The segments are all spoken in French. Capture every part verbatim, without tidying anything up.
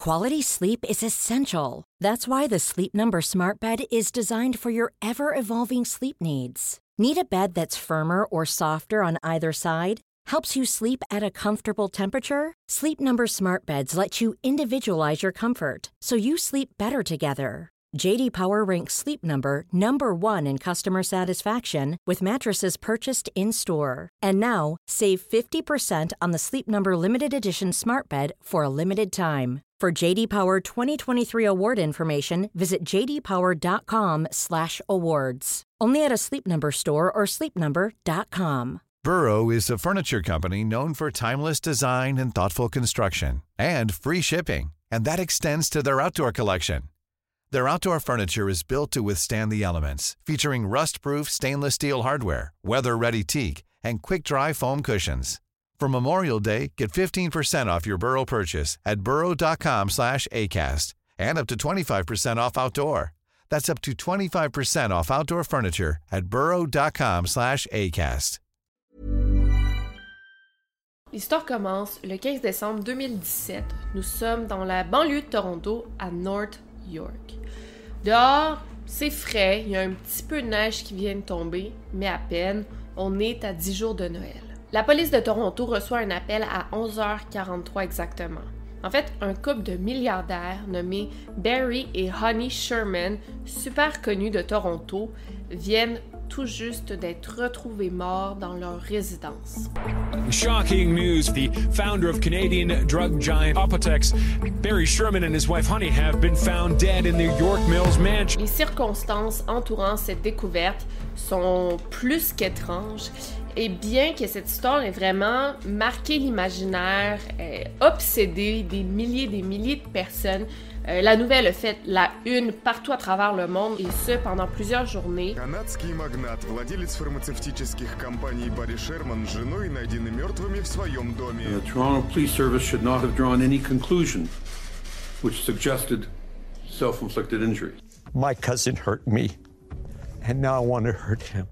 Quality sleep is essential. That's why the Sleep Number Smart Bed is designed for your ever-evolving sleep needs. Need a bed that's firmer or softer on either side? Helps you sleep at a comfortable temperature? Sleep Number Smart Beds let you individualize your comfort, so you sleep better together. J D Power ranks Sleep Number number one in customer satisfaction with mattresses purchased in-store. And now, save fifty percent on the Sleep Number Limited Edition Smart Bed for a limited time. For J D Power twenty twenty-three award information, visit j d power dot com slash awards. Only at a Sleep Number store or sleep number dot com. Burrow is a furniture company known for timeless design and thoughtful construction, and free shipping, and that extends to their outdoor collection. Their outdoor furniture is built to withstand the elements, featuring rust-proof stainless steel hardware, weather-ready teak, and quick-dry foam cushions. For Memorial Day, get fifteen percent off your Burrow purchase at burrow dot com slash acast, and up to twenty-five percent off outdoor. That's up to twenty-five percent off outdoor furniture at burrow dot com slash acast. L'histoire commence le quinze décembre deux mille dix-sept. Nous sommes dans la banlieue de Toronto, à North York. Dehors, c'est frais, il y a un petit peu de neige qui vient de tomber, mais à peine, on est à dix jours de Noël. La police de Toronto reçoit un appel à onze heures quarante-trois exactement. En fait, un couple de milliardaires nommés Barry et Honey Sherman, super connus de Toronto, viennent tout juste d'être retrouvés morts dans leur résidence. Shocking news. The founder of Canadian drug giant Apotex, Barry Sherman and his wife Honey have been found dead in their York Mills mansion. Les circonstances entourant cette découverte sont plus qu'étranges. Et bien que cette histoire ait vraiment marqué l'imaginaire, euh, obsédé des milliers et des milliers de personnes, euh, la nouvelle a fait la une partout à travers le monde, et ce, pendant plusieurs journées. Канадский магнат, владелец фармацевтических компаний Барри Шерман, с женой найдены мертвыми в своем доме. The Toronto Police Service should not have drawn any conclusion which suggested self-inflicted injury. My cousin hurt me, and now I want to hurt him.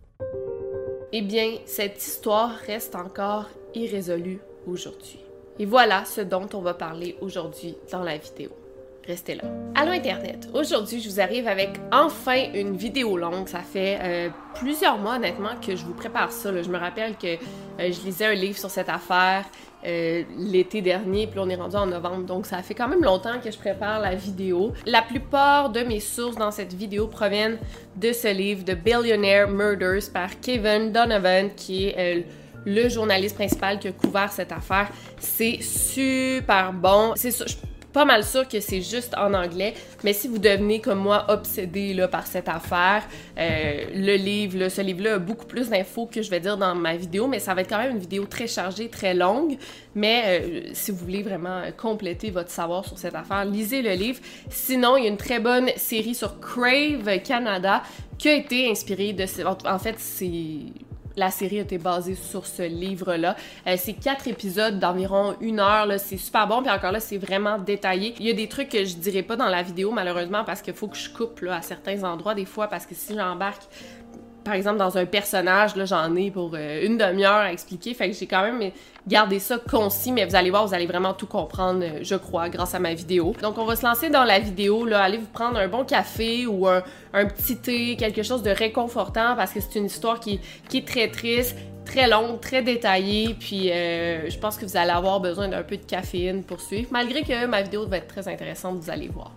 Eh bien, cette histoire reste encore irrésolue aujourd'hui. Et voilà ce dont on va parler aujourd'hui dans la vidéo. Restez là. Allô Internet! Aujourd'hui, je vous arrive avec enfin une vidéo longue. Ça fait euh, plusieurs mois, honnêtement, que je vous prépare ça. Là. Je me rappelle que euh, je lisais un livre sur cette affaire euh, l'été dernier, puis on est rendu en novembre. Donc, ça fait quand même longtemps que je prépare la vidéo. La plupart de mes sources dans cette vidéo proviennent de ce livre, The Billionaire Murders, par Kevin Donovan, qui est euh, le journaliste principal qui a couvert cette affaire. C'est super bon. C'est ça. Pas mal sûr que c'est juste en anglais, mais si vous devenez comme moi obsédé là, par cette affaire, euh, le livre, là, ce livre-là a beaucoup plus d'infos que je vais dire dans ma vidéo, mais ça va être quand même une vidéo très chargée, très longue, mais euh, si vous voulez vraiment compléter votre savoir sur cette affaire, lisez le livre. Sinon, il y a une très bonne série sur Crave Canada qui a été inspirée de... En fait, c'est... La série a été basée sur ce livre-là. Euh, c'est quatre épisodes d'environ une heure. Là. C'est super bon. Puis encore là, c'est vraiment détaillé. Il y a des trucs que je dirais pas dans la vidéo, malheureusement, parce qu'il faut que je coupe là, à certains endroits des fois. Parce que si j'embarque, par exemple, dans un personnage, là, j'en ai pour euh, une demi-heure à expliquer. Fait que j'ai quand même gardé ça concis. Mais vous allez voir, vous allez vraiment tout comprendre, euh, je crois, grâce à ma vidéo. Donc, on va se lancer dans la vidéo. Là. Allez vous prendre un bon café ou un, un petit thé, quelque chose de réconfortant, parce que c'est une histoire qui, qui est très triste, très longue, très détaillée. Puis, euh, je pense que vous allez avoir besoin d'un peu de caféine pour suivre. Malgré que ma vidéo va être très intéressante, vous allez voir.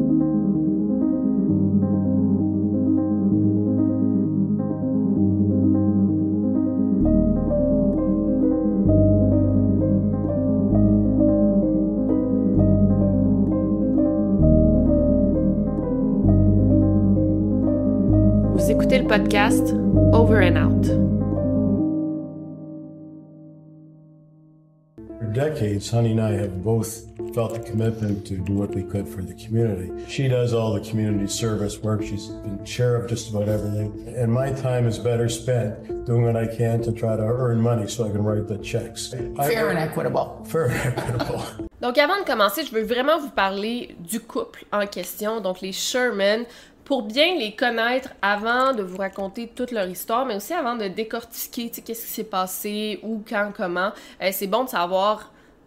Vous écoutez le podcast Over and Out. For decades, Honey and I have both felt the commitment to do what we could for the community. She does all the community service work. She's been chair of just about everything. And my time is better spent doing what I can to try to earn money so I can write the checks. Fair I, and equitable. Fair and equitable. Donc avant de commencer, je veux vraiment vous parler du couple en question, donc les Sherman, pour bien les connaître avant de vous raconter toute leur histoire, mais aussi avant de décortiquer, tu sais, qu'est-ce qui s'est passé, où, quand, comment. Euh, c'est bon de savoir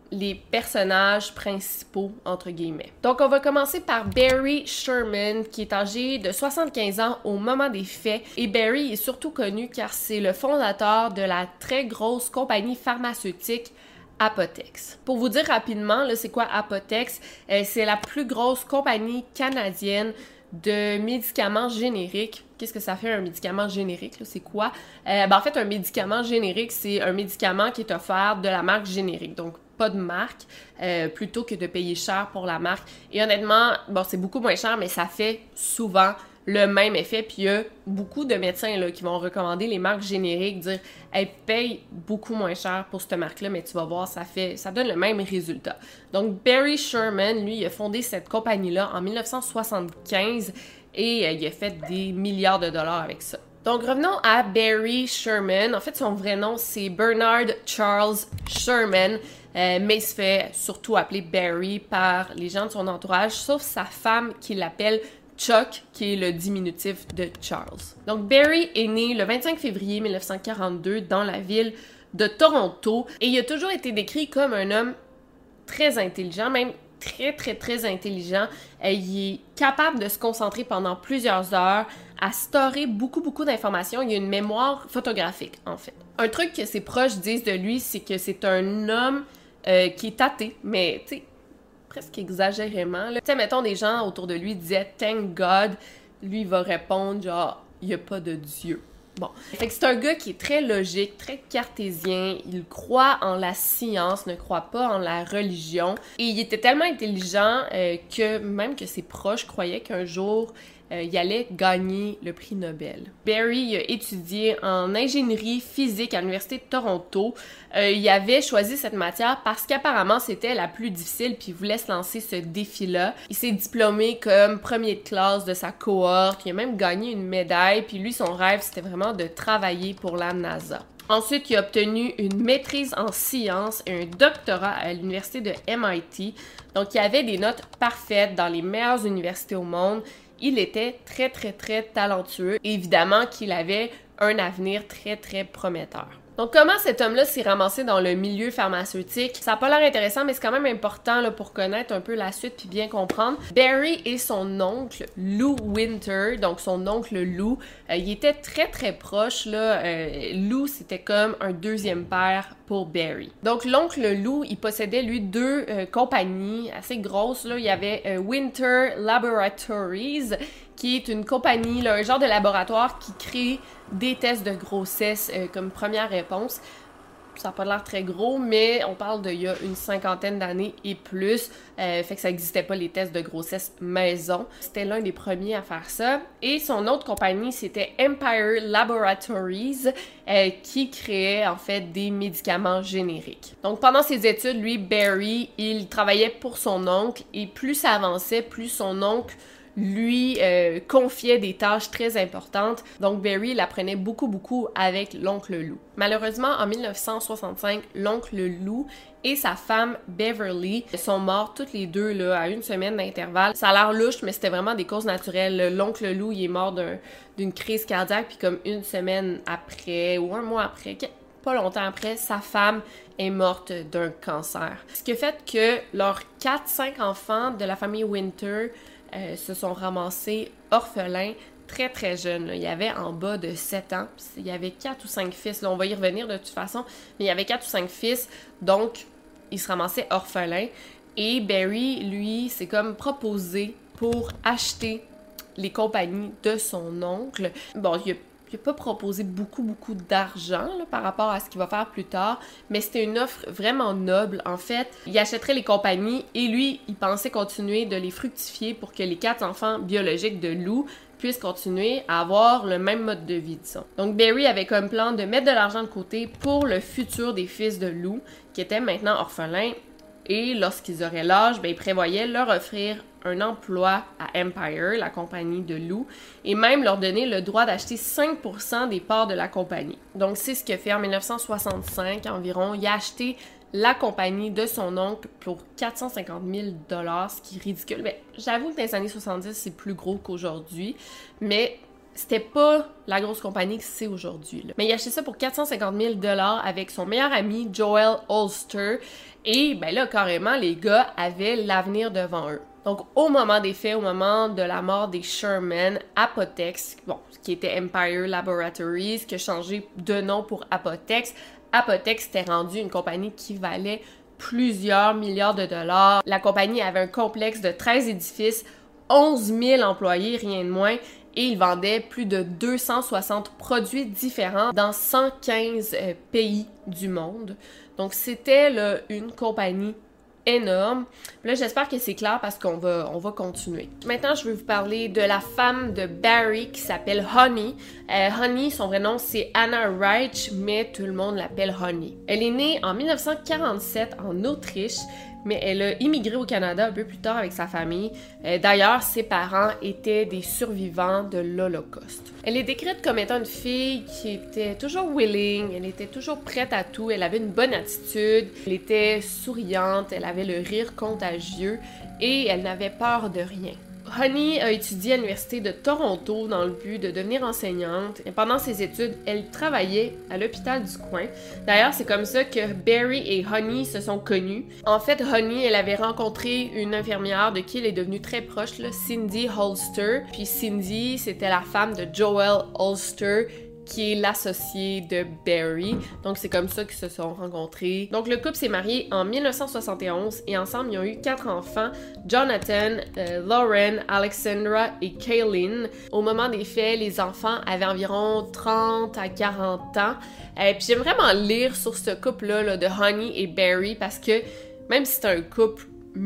les personnages principaux, entre guillemets. Donc, on va commencer par Barry Sherman, qui est âgé de soixante-quinze ans au moment des faits. Et Barry est surtout connu car c'est le fondateur de la très grosse compagnie pharmaceutique Apotex. Pour vous dire rapidement, là, c'est quoi Apotex? Euh, c'est la plus grosse compagnie canadienne de médicaments génériques. Qu'est-ce que ça fait un médicament générique? Là? C'est quoi? Euh, ben, en fait, un médicament générique, c'est un médicament qui est offert de la marque générique. Donc, pas de marque, euh, plutôt que de payer cher pour la marque. Et honnêtement, bon, c'est beaucoup moins cher, mais ça fait souvent le même effet. Puis il y a beaucoup de médecins là, qui vont recommander les marques génériques, dire « Hey, paye beaucoup moins cher pour cette marque-là, mais tu vas voir, ça fait, ça donne le même résultat. » Donc, Barry Sherman, lui, il a fondé cette compagnie-là en dix-neuf cent soixante-quinze et euh, il a fait des milliards de dollars avec ça. Donc, revenons à Barry Sherman. En fait, son vrai nom, c'est Bernard Charles Sherman. Euh, mais il se fait surtout appeler Barry par les gens de son entourage, sauf sa femme qui l'appelle Chuck, qui est le diminutif de Charles. Donc Barry est né le vingt-cinq février mille neuf cent quarante-deux dans la ville de Toronto et il a toujours été décrit comme un homme très intelligent, même très très très intelligent. Euh, il est capable de se concentrer pendant plusieurs heures, à storer beaucoup beaucoup d'informations. Il a une mémoire photographique en fait. Un truc que ses proches disent de lui, c'est que c'est un homme Euh, qui est athée, mais tu sais, presque exagérément. Tu sais, mettons, des gens autour de lui disaient « Thank God », lui il va répondre genre « Il n'y a pas de Dieu ». Bon. Fait que c'est un gars qui est très logique, très cartésien, il croit en la science, ne croit pas en la religion. Et il était tellement intelligent euh, que même que ses proches croyaient qu'un jour, Euh, il allait gagner le prix Nobel. Barry a étudié en ingénierie physique à l'Université de Toronto. Euh, il avait choisi cette matière parce qu'apparemment c'était la plus difficile puis il voulait se lancer ce défi-là. Il s'est diplômé comme premier de classe de sa cohorte, il a même gagné une médaille puis lui son rêve c'était vraiment de travailler pour la NASA. Ensuite, il a obtenu une maîtrise en sciences et un doctorat à l'université de M I T. Donc, il avait des notes parfaites dans les meilleures universités au monde. Il était très, très, très talentueux. Évidemment qu'il avait un avenir très, très prometteur. Donc, comment cet homme-là s'est ramassé dans le milieu pharmaceutique? Ça n'a pas l'air intéressant, mais c'est quand même important là, pour connaître un peu la suite puis bien comprendre. Barry et son oncle, Lou Winter, donc son oncle Lou, euh, ils étaient très, très proches. Là. Euh, Lou, c'était comme un deuxième père pour Barry. Donc, l'oncle Lou, il possédait, lui, deux euh, compagnies assez grosses. Là. Il y avait euh, Winter Laboratories, qui est une compagnie, là, un genre de laboratoire qui crée des tests de grossesse euh, comme première réponse. Ça n'a pas l'air très gros, mais on parle d'il y a une cinquantaine d'années et plus. Euh, fait que ça n'existait pas les tests de grossesse maison. C'était l'un des premiers à faire ça. Et son autre compagnie, c'était Empire Laboratories, euh, qui créait en fait des médicaments génériques. Donc pendant ses études, lui, Barry, il travaillait pour son oncle et plus ça avançait, plus son oncle lui euh, confiait des tâches très importantes. Donc Barry l'apprenait beaucoup beaucoup avec l'oncle Lou. Malheureusement, en dix-neuf cent soixante-cinq, l'oncle Lou et sa femme Beverly sont morts toutes les deux là, à une semaine d'intervalle. Ça a l'air louche, mais c'était vraiment des causes naturelles. L'oncle Lou, il est mort d'un, d'une crise cardiaque, puis comme une semaine après, ou un mois après, pas longtemps après, sa femme est morte d'un cancer. Ce qui a fait que leurs quatre cinq enfants de la famille Winter Euh, se sont ramassés orphelins très très jeunes. Là. Il y avait en bas de sept ans. Il y avait quatre ou cinq fils. Là, on va y revenir de toute façon. Mais il y avait quatre ou cinq fils. Donc, ils se ramassaient orphelins. Et Barry, lui, s'est comme proposé pour acheter les compagnies de son oncle. Bon, il a Il n'a pas proposé beaucoup, beaucoup d'argent là, par rapport à ce qu'il va faire plus tard, mais c'était une offre vraiment noble. En fait, il achèterait les compagnies et lui, il pensait continuer de les fructifier pour que les quatre enfants biologiques de Lou puissent continuer à avoir le même mode de vie, disons. Donc Barry avait comme plan de mettre de l'argent de côté pour le futur des fils de Lou, qui étaient maintenant orphelins, et lorsqu'ils auraient l'âge, ben, il prévoyait leur offrir un emploi à Empire, la compagnie de Lou, et même leur donner le droit d'acheter cinq pour cent des parts de la compagnie. Donc c'est ce qu'il a fait en dix-neuf cent soixante-cinq environ. Il a acheté la compagnie de son oncle pour quatre cent cinquante mille dollars, ce qui est ridicule. Ben, j'avoue que dans les années soixante-dix, c'est plus gros qu'aujourd'hui, mais c'était pas la grosse compagnie que c'est aujourd'hui. Là. Mais il a acheté ça pour quatre cent cinquante mille dollars avec son meilleur ami Joel Holster. Et ben là, carrément, les gars avaient l'avenir devant eux. Donc, au moment des faits, au moment de la mort des Sherman, Apotex, bon, qui était Empire Laboratories, qui a changé de nom pour Apotex, Apotex était rendu une compagnie qui valait plusieurs milliards de dollars. La compagnie avait un complexe de treize édifices, onze mille employés, rien de moins, et il vendait plus de deux cent soixante produits différents dans cent quinze euh, pays du monde. Donc, c'était là, une compagnie énorme. Là, j'espère que c'est clair parce qu'on va, on va continuer. Maintenant, je vais vous parler de la femme de Barry qui s'appelle Honey. Euh, Honey, son vrai nom, c'est Anna Reich, mais tout le monde l'appelle Honey. Elle est née en mille neuf cent quarante-sept en Autriche, mais elle a immigré au Canada un peu plus tard avec sa famille. Euh, D'ailleurs, ses parents étaient des survivants de l'Holocauste. Elle est décrite comme étant une fille qui était toujours willing, elle était toujours prête à tout, elle avait une bonne attitude, elle était souriante, elle avait le rire contagieux et elle n'avait peur de rien. Honey a étudié à l'Université de Toronto dans le but de devenir enseignante et pendant ses études, elle travaillait à l'hôpital du coin. D'ailleurs, c'est comme ça que Barry et Honey se sont connus. En fait, Honey, elle avait rencontré une infirmière de qui elle est devenue très proche, là, Cindy Holster. Puis Cindy, c'était la femme de Joel Holster, qui est l'associé de Barry. Donc, c'est comme ça qu'ils se sont rencontrés. Donc, le couple s'est marié en mille neuf cent soixante et onze et ensemble, ils ont eu quatre enfants, Jonathan, euh, Lauren, Alexandra et Kaylin. Au moment des faits, les enfants avaient environ trente à quarante ans. Euh, Puis j'aime vraiment lire sur ce couple-là là, de Honey et Barry parce que même si c'est un couple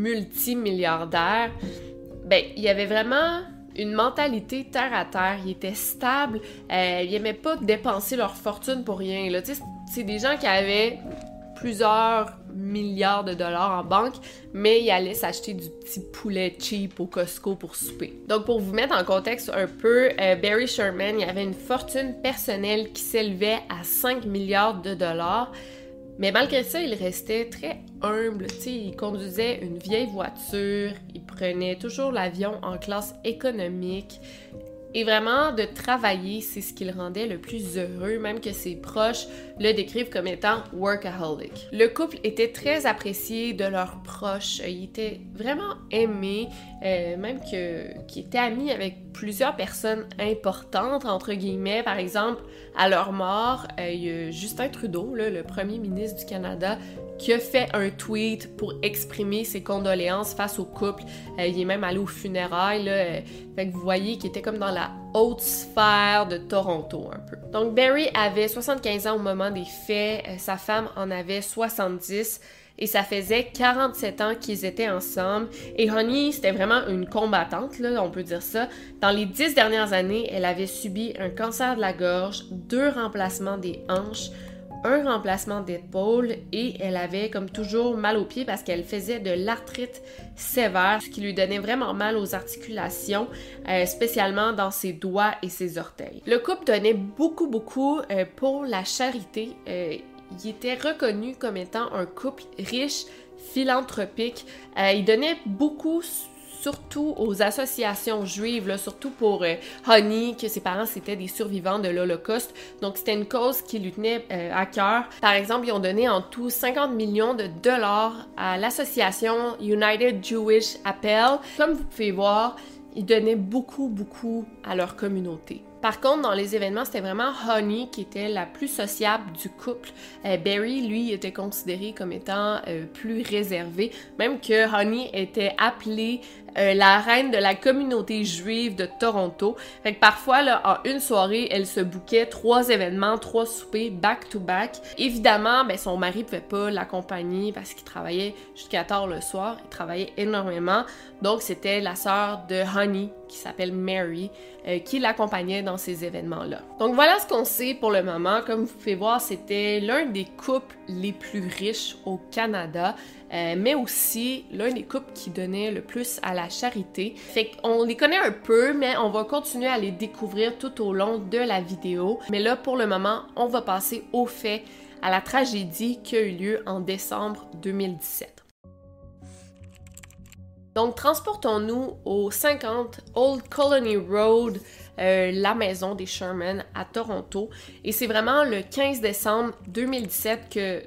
multimilliardaire, ben, il y avait vraiment une mentalité terre à terre, ils étaient stables, euh, ils aimaient pas dépenser leur fortune pour rien. Là. C'est des gens qui avaient plusieurs milliards de dollars en banque, mais ils allaient s'acheter du petit poulet cheap au Costco pour souper. Donc pour vous mettre en contexte un peu, euh, Barry Sherman, il avait une fortune personnelle qui s'élevait à cinq milliards de dollars. Mais malgré ça, il restait très humble, tu sais, il conduisait une vieille voiture, il prenait toujours l'avion en classe économique. Et vraiment, de travailler, c'est ce qui le rendait le plus heureux, même que ses proches le décrivent comme étant workaholic. Le couple était très apprécié de leurs proches, il était vraiment aimé, euh, même que qu'il était ami avec plusieurs personnes importantes, entre guillemets. Par exemple, à leur mort, euh, il y a Justin Trudeau, là, le premier ministre du Canada, qui a fait un tweet pour exprimer ses condoléances face au couple. Euh, il est même allé aux funérailles, là, euh, fait que vous voyez qu'il était comme dans la haute sphère de Toronto un peu. Donc Barry avait soixante-quinze ans au moment des faits, euh, sa femme en avait soixante-dix et ça faisait quarante-sept ans qu'ils étaient ensemble. Et Honey, c'était vraiment une combattante, là, on peut dire ça. Dans les dix dernières années, elle avait subi un cancer de la gorge, deux remplacements des hanches, un remplacement d'épaule et elle avait comme toujours mal aux pieds parce qu'elle faisait de l'arthrite sévère, ce qui lui donnait vraiment mal aux articulations, euh, spécialement dans ses doigts et ses orteils. Le couple donnait beaucoup, beaucoup euh, pour la charité. Euh, il était reconnu comme étant un couple riche, philanthropique. Euh, il donnait beaucoup surtout aux associations juives, là, surtout pour euh, Honey, que ses parents c'était des survivants de l'Holocauste. Donc c'était une cause qui lui tenait euh, à cœur. Par exemple, ils ont donné en tout cinquante millions de dollars à l'association United Jewish Appel. Comme vous pouvez voir, ils donnaient beaucoup, beaucoup à leur communauté. Par contre, dans les événements, c'était vraiment Honey qui était la plus sociable du couple. Euh, Barry, lui, était considéré comme étant euh, plus réservé, même que Honey était appelée euh, la reine de la communauté juive de Toronto. Fait que parfois, là, en une soirée, elle se bookait trois événements, trois soupers back-to-back. Évidemment, ben, son mari pouvait pas l'accompagner parce qu'il travaillait jusqu'à tard le soir. Il travaillait énormément. Donc, c'était la sœur de Honey, qui s'appelle Mary, euh, qui l'accompagnait dans ces événements-là. Donc voilà ce qu'on sait pour le moment. Comme vous pouvez voir, c'était l'un des couples les plus riches au Canada, euh, mais aussi l'un des couples qui donnait le plus à la charité. Fait qu'on les connaît un peu, mais on va continuer à les découvrir tout au long de la vidéo. Mais là, pour le moment, on va passer aux faits, à la tragédie qui a eu lieu en décembre deux mille dix-sept. Donc, transportons-nous au cinquante Old Colony Road, euh, la maison des Sherman à Toronto. Et c'est vraiment le quinze décembre deux mille dix-sept que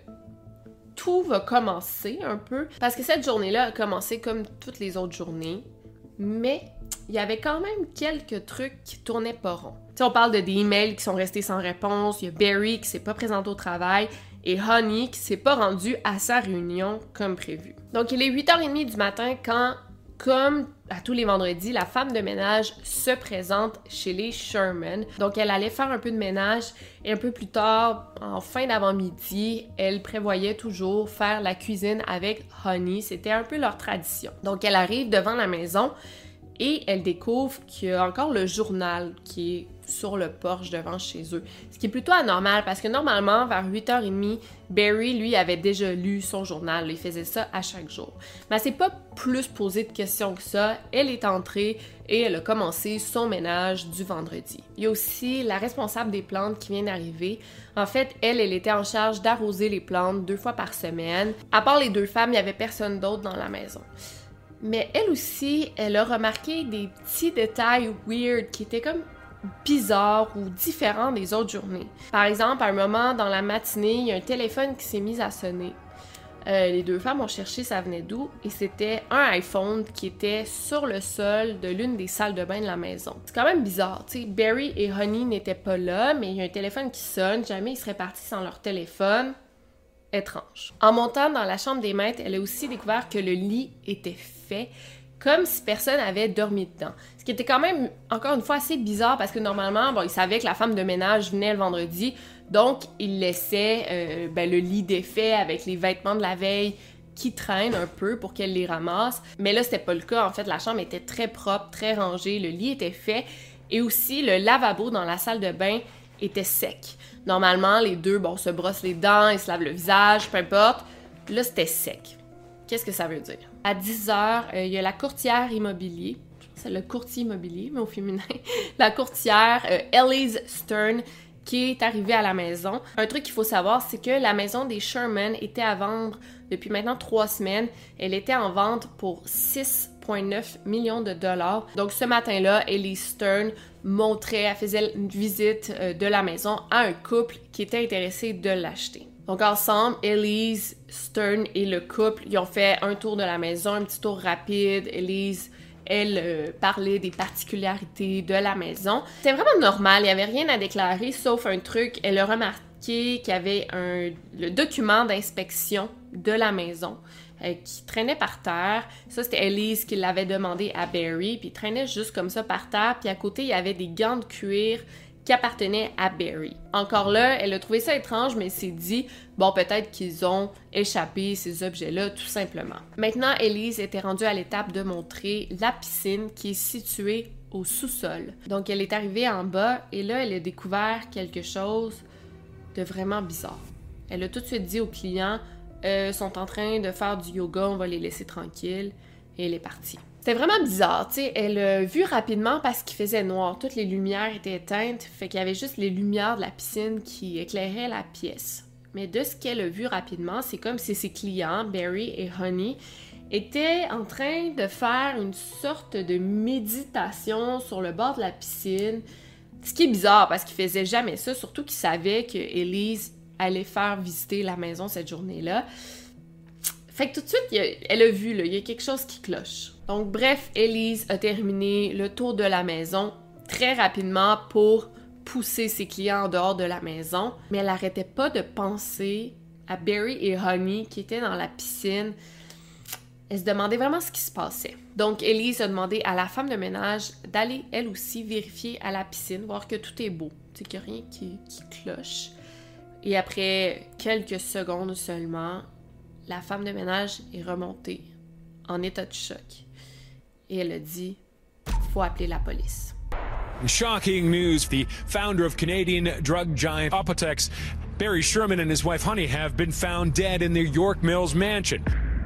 tout va commencer un peu. Parce que cette journée-là a commencé comme toutes les autres journées. Mais il y avait quand même quelques trucs qui tournaient pas rond. T'sais, on parle de des emails qui sont restés sans réponse. Il y a Barry qui s'est pas présenté au travail. Et Honey qui s'est pas rendu à sa réunion comme prévu. Donc, il est huit heures trente du matin quand, comme à tous les vendredis, la femme de ménage se présente chez les Sherman. Donc, elle allait faire un peu de ménage et un peu plus tard, en fin d'avant-midi, elle prévoyait toujours faire la cuisine avec Honey. C'était un peu leur tradition. Donc, elle arrive devant la maison et elle découvre qu'il y a encore le journal qui est sur le porche devant chez eux. Ce qui est plutôt anormal parce que normalement, vers huit heures trente, Barry, lui, avait déjà lu son journal. Il faisait ça à chaque jour. Mais elle s'est pas plus posé de questions que ça. Elle est entrée et elle a commencé son ménage du vendredi. Il y a aussi la responsable des plantes qui vient d'arriver. En fait, elle, elle était en charge d'arroser les plantes deux fois par semaine. À part les deux femmes, il n'y avait personne d'autre dans la maison. Mais elle aussi, elle a remarqué des petits détails weird qui étaient comme bizarres ou différents des autres journées. Par exemple, à un moment dans la matinée, il y a un téléphone qui s'est mis à sonner. Euh, les deux femmes ont cherché ça venait d'où et c'était un iPhone qui était sur le sol de l'une des salles de bain de la maison. C'est quand même bizarre, tu sais. Barry et Honey n'étaient pas là, mais il y a un téléphone qui sonne. Jamais ils seraient partis sans leur téléphone. Étrange. En montant dans la chambre des maîtres, elle a aussi découvert que le lit était fait comme si personne avait dormi dedans. Ce qui était quand même, encore une fois, assez bizarre parce que normalement, bon, ils savaient que la femme de ménage venait le vendredi, donc ils laissaient euh, ben, le lit défait avec les vêtements de la veille qui traînent un peu pour qu'elle les ramasse. Mais là, c'était pas le cas. En fait, la chambre était très propre, très rangée, le lit était fait et aussi le lavabo dans la salle de bain était sec. Normalement, les deux, bon, se brossent les dents, ils se lavent le visage, peu importe. Là, c'était sec. Qu'est-ce que ça veut dire? À dix heures, il euh, y a la courtière immobilier. C'est le courtier immobilier, mais au féminin. La courtière euh, Elise Stern qui est arrivée à la maison. Un truc qu'il faut savoir, c'est que la maison des Sherman était à vendre depuis maintenant trois semaines. Elle était en vente pour six virgule neuf millions de dollars. Donc, ce matin-là, Elise Stern montrait, elle faisait une visite euh, de la maison à un couple qui était intéressé de l'acheter. Donc, ensemble, Elise Stern et le couple, ils ont fait un tour de la maison, un petit tour rapide. Elise, elle euh, parlait des particularités de la maison. C'était vraiment normal, il n'y avait rien à déclarer, sauf un truc. Elle a remarqué qu'il y avait un, le document d'inspection de la maison euh, qui traînait par terre. Ça, c'était Elise qui l'avait demandé à Barry, puis il traînait juste comme ça par terre. Puis à côté, il y avait des gants de cuir qui appartenait à Barry. Encore là, elle a trouvé ça étrange, mais s'est dit, bon, peut-être qu'ils ont échappé ces objets-là, tout simplement. Maintenant, Elise était rendue à l'étape de montrer la piscine qui est située au sous-sol. Donc, elle est arrivée en bas et là, elle a découvert quelque chose de vraiment bizarre. Elle a tout de suite dit aux clients, euh, sont en train de faire du yoga, on va les laisser tranquilles, et elle est partie. C'était vraiment bizarre, tu sais, elle a vu rapidement parce qu'il faisait noir, toutes les lumières étaient éteintes, fait qu'il y avait juste les lumières de la piscine qui éclairaient la pièce. Mais de ce qu'elle a vu rapidement, c'est comme si ses clients, Barry et Honey, étaient en train de faire une sorte de méditation sur le bord de la piscine, ce qui est bizarre parce qu'ils faisaient jamais ça, surtout qu'ils savaient que Elise allait faire visiter la maison cette journée-là. Fait que tout de suite, il y a, elle a vu, là, il y a quelque chose qui cloche. Donc bref, Elise a terminé le tour de la maison très rapidement pour pousser ses clients en dehors de la maison, mais elle n'arrêtait pas de penser à Barry et Honey qui étaient dans la piscine. Elle se demandait vraiment ce qui se passait. Donc Elise a demandé à la femme de ménage d'aller elle aussi vérifier à la piscine, voir que tout est beau, tu sais qu'il n'y a rien qui, qui cloche. Et après quelques secondes seulement, la femme de ménage est remontée en état de choc. Et elle a dit, faut appeler la police. Shocking news. The founder of Canadian drug giant Apotex, Barry Sherman and his wife Honey have been found dead in their York Mills mansion.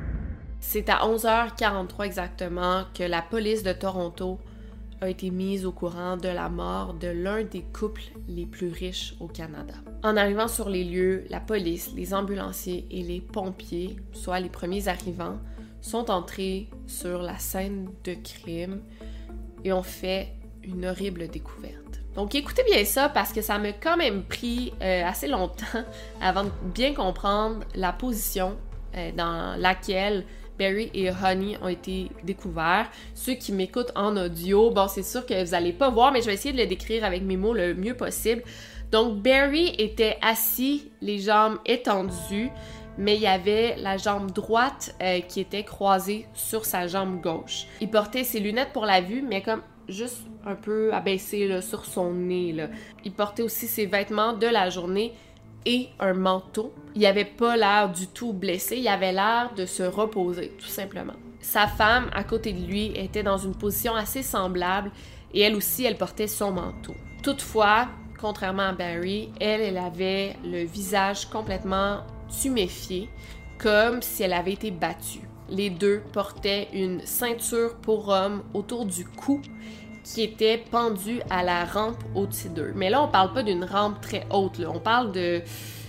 C'est à onze heures quarante-trois exactement que la police de Toronto a été mise au courant de la mort de l'un des couples les plus riches au Canada. En arrivant sur les lieux, la police, les ambulanciers et les pompiers, soit les premiers arrivants, sont entrés sur la scène de crime et ont fait une horrible découverte. Donc écoutez bien ça parce que ça m'a quand même pris euh, assez longtemps avant de bien comprendre la position euh, dans laquelle Barry et Honey ont été découverts. Ceux qui m'écoutent en audio, bon c'est sûr que vous allez pas voir, mais je vais essayer de le décrire avec mes mots le mieux possible. Donc Barry était assis, les jambes étendues, mais il y avait la jambe droite euh, qui était croisée sur sa jambe gauche. Il portait ses lunettes pour la vue, mais comme juste un peu abaissé là, sur son nez. Là. Il portait aussi ses vêtements de la journée et un manteau. Il avait pas l'air du tout blessé, il avait l'air de se reposer, tout simplement. Sa femme, à côté de lui, était dans une position assez semblable et elle aussi, elle portait son manteau. Toutefois, contrairement à Barry, elle, elle avait le visage complètement tuméfié, comme si elle avait été battue. Les deux portaient une ceinture pour homme autour du cou qui était pendue à la rampe au-dessus d'eux. Mais là, on parle pas d'une rampe très haute, là. On parle de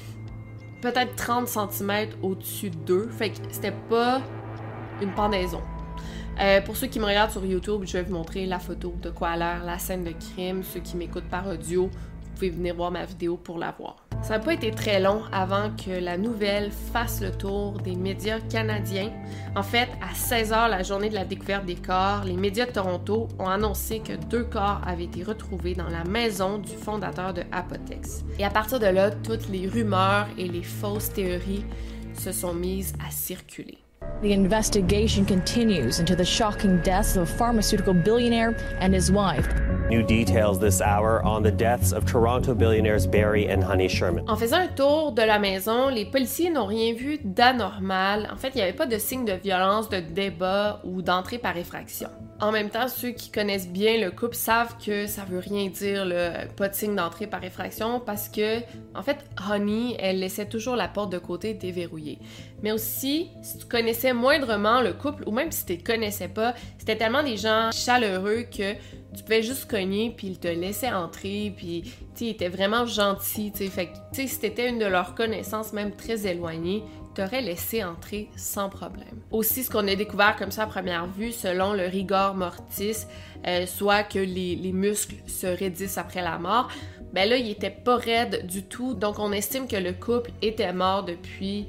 peut-être trente centimètres au-dessus d'eux. Fait que c'était pas une pendaison. Euh, pour ceux qui me regardent sur YouTube, je vais vous montrer la photo de quoi a l'air la scène de crime. Ceux qui m'écoutent par audio, vous pouvez venir voir ma vidéo pour la voir. Ça n'a pas été très long avant que la nouvelle fasse le tour des médias canadiens. En fait, à seize heures, la journée de la découverte des corps, les médias de Toronto ont annoncé que deux corps avaient été retrouvés dans la maison du fondateur de Apotex. Et à partir de là, toutes les rumeurs et les fausses théories se sont mises à circuler. The investigation continues into the shocking deaths of a pharmaceutical billionaire and his wife. New details this hour on the deaths of Toronto billionaires Barry and Honey Sherman. En faisant un tour de la maison, les policiers n'ont rien vu d'anormal. En fait, il n'y avait pas de signe de violence, de débat ou d'entrée par effraction. En même temps, ceux qui connaissent bien le couple savent que ça veut rien dire, là, pas de signe d'entrée par effraction, parce que, en fait, Honey, elle laissait toujours la porte de côté déverrouillée. Mais aussi, si tu connaissais moindrement le couple, ou même si tu ne connaissais pas, c'était tellement des gens chaleureux que tu pouvais juste cogner, puis ils te laissaient entrer, puis, tu sais, ils étaient vraiment gentils, tu sais. Fait que, tu sais, si t'étais une de leurs connaissances, même très éloignées, t'aurais laissé entrer sans problème. Aussi, ce qu'on a découvert comme ça à première vue, selon le rigor mortis, euh, soit que les, les muscles se raidissent après la mort, ben là, il était pas raide du tout, donc on estime que le couple était mort depuis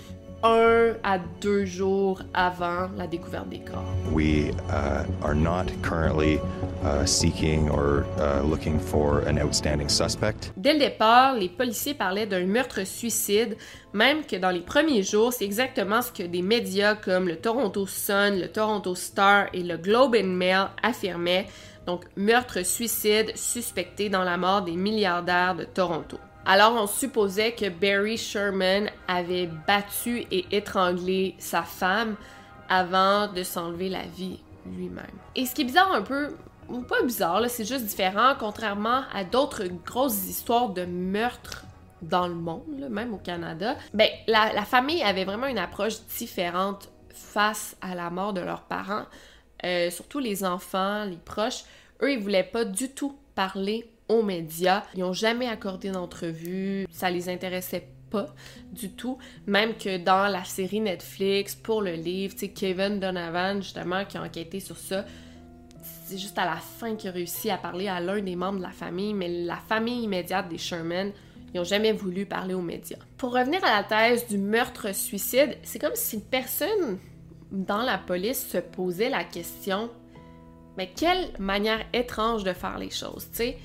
un à deux jours avant la découverte des corps. We uh, are not currently uh, seeking or uh, looking for an outstanding suspect. Dès le départ, les policiers parlaient d'un meurtre-suicide, même que dans les premiers jours, c'est exactement ce que des médias comme le Toronto Sun, le Toronto Star et le Globe and Mail affirmaient. Donc, meurtre-suicide suspecté dans la mort des milliardaires de Toronto. Alors, on supposait que Barry Sherman avait battu et étranglé sa femme avant de s'enlever la vie lui-même. Et ce qui est bizarre un peu, ou pas bizarre, là, c'est juste différent, contrairement à d'autres grosses histoires de meurtres dans le monde, là, même au Canada, ben, la, la famille avait vraiment une approche différente face à la mort de leurs parents. Euh, surtout les enfants, les proches, eux, ils voulaient pas du tout parler aux médias. Ils n'ont jamais accordé d'entrevue, ça les intéressait pas du tout. Même que dans la série Netflix, pour le livre, tu sais, Kevin Donovan, justement, qui a enquêté sur ça, c'est juste à la fin qu'il a réussi à parler à l'un des membres de la famille, mais la famille immédiate des Sherman, ils n'ont jamais voulu parler aux médias. Pour revenir à la thèse du meurtre-suicide, c'est comme si une personne dans la police se posait la question, mais quelle manière étrange de faire les choses, tu sais?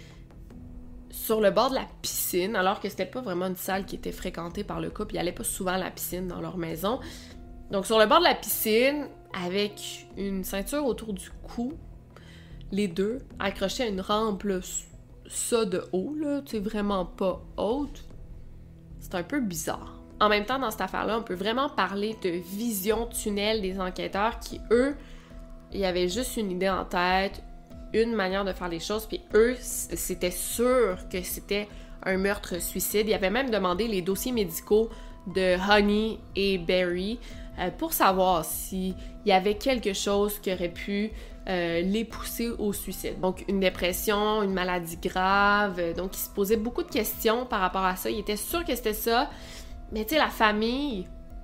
Sur le bord de la piscine, alors que c'était pas vraiment une salle qui était fréquentée par le couple, ils allaient pas souvent à la piscine dans leur maison. Donc sur le bord de la piscine, avec une ceinture autour du cou, les deux accrochaient à une rampe, là, ça de haut, là, tu sais, vraiment pas haute. C'est un peu bizarre. En même temps, dans cette affaire-là, on peut vraiment parler de vision tunnel des enquêteurs qui, eux, ils avaient juste une idée en tête, une manière de faire les choses, puis eux, c'était sûr que c'était un meurtre-suicide. Ils avaient même demandé les dossiers médicaux de Honey et Barry euh, pour savoir s'il y avait quelque chose qui aurait pu euh, les pousser au suicide. Donc, une dépression, une maladie grave, euh, donc ils se posaient beaucoup de questions par rapport à ça. Ils étaient sûrs que c'était ça, mais tu sais, la famille,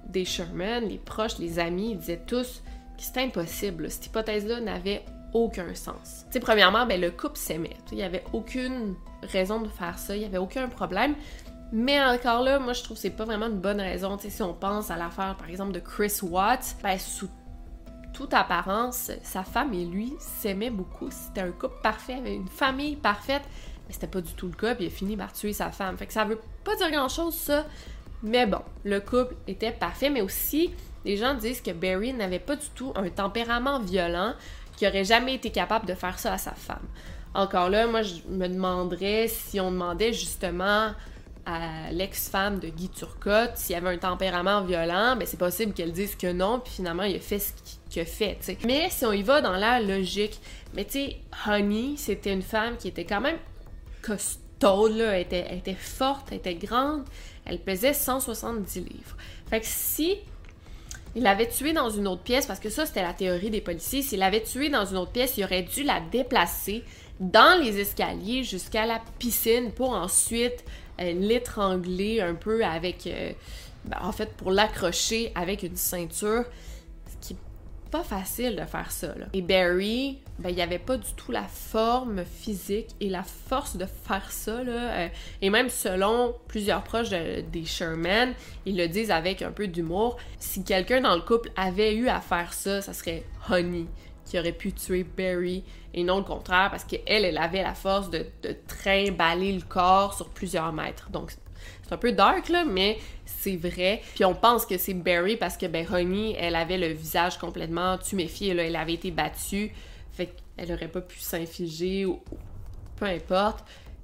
des Sherman, les proches, les amis, ils disaient tous que c'était impossible. Cette hypothèse-là n'avait aucun sens. Tu sais, premièrement, ben, le couple s'aimait. Il n'y avait aucune raison de faire ça, il n'y avait aucun problème. Mais encore là, moi, je trouve que c'est pas vraiment une bonne raison. Tu sais, si on pense à l'affaire, par exemple, de Chris Watts, ben, sous toute apparence, sa femme et lui s'aimaient beaucoup. C'était un couple parfait, avait une famille parfaite. Mais c'était pas du tout le cas, puis il a fini par tuer sa femme. Fait que ça veut pas dire grand-chose, ça. Mais bon, le couple était parfait, mais aussi, les gens disent que Barry n'avait pas du tout un tempérament violent, qu'il aurait jamais été capable de faire ça à sa femme. Encore là, moi, je me demanderais si on demandait justement à l'ex-femme de Guy Turcotte s'il y avait un tempérament violent, ben c'est possible qu'elle dise que non, puis finalement, il a fait ce qu'il a fait, tu sais. Mais si on y va dans la logique, mais tu sais, Honey, c'était une femme qui était quand même costaude, là, elle était, elle était forte, elle était grande, elle pesait cent soixante-dix livres. Fait que si il l'avait tuée dans une autre pièce, parce que ça, c'était la théorie des policiers, s'il l'avait tuée dans une autre pièce, il aurait dû la déplacer dans les escaliers jusqu'à la piscine pour ensuite euh, l'étrangler un peu avec... Euh, ben, en fait, pour l'accrocher avec une ceinture, ce qui est pas facile de faire ça, là. Et Barry, ben, il avait pas du tout la forme physique et la force de faire ça, là. Euh, et même selon plusieurs proches de, des Sherman, ils le disent avec un peu d'humour, si quelqu'un dans le couple avait eu à faire ça, ça serait Honey qui aurait pu tuer Barry, et non le contraire, parce qu'elle, elle avait la force de, de trimballer le corps sur plusieurs mètres. Donc, c'est un peu dark, là, mais c'est vrai. Puis on pense que c'est Barry parce que, ben, Honey, elle avait le visage complètement tuméfié, là, elle avait été battue, fait qu'elle aurait pas pu s'infliger, ou peu importe.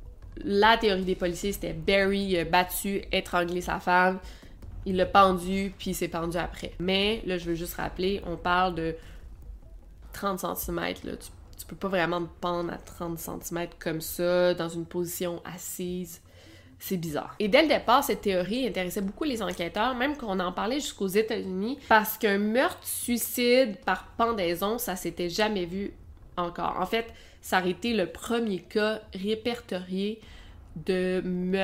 La théorie des policiers, c'était Barry a battu, étranglé sa femme, il l'a pendu, puis il s'est pendu après. Mais, là, je veux juste rappeler, on parle de trente centimètres, là, tu, tu peux pas vraiment te pendre à trente centimètres comme ça, dans une position assise. C'est bizarre. Et dès le départ, cette théorie intéressait beaucoup les enquêteurs, même qu'on en parlait jusqu'aux États-Unis, parce qu'un meurtre-suicide par pendaison, ça s'était jamais vu encore. En fait, ça aurait été le premier cas répertorié de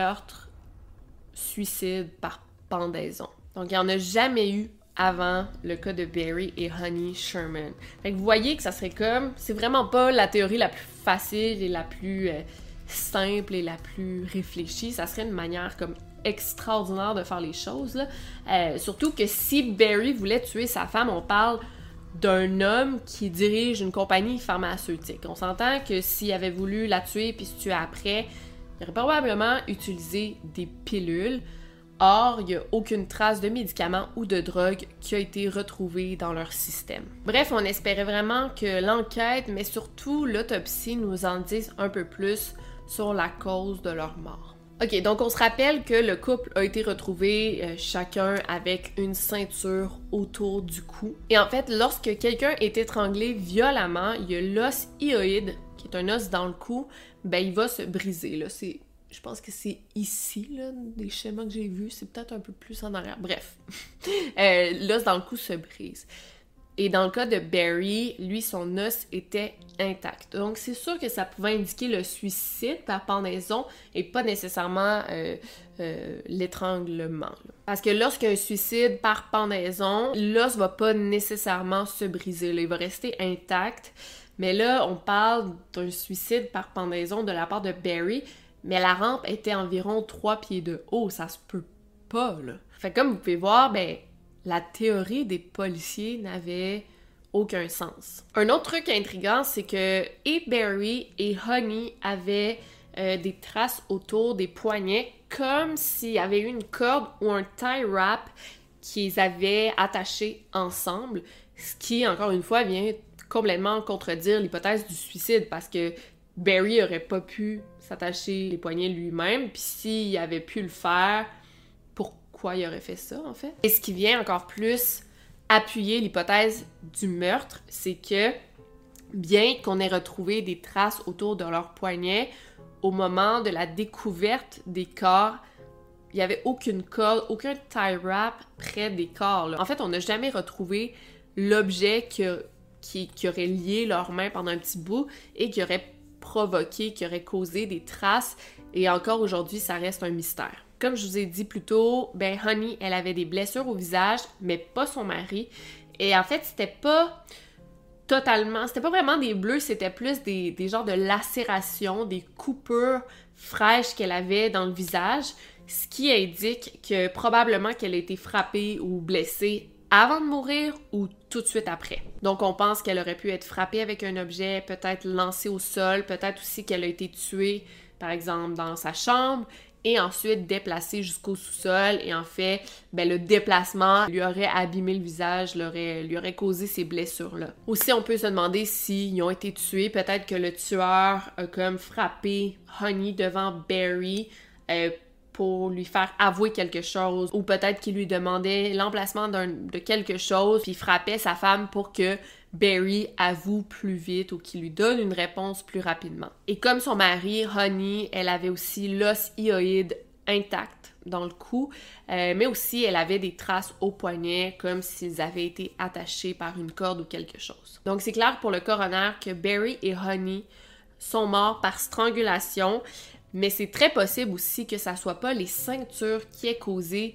meurtre-suicide par pendaison. Donc, il n'y en a jamais eu avant le cas de Barry et Honey Sherman. Fait que vous voyez que ça serait comme... C'est vraiment pas la théorie la plus facile et la plus euh, simple et la plus réfléchie. Ça serait une manière comme extraordinaire de faire les choses, là. Euh, surtout que si Barry voulait tuer sa femme, on parle d'un homme qui dirige une compagnie pharmaceutique. On s'entend que s'il avait voulu la tuer puis se tuer après, il aurait probablement utilisé des pilules. Or, il n'y a aucune trace de médicaments ou de drogue qui a été retrouvée dans leur système. Bref, on espérait vraiment que l'enquête, mais surtout l'autopsie, nous en dise un peu plus sur la cause de leur mort. Ok, donc on se rappelle que le couple a été retrouvé euh, chacun avec une ceinture autour du cou. Et en fait, lorsque quelqu'un est étranglé violemment, il y a l'os hyoïde, qui est un os dans le cou, ben il va se briser, là, c'est... Je pense que c'est ici, là, des schémas que j'ai vus. C'est peut-être un peu plus en arrière. Bref. euh, l'os dans le cou se brise. Et dans le cas de Barry, lui, son os était intact. Donc, c'est sûr que ça pouvait indiquer le suicide par pendaison et pas nécessairement euh, euh, l'étranglement, là. Parce que lorsqu'un suicide par pendaison, l'os va pas nécessairement se briser, là. Il va rester intact. Mais là, on parle d'un suicide par pendaison de la part de Barry. Mais la rampe était environ trois pieds de haut, ça se peut pas, là. Fait que comme vous pouvez voir, ben, la théorie des policiers n'avait aucun sens. Un autre truc intriguant, c'est que et Barry et Honey avaient euh, des traces autour des poignets, comme s'il y avait eu une corde ou un tie wrap qu'ils avaient attachés ensemble, ce qui, encore une fois, vient complètement contredire l'hypothèse du suicide, parce que Barry aurait pas pu s'attacher les poignets lui-même, puis s'il avait pu le faire, pourquoi il aurait fait ça, en fait? Et ce qui vient encore plus appuyer l'hypothèse du meurtre, c'est que, bien qu'on ait retrouvé des traces autour de leurs poignets, au moment de la découverte des corps, il n'y avait aucune corde, aucun tie wrap près des corps, là. En fait, on n'a jamais retrouvé l'objet qui, a, qui, qui aurait lié leurs mains pendant un petit bout et qui aurait provoqué, qui aurait causé des traces, et encore aujourd'hui, ça reste un mystère. Comme je vous ai dit plus tôt, ben Honey, elle avait des blessures au visage, mais pas son mari. Et en fait, c'était pas totalement... C'était pas vraiment des bleus, c'était plus des, des genres de lacérations, des coupures fraîches qu'elle avait dans le visage, ce qui indique que probablement qu'elle a été frappée ou blessée avant de mourir ou tout de suite après. Donc on pense qu'elle aurait pu être frappée avec un objet, peut-être lancée au sol, peut-être aussi qu'elle a été tuée, par exemple, dans sa chambre, et ensuite déplacée jusqu'au sous-sol. Et en fait, ben, le déplacement lui aurait abîmé le visage, l'aurait, lui aurait causé ces blessures-là. Aussi, on peut se demander s'ils ont été tués. Peut-être que le tueur a comme frappé Honey devant Barry euh, pour lui faire avouer quelque chose. Ou peut-être qu'il lui demandait l'emplacement d'un, de quelque chose, puis frappait sa femme pour que Barry avoue plus vite ou qu'il lui donne une réponse plus rapidement. Et comme son mari, Honey, elle avait aussi l'os hyoïde intact dans le cou, euh, mais aussi elle avait des traces au poignet comme s'ils avaient été attachés par une corde ou quelque chose. Donc c'est clair pour le coroner que Barry et Honey sont morts par strangulation, mais c'est très possible aussi que ça soit pas les ceintures qui aient causé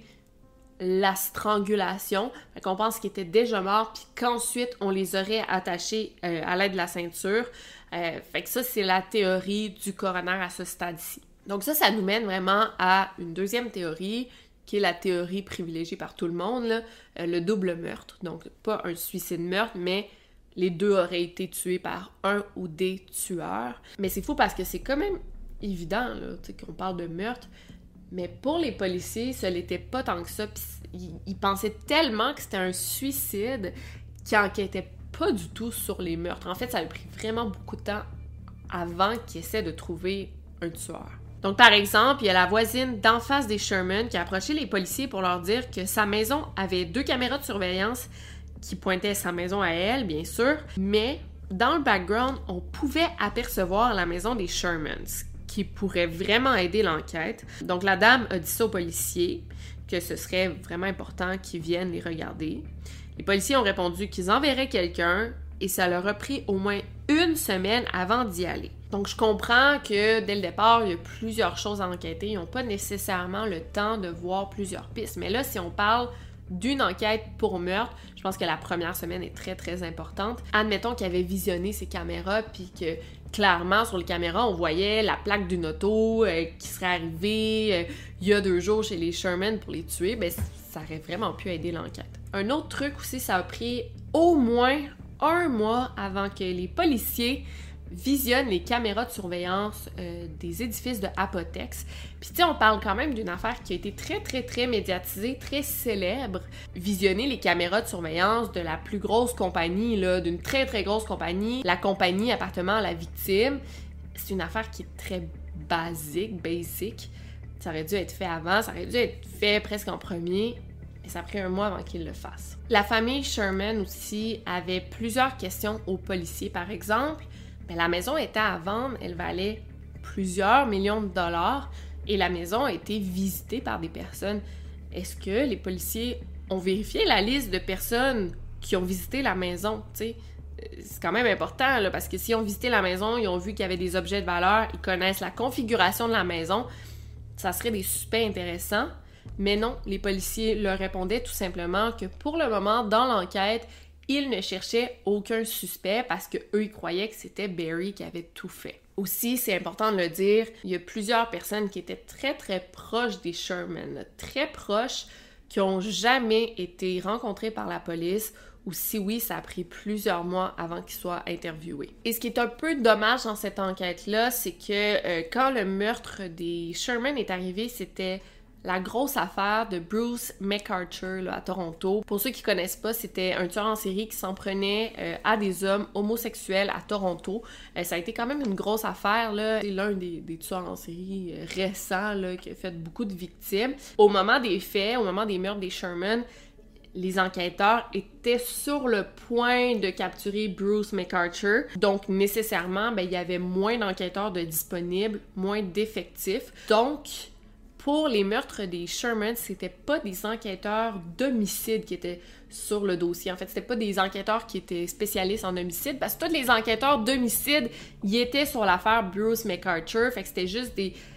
la strangulation. Fait qu'on pense qu'ils étaient déjà morts puis qu'ensuite on les aurait attachés euh, à l'aide de la ceinture. Euh, fait que ça, c'est la théorie du coroner à ce stade-ci. Donc ça, ça nous mène vraiment à une deuxième théorie qui est la théorie privilégiée par tout le monde, là, euh, le double meurtre. Donc pas un suicide-meurtre, mais les deux auraient été tués par un ou des tueurs. Mais c'est fou parce que c'est quand même évident là, tu sais, qu'on parle de meurtre. Mais pour les policiers, ça l'était pas tant que ça. Puis ils, ils pensaient tellement que c'était un suicide qu'ils enquêtaient pas du tout sur les meurtres. En fait, ça a pris vraiment beaucoup de temps avant qu'ils essaient de trouver un tueur. Donc, par exemple, il y a la voisine d'en face des Sherman qui a approché les policiers pour leur dire que sa maison avait deux caméras de surveillance qui pointaient sa maison à elle, bien sûr, mais dans le background, on pouvait apercevoir la maison des Shermans, qui pourrait vraiment aider l'enquête. Donc la dame a dit ça aux policiers, que ce serait vraiment important qu'ils viennent les regarder. Les policiers ont répondu qu'ils enverraient quelqu'un et ça leur a pris au moins une semaine avant d'y aller. Donc je comprends que dès le départ, il y a plusieurs choses à enquêter. Ils n'ont pas nécessairement le temps de voir plusieurs pistes. Mais là, si on parle d'une enquête pour meurtre, je pense que la première semaine est très très importante. Admettons qu'ils avaient visionné ces caméras puis que clairement sur les caméras on voyait la plaque d'une auto euh, qui serait arrivée euh, il y a deux jours chez les Sherman pour les tuer, ben ça aurait vraiment pu aider l'enquête. Un autre truc aussi, ça a pris au moins un mois avant que les policiers visionnent les caméras de surveillance euh, des édifices de Apotex. Puis tu sais, on parle quand même d'une affaire qui a été très très très médiatisée, très célèbre. Visionner les caméras de surveillance de la plus grosse compagnie, là, d'une très très grosse compagnie, la compagnie appartenant à la victime, c'est une affaire qui est très basique, basic. Ça aurait dû être fait avant, ça aurait dû être fait presque en premier, mais ça a pris un mois avant qu'ils le fassent. La famille Sherman aussi avait plusieurs questions aux policiers. Par exemple, ben, la maison était à vendre, elle valait plusieurs millions de dollars et la maison a été visitée par des personnes. Est-ce que les policiers ont vérifié la liste de personnes qui ont visité la maison? T'sais? C'est quand même important là, parce que s'ils ont visité la maison, ils ont vu qu'il y avait des objets de valeur, ils connaissent la configuration de la maison, ça serait des suspects intéressants. Mais non, les policiers leur répondaient tout simplement que pour le moment, dans l'enquête, ils ne cherchaient aucun suspect parce qu'eux, ils croyaient que c'était Barry qui avait tout fait. Aussi, c'est important de le dire, il y a plusieurs personnes qui étaient très très proches des Sherman, très proches, qui n'ont jamais été rencontrées par la police, ou si oui, ça a pris plusieurs mois avant qu'ils soient interviewés. Et ce qui est un peu dommage dans cette enquête-là, c'est que euh, quand le meurtre des Sherman est arrivé, c'était la grosse affaire de Bruce McArthur là, à Toronto. Pour ceux qui connaissent pas, c'était un tueur en série qui s'en prenait euh, à des hommes homosexuels à Toronto. Euh, ça a été quand même une grosse affaire, là. C'est l'un des, des tueurs en série euh, récents là, qui a fait beaucoup de victimes. Au moment des faits, au moment des meurtres des Sherman, les enquêteurs étaient sur le point de capturer Bruce McArthur. Donc, nécessairement, ben, il y avait moins d'enquêteurs de disponibles, moins d'effectifs. Donc, pour les meurtres des Sherman, c'était pas des enquêteurs d'homicide qui étaient sur le dossier. En fait, c'était pas des enquêteurs qui étaient spécialistes en homicide, parce que tous les enquêteurs d'homicide, ils étaient sur l'affaire Bruce McArthur. Fait que c'était juste des,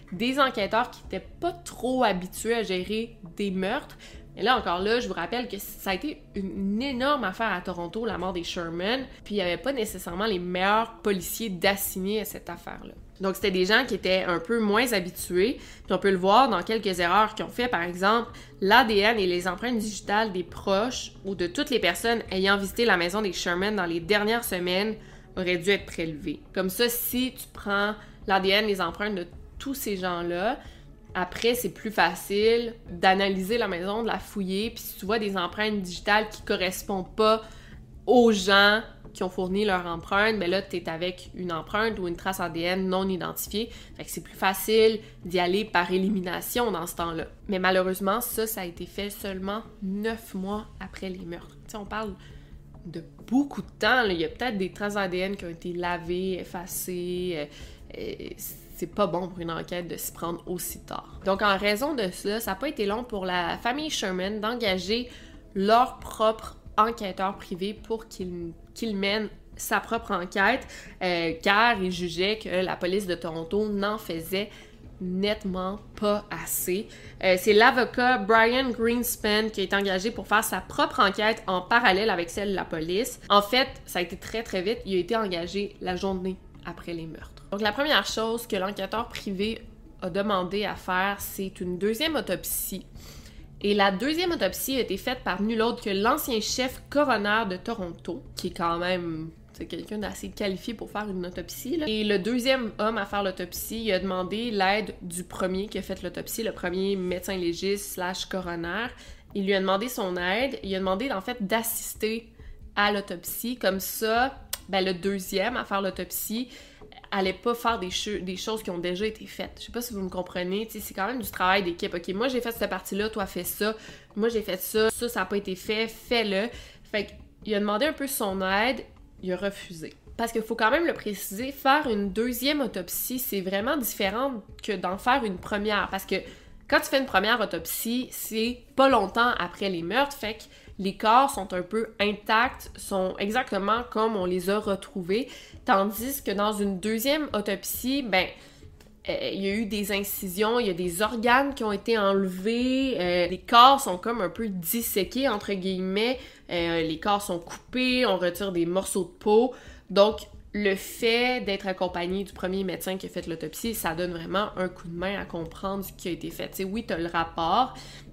des enquêteurs qui n'étaient pas trop habitués à gérer des meurtres. Et là, encore là, je vous rappelle que ça a été une énorme affaire à Toronto, la mort des Sherman, puis il n'y avait pas nécessairement les meilleurs policiers d'assigner à cette affaire-là. Donc, c'était des gens qui étaient un peu moins habitués, puis on peut le voir dans quelques erreurs qu'ils ont fait. Par exemple, l'A D N et les empreintes digitales des proches ou de toutes les personnes ayant visité la maison des Sherman dans les dernières semaines auraient dû être prélevées. Comme ça, si tu prends l'A D N, les empreintes de tous ces gens-là, après, c'est plus facile d'analyser la maison, de la fouiller, puis si tu vois des empreintes digitales qui correspondent pas aux gens qui ont fourni leur empreinte, ben là, t'es avec une empreinte ou une trace A D N non identifiée. Fait que c'est plus facile d'y aller par élimination dans ce temps-là. Mais malheureusement, ça, ça a été fait seulement neuf mois après les meurtres. Tu sais, on parle de beaucoup de temps, là. Il y a peut-être des traces A D N qui ont été lavées, effacées. Euh, euh, c'est pas bon pour une enquête de s'y prendre aussi tard. Donc, en raison de cela, ça n'a pas été long pour la famille Sherman d'engager leur propre enquêteur privé pour qu'il, qu'il mène sa propre enquête, euh, car il jugeait que la police de Toronto n'en faisait nettement pas assez. Euh, c'est l'avocat Brian Greenspan qui a été engagé pour faire sa propre enquête en parallèle avec celle de la police. En fait, ça a été très très vite. Il a été engagé la journée après les meurtres. Donc la première chose que l'enquêteur privé a demandé à faire, c'est une deuxième autopsie. Et la deuxième autopsie a été faite par nul autre que l'ancien chef coroner de Toronto, qui est quand même c'est quelqu'un d'assez qualifié pour faire une autopsie, là. Et le deuxième homme à faire l'autopsie, il a demandé l'aide du premier qui a fait l'autopsie, le premier médecin légiste slash coroner. Il lui a demandé son aide. Il a demandé, en fait, d'assister à l'autopsie. Comme ça, ben, le deuxième à faire l'autopsie allait pas faire des, che- des choses qui ont déjà été faites. Je sais pas si vous me comprenez, tu sais, c'est quand même du travail d'équipe. OK, moi, j'ai fait cette partie-là, toi, fais ça. Moi, j'ai fait ça. Ça, ça n'a pas été fait. Fais-le. Fait qu'il a demandé un peu son aide. Il a refusé. Parce qu'il faut quand même le préciser, faire une deuxième autopsie, c'est vraiment différent que d'en faire une première. Parce que quand tu fais une première autopsie, c'est pas longtemps après les meurtres, fait que les corps sont un peu intacts, sont exactement comme on les a retrouvés. Tandis que dans une deuxième autopsie, ben, euh, il y a eu des incisions, il y a des organes qui ont été enlevés, euh, les corps sont comme un peu disséqués, entre guillemets, euh, les corps sont coupés, on retire des morceaux de peau. Donc, le fait d'être accompagné du premier médecin qui a fait l'autopsie, ça donne vraiment un coup de main à comprendre ce qui a été fait. Tu sais, oui, t'as le rapport,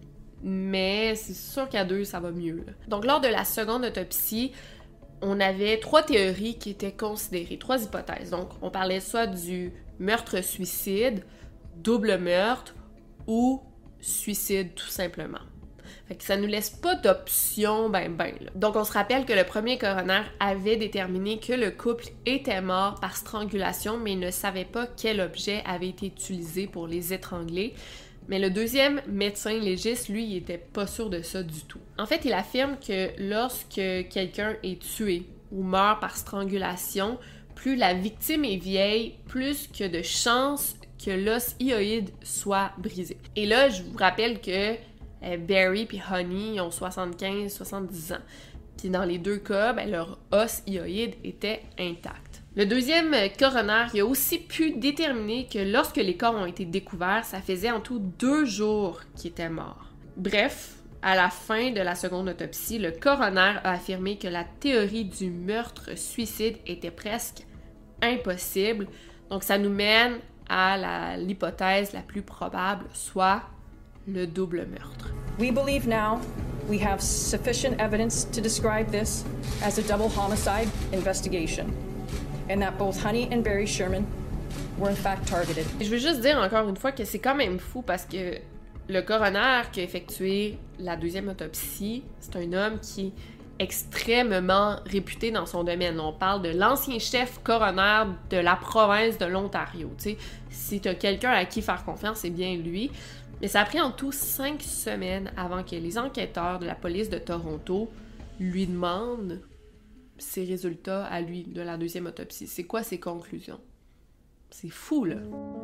mais c'est sûr qu'à deux, ça va mieux, là. Donc, lors de la seconde autopsie, on avait trois théories qui étaient considérées, trois hypothèses. Donc, on parlait soit du meurtre-suicide, double meurtre ou suicide tout simplement. Fait que ça nous laisse pas d'option ben ben là. Donc on se rappelle que le premier coroner avait déterminé que le couple était mort par strangulation, mais il ne savait pas quel objet avait été utilisé pour les étrangler. Mais le deuxième médecin légiste, lui, il était pas sûr de ça du tout. En fait, il affirme que lorsque quelqu'un est tué ou meurt par strangulation, plus la victime est vieille, plus que de chances que l'os hyoïde soit brisé. Et là, je vous rappelle que euh, Barry et Honey ont soixante-quinze à soixante-dix ans. Puis dans les deux cas, ben, leur os hyoïde était intact. Le deuxième coroner il a aussi pu déterminer que lorsque les corps ont été découverts, ça faisait en tout deux jours qu'ils étaient morts. Bref, à la fin de la seconde autopsie, le coroner a affirmé que la théorie du meurtre-suicide était presque impossible. Donc ça nous mène à la, l'hypothèse la plus probable, soit le double meurtre. We believe now we have sufficient evidence to describe this as a double homicide investigation, and that both Honey and Barry Sherman were in fact targeted. Je veux juste dire encore une fois que c'est quand même fou parce que le coroner qui a effectué la deuxième autopsie, c'est un homme qui est extrêmement réputé dans son domaine. On parle de l'ancien chef coroner de la province de l'Ontario. Tu sais, si tu as quelqu'un à qui faire confiance, c'est bien lui. Mais ça a pris en tout cinq semaines avant que les enquêteurs de la police de Toronto lui demandent ses résultats à lui de la deuxième autopsie. C'est quoi ses conclusions? C'est fou, là!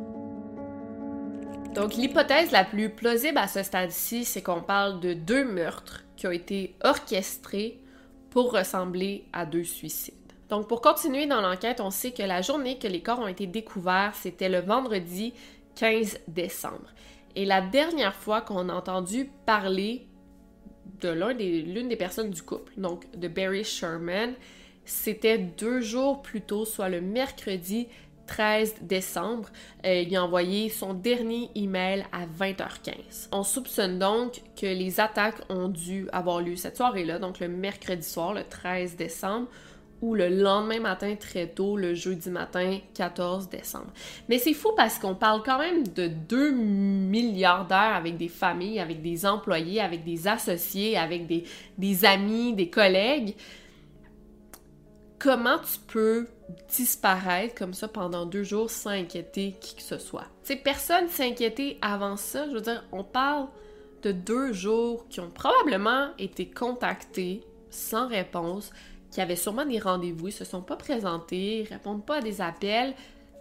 Donc, l'hypothèse la plus plausible à ce stade-ci, c'est qu'on parle de deux meurtres qui ont été orchestrés pour ressembler à deux suicides. Donc, pour continuer dans l'enquête, on sait que la journée que les corps ont été découverts, c'était le vendredi quinze décembre. Et la dernière fois qu'on a entendu parler de l'un des, l'une des personnes du couple, donc de Barry Sherman, c'était deux jours plus tôt, soit le mercredi treize décembre. Euh, il a envoyé son dernier email à vingt heures quinze. On soupçonne donc que les attaques ont dû avoir lieu cette soirée-là, donc le mercredi soir, le treize décembre, ou le lendemain matin très tôt, le jeudi matin quatorze décembre. Mais c'est fou parce qu'on parle quand même de deux milliardaires avec des familles, avec des employés, avec des associés, avec des, des amis, des collègues. Comment tu peux disparaître comme ça pendant deux jours sans inquiéter qui que ce soit? Tu sais, personne s'est inquiété avant ça. Je veux dire, on parle de deux jours qui ont probablement été contactés sans réponse, qui avaient sûrement des rendez-vous, ils se sont pas présentés, ils répondent pas à des appels.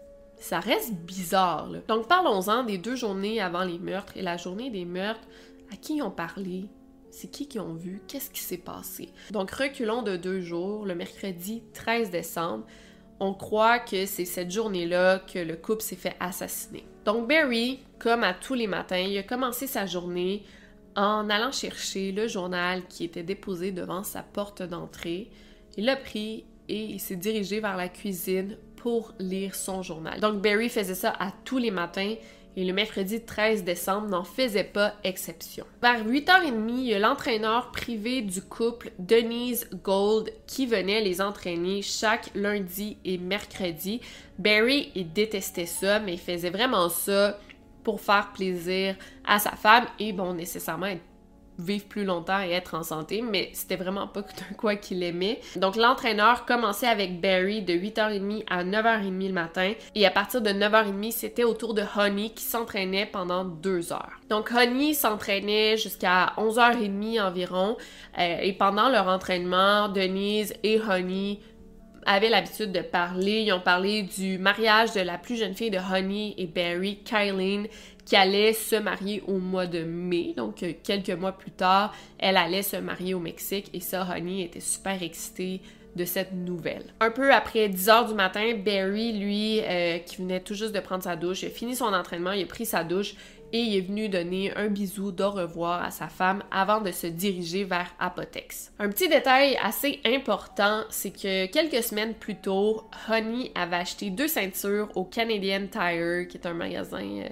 Ça reste bizarre, là. Donc parlons-en des deux journées avant les meurtres et la journée des meurtres. À qui ils ont parlé? C'est qui qui ont vu? Qu'est-ce qui s'est passé? Donc reculons de deux jours, le mercredi treize décembre. On croit que c'est cette journée-là que le couple s'est fait assassiner. Donc Barry, comme à tous les matins, il a commencé sa journée en allant chercher le journal qui était déposé devant sa porte d'entrée. Il l'a pris et il s'est dirigé vers la cuisine pour lire son journal. Donc Barry faisait ça à tous les matins et le mercredi treize décembre n'en faisait pas exception. Vers huit heures trente, il y a l'entraîneur privé du couple, Denise Gold, qui venait les entraîner chaque lundi et mercredi. Barry, il détestait ça, mais il faisait vraiment ça pour faire plaisir à sa femme et, bon, nécessairement être vivre plus longtemps et être en santé, mais c'était vraiment pas de quoi qu'il aimait. Donc l'entraîneur commençait avec Barry de huit heures trente à neuf heures trente le matin, et à partir de neuf heures trente, c'était au tour de Honey qui s'entraînait pendant deux heures. Donc Honey s'entraînait jusqu'à onze heures trente environ, euh, et pendant leur entraînement, Denise et Honey avaient l'habitude de parler. Ils ont parlé du mariage de la plus jeune fille de Honey et Barry, Kylene, qui allait se marier au mois de mai. Donc, quelques mois plus tard, elle allait se marier au Mexique et ça, Honey était super excitée de cette nouvelle. Un peu après dix heures du matin, Barry, lui, euh, qui venait tout juste de prendre sa douche, il a fini son entraînement, il a pris sa douche et il est venu donner un bisou d'au revoir à sa femme avant de se diriger vers Apotex. Un petit détail assez important, c'est que quelques semaines plus tôt, Honey avait acheté deux ceintures au Canadian Tire, qui est un magasin euh,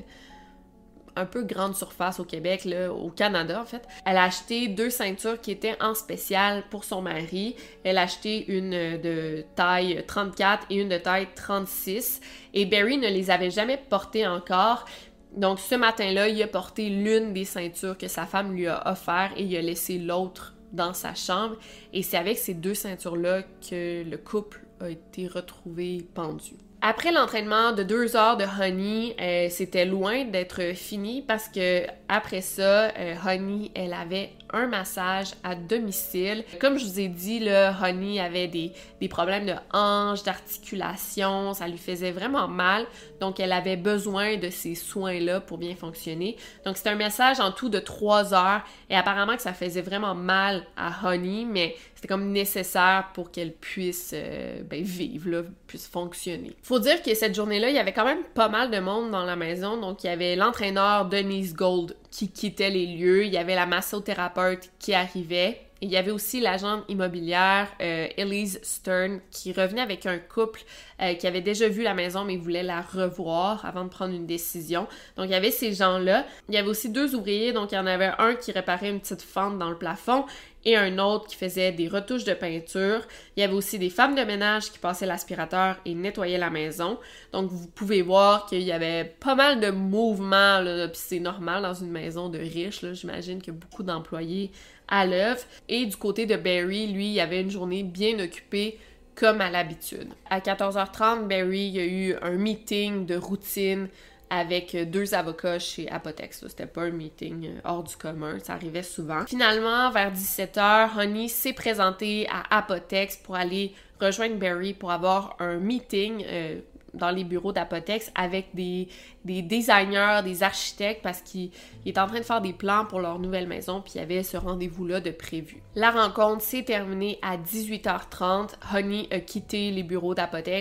un peu grande surface au Québec, là, au Canada en fait. Elle a acheté deux ceintures qui étaient en spécial pour son mari. Elle a acheté une de taille trente-quatre et une de taille trente-six. Et Barry ne les avait jamais portées encore. Donc ce matin-là, il a porté l'une des ceintures que sa femme lui a offert et il a laissé l'autre dans sa chambre. Et c'est avec ces deux ceintures-là que le couple a été retrouvé pendu. Après l'entraînement de deux heures de Honey, euh, c'était loin d'être fini parce que après ça, euh, Honey, elle avait un massage à domicile. Comme je vous ai dit, là, Honey avait des, des problèmes de hanches, d'articulation, ça lui faisait vraiment mal. Donc, elle avait besoin de ces soins-là pour bien fonctionner. Donc, c'était un massage en tout de trois heures et apparemment que ça faisait vraiment mal à Honey, mais c'était comme nécessaire pour qu'elle puisse euh, ben, vivre, là, puisse fonctionner. Faut dire que cette journée-là, il y avait quand même pas mal de monde dans la maison. Donc, il y avait l'entraîneur Denise Gold qui quittait les lieux, il y avait la massothérapeute qui arrivait, et il y avait aussi l'agente immobilière euh, Elise Stern qui revenait avec un couple euh, qui avait déjà vu la maison mais voulait la revoir avant de prendre une décision. Donc il y avait ces gens-là. Il y avait aussi deux ouvriers, donc il y en avait un qui réparait une petite fente dans le plafond et un autre qui faisait des retouches de peinture. Il y avait aussi des femmes de ménage qui passaient l'aspirateur et nettoyaient la maison. Donc vous pouvez voir qu'il y avait pas mal de mouvements, là, puis c'est normal dans une maison de riches, là, j'imagine qu'il y a beaucoup d'employés à l'œuvre. Et du côté de Barry, lui, il y avait une journée bien occupée comme à l'habitude. À quatorze heures trente, Barry, il y a eu un meeting de routine avec deux avocats chez Apotex. C'était pas un meeting hors du commun, ça arrivait souvent. Finalement, vers dix-sept heures, Honey s'est présentée à Apotex pour aller rejoindre Barry pour avoir un meeting euh, dans les bureaux d'Apotex avec des, des designers, des architectes, parce qu'il est en train de faire des plans pour leur nouvelle maison, puis il y avait ce rendez-vous-là de prévu. La rencontre s'est terminée à dix-huit heures trente. Honey a quitté les bureaux d'Apotex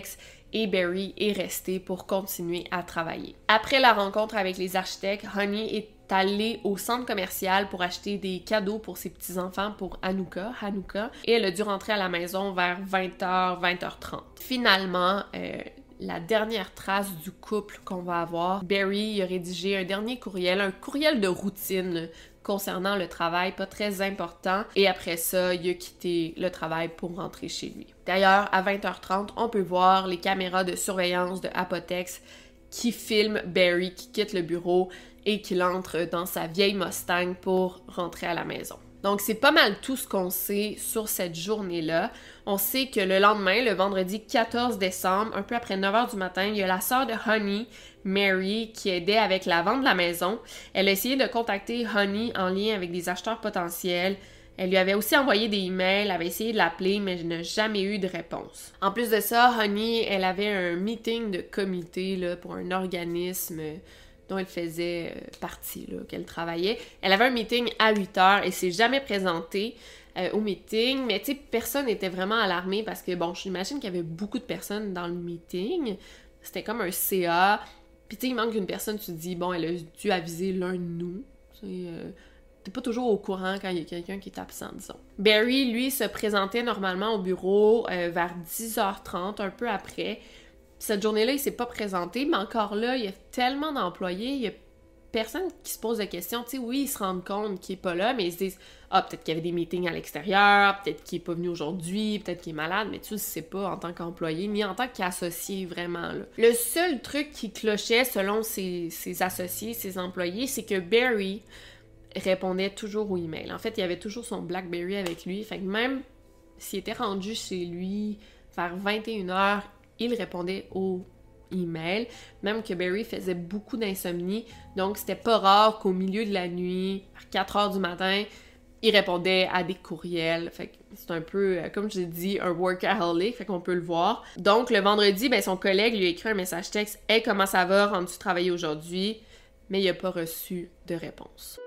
et Barry est resté pour continuer à travailler. Après la rencontre avec les architectes, Honey est allée au centre commercial pour acheter des cadeaux pour ses petits-enfants pour Hanukkah, Hanukkah, et elle a dû rentrer à la maison vers vingt heures, vingt heures trente. Finalement, euh, la dernière trace du couple qu'on va avoir, Barry a rédigé un dernier courriel, un courriel de routine concernant le travail, pas très important, et après ça, il a quitté le travail pour rentrer chez lui. D'ailleurs, à vingt heures trente, on peut voir les caméras de surveillance de Apotex qui filment Barry qui quitte le bureau et qu'il entre dans sa vieille Mustang pour rentrer à la maison. Donc, c'est pas mal tout ce qu'on sait sur cette journée-là. On sait que le lendemain, le vendredi quatorze décembre, un peu après neuf heures du matin, il y a la sœur de Honey, Mary, qui aidait avec la vente de la maison. Elle a essayé de contacter Honey en lien avec des acheteurs potentiels. Elle lui avait aussi envoyé des emails, avait essayé de l'appeler, mais n'a jamais eu de réponse. En plus de ça, Honey, elle avait un meeting de comité là, pour un organisme dont elle faisait euh, partie, là, qu'elle travaillait. Elle avait un meeting à huit heures et s'est jamais présentée euh, au meeting, mais tu sais, personne n'était vraiment alarmé parce que, bon, j'imagine qu'il y avait beaucoup de personnes dans le meeting. C'était comme un C A. Puis tu sais, il manque une personne, tu te dis, bon, elle a dû aviser l'un de nous. Tu sais, euh, t'es pas toujours au courant quand il y a quelqu'un qui est absent, disons. Barry, lui, se présentait normalement au bureau euh, vers dix heures trente, un peu après. Cette journée-là, il s'est pas présenté, mais encore là, il y a tellement d'employés, il y a personne qui se pose de questions. Tu sais, oui, ils se rendent compte qu'il est pas là, mais ils se disent « Ah, peut-être qu'il y avait des meetings à l'extérieur, peut-être qu'il est pas venu aujourd'hui, peut-être qu'il est malade », mais tu le sais pas en tant qu'employé, ni en tant qu'associé, vraiment, là. Le seul truc qui clochait, selon ses, ses associés, ses employés, c'est que Barry répondait toujours aux emails. En fait, il avait toujours son BlackBerry avec lui, fait que même s'il était rendu chez lui vers vingt et une heures, il répondait aux emails, même que Barry faisait beaucoup d'insomnie, donc c'était pas rare qu'au milieu de la nuit, à quatre heures du matin, il répondait à des courriels. Fait que c'est un peu, comme je l'ai dit, un workaholic, fait qu'on peut le voir. Donc le vendredi, ben, son collègue lui a écrit un message texte « Hey, comment ça va? Rendu travailler aujourd'hui? » Mais il n'a pas reçu de réponse.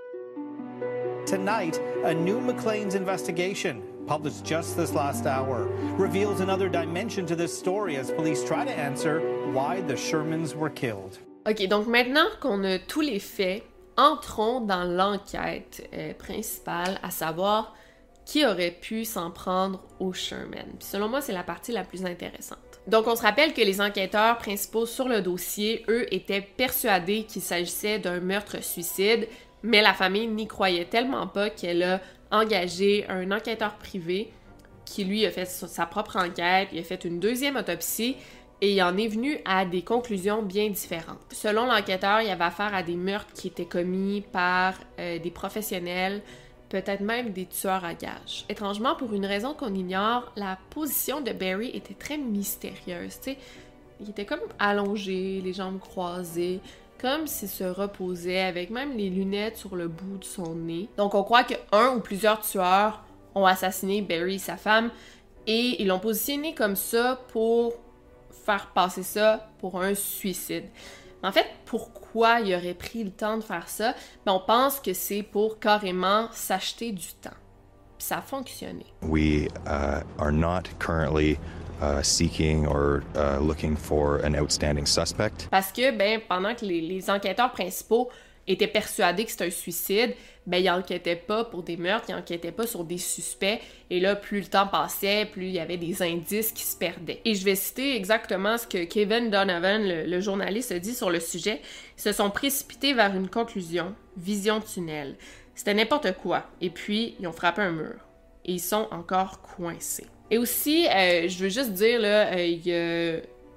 Tonight, a new Maclean's investigation, published just this last hour, reveals another dimension to this story as police try to answer why the Shermans were killed. OK, donc maintenant qu'on a tous les faits, entrons dans l'enquête euh, principale, à savoir qui aurait pu s'en prendre aux Sherman. Puis selon moi, c'est la partie la plus intéressante. Donc, on se rappelle que les enquêteurs principaux sur le dossier, eux, étaient persuadés qu'il s'agissait d'un meurtre-suicide, mais la famille n'y croyait tellement pas qu'elle a engagé un enquêteur privé qui, lui, a fait sa propre enquête, il a fait une deuxième autopsie et il en est venu à des conclusions bien différentes. Selon l'enquêteur, il y avait affaire à des meurtres qui étaient commis par euh, des professionnels, peut-être même des tueurs à gages. Étrangement, pour une raison qu'on ignore, la position de Barry était très mystérieuse, tu sais. Il était comme allongé, les jambes croisées, comme s'il se reposait, avec même les lunettes sur le bout de son nez. Donc on croit qu'un ou plusieurs tueurs ont assassiné Barry et sa femme, et ils l'ont positionné comme ça pour faire passer ça pour un suicide. En fait, pourquoi il aurait pris le temps de faire ça? Ben, on pense que c'est pour carrément s'acheter du temps. Puis ça a fonctionné. We uh, are not currently Uh, seeking or uh, looking for an outstanding suspect. Parce que, ben, pendant que les, les enquêteurs principaux étaient persuadés que c'était un suicide, ben, ils n'enquêtaient pas pour des meurtres, ils n'enquêtaient pas sur des suspects. Et là, plus le temps passait, plus il y avait des indices qui se perdaient. Et je vais citer exactement ce que Kevin Donovan, le, le journaliste, a dit sur le sujet. Ils se sont précipités vers une conclusion, vision tunnel. C'était n'importe quoi. Et puis, ils ont frappé un mur. Et ils sont encore coincés. Et aussi, euh, je veux juste dire, là, euh, il y a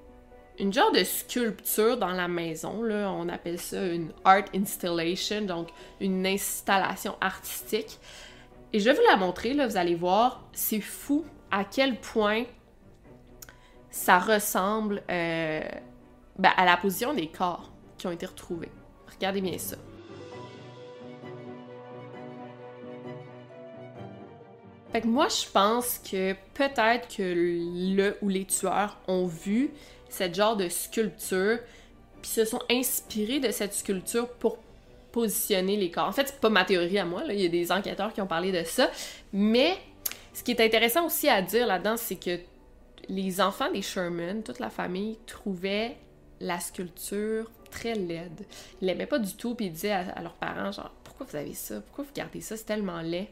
une genre de sculpture dans la maison, là, on appelle ça une art installation, donc une installation artistique. Et je vais vous la montrer, là, vous allez voir, c'est fou à quel point ça ressemble euh, ben, à la position des corps qui ont été retrouvés. Regardez bien ça. Fait que moi, je pense que peut-être que le ou les tueurs ont vu cette genre de sculpture puis se sont inspirés de cette sculpture pour positionner les corps. En fait, c'est pas ma théorie à moi, là. Il y a des enquêteurs qui ont parlé de ça, mais ce qui est intéressant aussi à dire là-dedans, c'est que les enfants des Sherman, toute la famille, trouvaient la sculpture très laide. Ils l'aimaient pas du tout, puis ils disaient à, à leurs parents, genre, pourquoi vous avez ça? Pourquoi vous gardez ça? C'est tellement laid.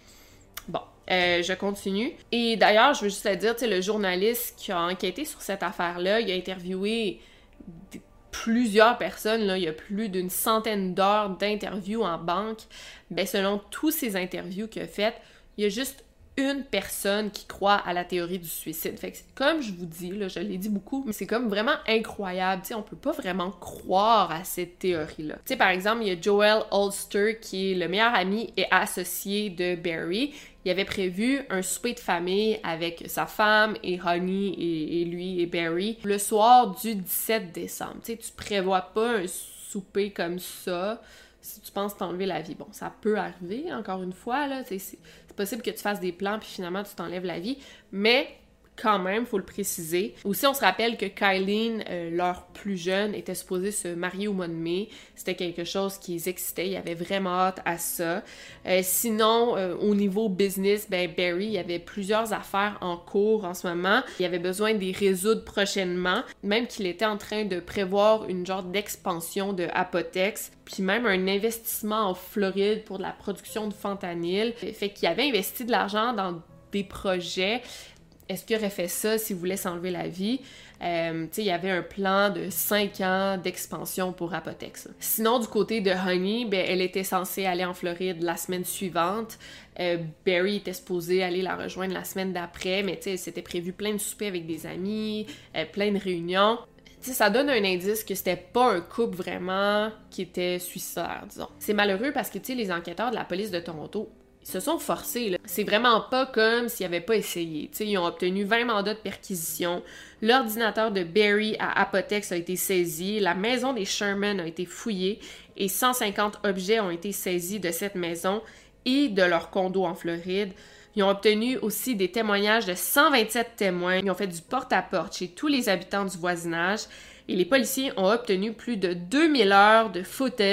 Bon, euh, je continue. Et d'ailleurs, je veux juste te dire, tu sais, le journaliste qui a enquêté sur cette affaire-là, il a interviewé des, plusieurs personnes, là, il y a plus d'une centaine d'heures d'interviews en banque. Ben, selon tous ces interviews qu'il a faites, il y a juste une personne qui croit à la théorie du suicide. Fait que, comme je vous dis, là, je l'ai dit beaucoup, mais c'est comme vraiment incroyable. Tu sais, on peut pas vraiment croire à cette théorie-là. Tu sais, par exemple, il y a Joel Ulster, qui est le meilleur ami et associé de Barry. Il avait prévu un souper de famille avec sa femme et Honey et, et lui et Barry le soir du dix-sept décembre. Tu sais, tu prévois pas un souper comme ça si tu penses t'enlever la vie. Bon, ça peut arriver, encore une fois, là, c'est, c'est possible que tu fasses des plans puis finalement tu t'enlèves la vie, mais quand même, faut le préciser. Aussi, on se rappelle que Kylene, euh, leur plus jeune, était supposée se marier au mois de mai. C'était quelque chose qui les excitait. Ils avaient vraiment hâte à ça. Euh, sinon, euh, au niveau business, ben Barry, il y avait plusieurs affaires en cours en ce moment. Il avait besoin de les résoudre prochainement. Même qu'il était en train de prévoir une genre d'expansion de Apotex, puis même un investissement en Floride pour de la production de fentanyl. Fait qu'il avait investi de l'argent dans des projets. Est-ce qu'il aurait fait ça s'il voulait s'enlever la vie? Euh, tu sais, il y avait un plan de cinq ans d'expansion pour Apotex. Sinon, du côté de Honey, ben, elle était censée aller en Floride la semaine suivante. Euh, Barry était supposé aller la rejoindre la semaine d'après, mais tu sais, c'était prévu plein de soupers avec des amis, euh, plein de réunions. Tu sais, ça donne un indice que c'était pas un couple vraiment qui était suicidaire, disons. C'est malheureux parce que, tu sais, les enquêteurs de la police de Toronto se sont forcés, là. C'est vraiment pas comme s'ils n'avaient pas essayé. T'sais, ils ont obtenu vingt mandats de perquisition. L'ordinateur de Barry à Apotex a été saisi. La maison des Sherman a été fouillée et cent cinquante objets ont été saisis de cette maison et de leur condo en Floride. Ils ont obtenu aussi des témoignages de cent vingt-sept témoins. Ils ont fait du porte-à-porte chez tous les habitants du voisinage et les policiers ont obtenu plus de deux mille heures de footage.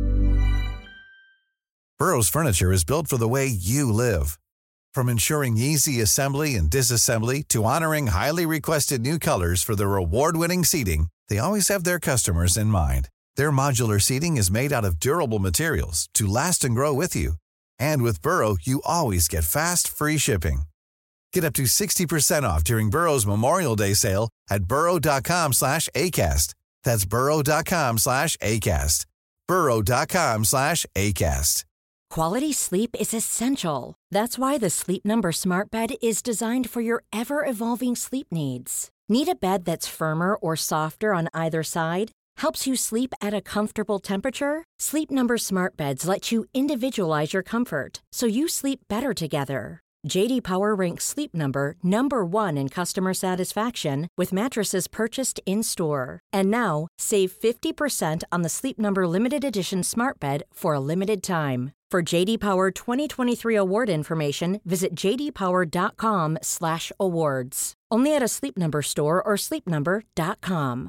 Burrow's furniture is built for the way you live. From ensuring easy assembly and disassembly to honoring highly requested new colors for their award-winning seating, they always have their customers in mind. Their modular seating is made out of durable materials to last and grow with you. And with Burrow, you always get fast, free shipping. Get up to sixty percent off during Burrow's Memorial Day sale at burrow.com slash ACAST. That's burrow.com slash ACAST. burrow.com slash ACAST. Quality sleep is essential. That's why the Sleep Number Smart Bed is designed for your ever-evolving sleep needs. Need a bed that's firmer or softer on either side? Helps you sleep at a comfortable temperature? Sleep Number Smart Beds let you individualize your comfort, so you sleep better together. J D Power ranks Sleep Number number one in customer satisfaction with mattresses purchased in-store. And now, save fifty percent on the Sleep Number Limited Edition Smart Bed for a limited time. For J D Power twenty twenty-three award information, visit j d power dot com slash awards. Only at a Sleep Number store or sleep number dot com.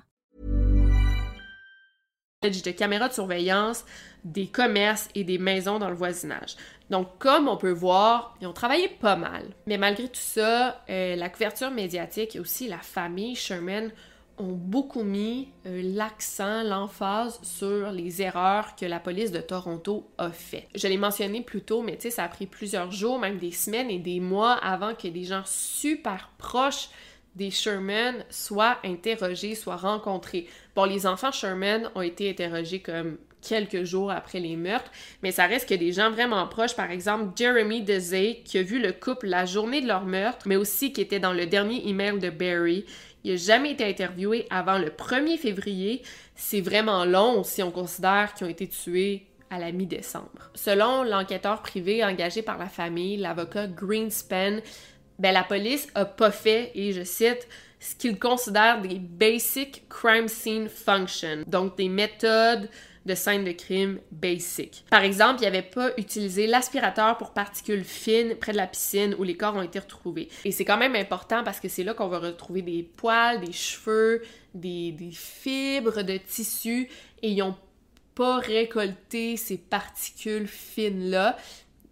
De caméras de surveillance, des commerces et des maisons dans le voisinage. Donc, comme on peut voir, ils ont travaillé pas mal. Mais malgré tout ça, euh, la couverture médiatique et aussi la famille Sherman ont beaucoup mis euh, l'accent, l'emphase sur les erreurs que la police de Toronto a fait. Je l'ai mentionné plus tôt, mais tu sais, ça a pris plusieurs jours, même des semaines et des mois avant que des gens super proches des Sherman soient interrogés, soient rencontrés. Bon, les enfants Sherman ont été interrogés comme quelques jours après les meurtres, mais ça reste que des gens vraiment proches, par exemple Jeremy Dezay, qui a vu le couple la journée de leur meurtre, mais aussi qui était dans le dernier email de Barry. Il n'a jamais été interviewé avant le premier février. C'est vraiment long si on considère qu'ils ont été tués à la mi-décembre. Selon l'enquêteur privé engagé par la famille, l'avocat Greenspan, ben, la police a pas fait, et je cite, ce qu'ils considèrent des basic crime scene functions, donc des méthodes de scène de crime basic. Par exemple, il n'avait pas utilisé l'aspirateur pour particules fines près de la piscine où les corps ont été retrouvés. Et c'est quand même important parce que c'est là qu'on va retrouver des poils, des cheveux, des, des fibres de tissu, et ils n'ont pas récolté ces particules fines-là.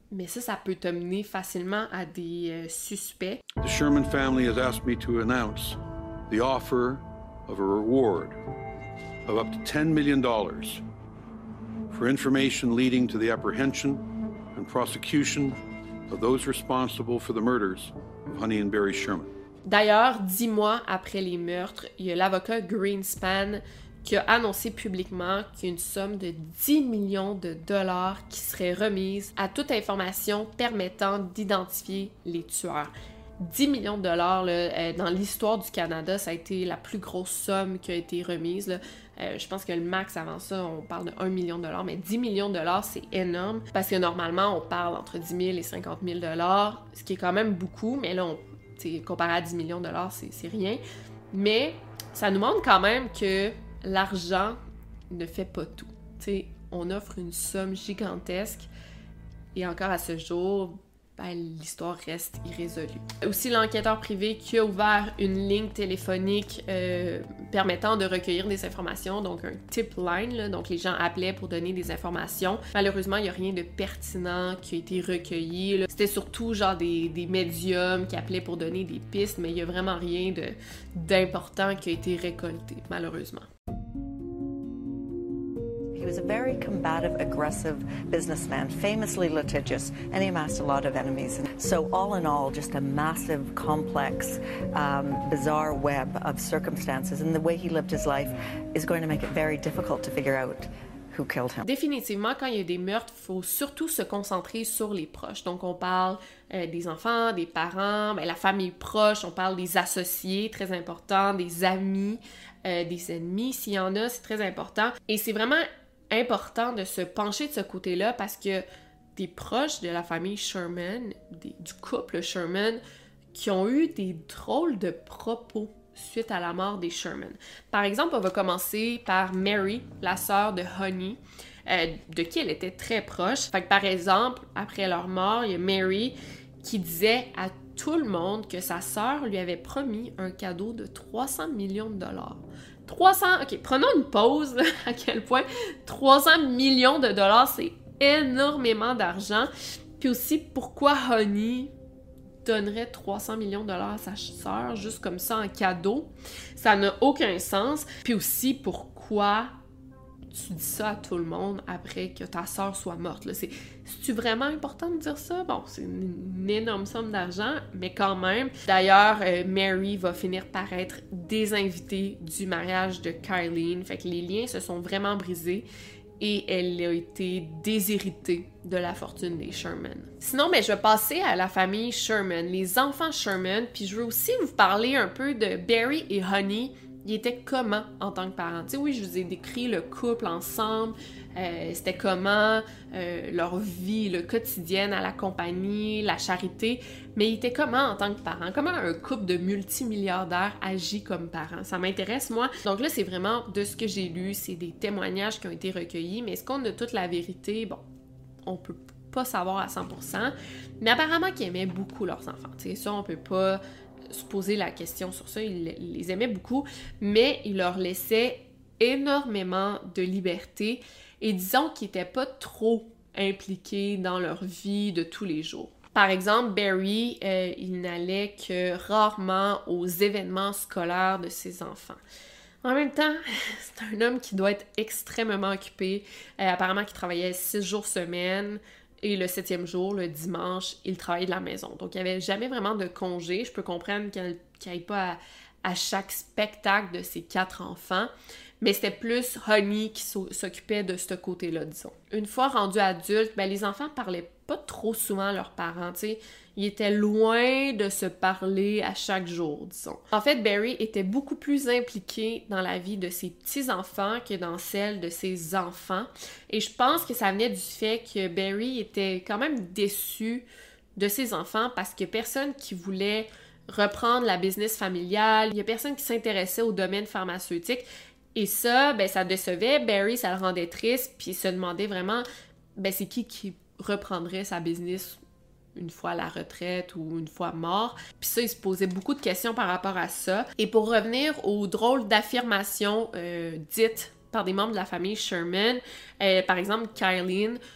mais ça, ça peut te mener facilement à des euh, suspects. The Sherman family has asked me to announce the offer of a reward of up to ten million dollars for information leading to the apprehension and prosecution of those responsible for the murders of Honey and Barry Sherman. D'ailleurs, dix mois après les meurtres, il y a l'avocat Greenspan qui a annoncé publiquement qu'il y a une somme de dix millions de dollars qui serait remise à toute information permettant d'identifier les tueurs. dix millions de dollars, là, dans l'histoire du Canada, ça a été la plus grosse somme qui a été remise. Là. Euh, je pense que le max avant ça, on parle de un million de dollars, mais dix millions de dollars, c'est énorme parce que normalement, on parle entre dix mille et cinquante mille dollars, ce qui est quand même beaucoup, mais là, on, comparé à dix millions de dollars, c'est, c'est rien. Mais ça nous montre quand même que l'argent ne fait pas tout. T'sais, on offre une somme gigantesque et encore à ce jour, ben, l'histoire reste irrésolue. Aussi, l'enquêteur privé qui a ouvert une ligne téléphonique euh, permettant de recueillir des informations, donc un tip line, là, donc les gens appelaient pour donner des informations. Malheureusement, il n'y a rien de pertinent qui a été recueilli. Là. C'était surtout genre des, des médiums qui appelaient pour donner des pistes, mais il n'y a vraiment rien de, d'important qui a été récolté, malheureusement. He was a very combative, aggressive businessman, famously litigious, and he amassed a lot of enemies. So all in all, just a massive, complex, um, bizarre web of circumstances. And the way he lived his life is going to make it very difficult to figure out who killed him. Définitivement, quand il y a des meurtres, il faut surtout se concentrer sur les proches. Donc, on parle euh, des enfants, des parents, ben, la famille proche, on parle des associés, très important, des amis, euh, des ennemis, s'il y en a, c'est très important. Et c'est vraiment important de se pencher de ce côté-là parce que des proches de la famille Sherman, des, du couple Sherman, qui ont eu des drôles de propos suite à la mort des Sherman. Par exemple, on va commencer par Mary, la sœur de Honey, euh, de qui elle était très proche. Fait que par exemple, après leur mort, il y a Mary qui disait à tout le monde que sa sœur lui avait promis un cadeau de trois cents millions de dollars. trois cents, ok, prenons une pause, là, à quel point trois cents millions de dollars, c'est énormément d'argent. Puis aussi, pourquoi Honey donnerait trois cents millions de dollars à sa sœur, juste comme ça, en cadeau? Ça n'a aucun sens. Puis aussi, pourquoi tu dis ça à tout le monde après que ta sœur soit morte? Là, c'est, c'est-tu vraiment important de dire ça? Bon, c'est une, une énorme somme d'argent, mais quand même. D'ailleurs, euh, Mary va finir par être désinvitée du mariage de Kylene. Fait que les liens se sont vraiment brisés et elle a été déshéritée de la fortune des Sherman. Sinon, ben, je vais passer à la famille Sherman, les enfants Sherman, puis je veux aussi vous parler un peu de Barry et Honey. Ils étaient comment en tant que parents? Tu sais, oui, je vous ai décrit le couple ensemble, euh, c'était comment euh, leur vie, le quotidien à la compagnie, la charité, mais ils étaient comment en tant que parents? Comment un couple de multimilliardaires agit comme parents? Ça m'intéresse, moi. Donc là, c'est vraiment de ce que j'ai lu, c'est des témoignages qui ont été recueillis, mais est-ce qu'on a toute la vérité? Bon, on peut pas savoir à cent pour cent, mais apparemment qu'ils aimaient beaucoup leurs enfants. Tu sais, ça, on peut pas se poser la question sur ça, il, il les aimait beaucoup, mais il leur laissait énormément de liberté et disons qu'ils n'étaient pas trop impliqués dans leur vie de tous les jours. Par exemple, Barry, euh, il n'allait que rarement aux événements scolaires de ses enfants. En même temps, c'est un homme qui doit être extrêmement occupé, euh, apparemment qu'il travaillait six jours semaine. Et le septième jour, le dimanche, il travaillait de la maison. Donc, il n'y avait jamais vraiment de congé. Je peux comprendre qu'il n'aille pas à, à chaque spectacle de ses quatre enfants. Mais c'était plus Honey qui s'occupait de ce côté-là, disons. Une fois rendus adultes, ben, les enfants ne parlaient pas trop souvent à leurs parents, tu sais. Ils étaient loin de se parler à chaque jour, disons. En fait, Barry était beaucoup plus impliqué dans la vie de ses petits-enfants que dans celle de ses enfants. Et je pense que ça venait du fait que Barry était quand même déçu de ses enfants parce qu'il n'y a personne qui voulait reprendre la business familiale. Il n'y a personne qui s'intéressait au domaine pharmaceutique. Et ça, ben, ça décevait. Barry, ça le rendait triste, puis il se demandait vraiment, ben, c'est qui qui reprendrait sa business une fois à la retraite ou une fois mort. Puis ça, il se posait beaucoup de questions par rapport à ça. Et pour revenir aux drôles d'affirmations euh, dites par des membres de la famille Sherman, euh, par exemple, Kylene,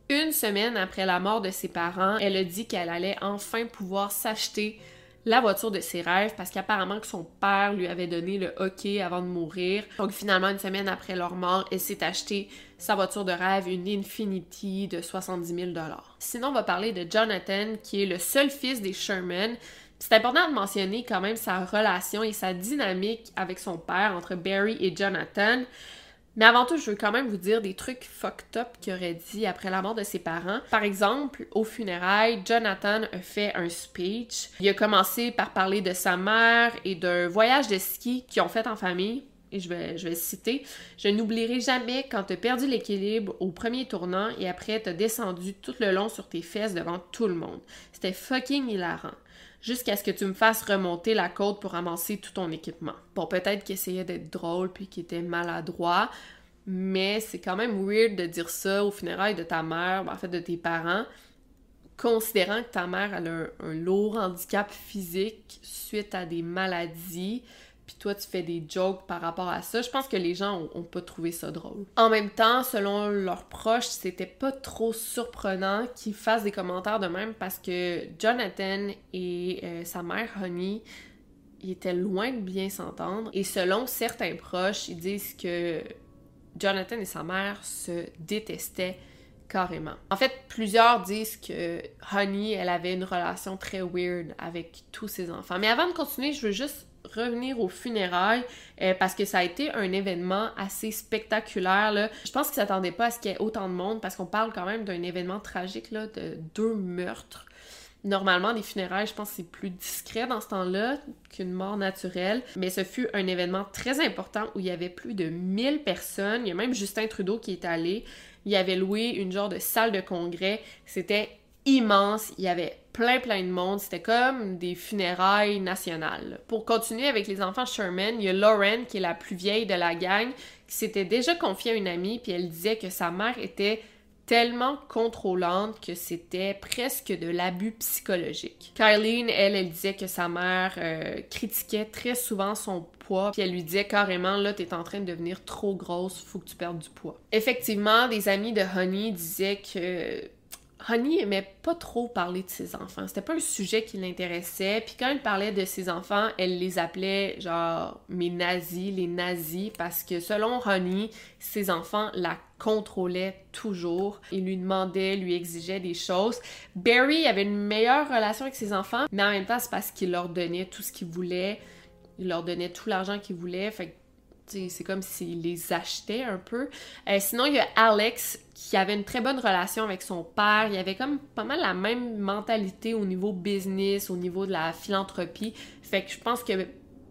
Une semaine après la mort de ses parents, elle a dit qu'elle allait enfin pouvoir s'acheter la voiture de ses rêves parce qu'apparemment que son père lui avait donné le OK avant de mourir. Donc finalement, une semaine après leur mort, elle s'est acheté sa voiture de rêve, une Infiniti de soixante-dix mille dollars. Sinon, on va parler de Jonathan, qui est le seul fils des Sherman. C'est important de mentionner quand même sa relation et sa dynamique avec son père, entre Barry et Jonathan. Mais avant tout, je veux quand même vous dire des trucs fucked up qu'il aurait dit après la mort de ses parents. Par exemple, aux funérailles, Jonathan a fait un speech. Il a commencé par parler de sa mère et d'un voyage de ski qu'ils ont fait en famille. Et je vais, je vais citer. « Je n'oublierai jamais quand t'as perdu l'équilibre au premier tournant et après t'as descendu tout le long sur tes fesses devant tout le monde. C'était fucking hilarant. Jusqu'à ce que tu me fasses remonter la côte pour ramasser tout ton équipement. » Bon, peut-être qu'il essayait d'être drôle puis qu'il était maladroit, mais c'est quand même weird de dire ça aux funérailles de ta mère, en fait de tes parents, considérant que ta mère elle a un, un lourd handicap physique suite à des maladies, puis toi tu fais des jokes par rapport à ça. Je pense que les gens ont, ont pas trouvé ça drôle. En même temps, selon leurs proches, c'était pas trop surprenant qu'ils fassent des commentaires de même parce que Jonathan et euh, sa mère Honey, ils étaient loin de bien s'entendre. Et selon certains proches, ils disent que Jonathan et sa mère se détestaient carrément. En fait, plusieurs disent que Honey, elle avait une relation très weird avec tous ses enfants. Mais avant de continuer, je veux juste revenir aux funérailles euh, parce que ça a été un événement assez spectaculaire, là. Je pense qu'ils s'attendaient pas à ce qu'il y ait autant de monde parce qu'on parle quand même d'un événement tragique, là, de deux meurtres. Normalement, les funérailles, je pense que c'est plus discret dans ce temps-là qu'une mort naturelle, mais ce fut un événement très important où il y avait plus de mille personnes. Il y a même Justin Trudeau qui est allé. Il avait loué une genre de salle de congrès. C'était immense. Il y avait plein, plein de monde. C'était comme des funérailles nationales. Pour continuer avec les enfants Sherman, il y a Lauren, qui est la plus vieille de la gang, qui s'était déjà confiée à une amie, puis elle disait que sa mère était tellement contrôlante que c'était presque de l'abus psychologique. Kylene, elle, elle disait que sa mère euh, critiquait très souvent son poids, puis elle lui disait carrément, là, t'es en train de devenir trop grosse, faut que tu perdes du poids. Effectivement, des amis de Honey disaient que Honey aimait pas trop parler de ses enfants. C'était pas un sujet qui l'intéressait. Puis quand elle parlait de ses enfants, elle les appelait genre mes nazis, les nazis, parce que selon Honey, ses enfants la contrôlaient toujours. Il lui demandait, lui exigeait des choses. Barry avait une meilleure relation avec ses enfants, mais en même temps, c'est parce qu'il leur donnait tout ce qu'ils voulaient. Il leur donnait tout l'argent qu'ils voulaient. Fait que c'est comme s'il les achetait un peu. Euh, sinon, il y a Alex qui avait une très bonne relation avec son père. Il avait comme pas mal la même mentalité au niveau business, au niveau de la philanthropie. Fait que je pense que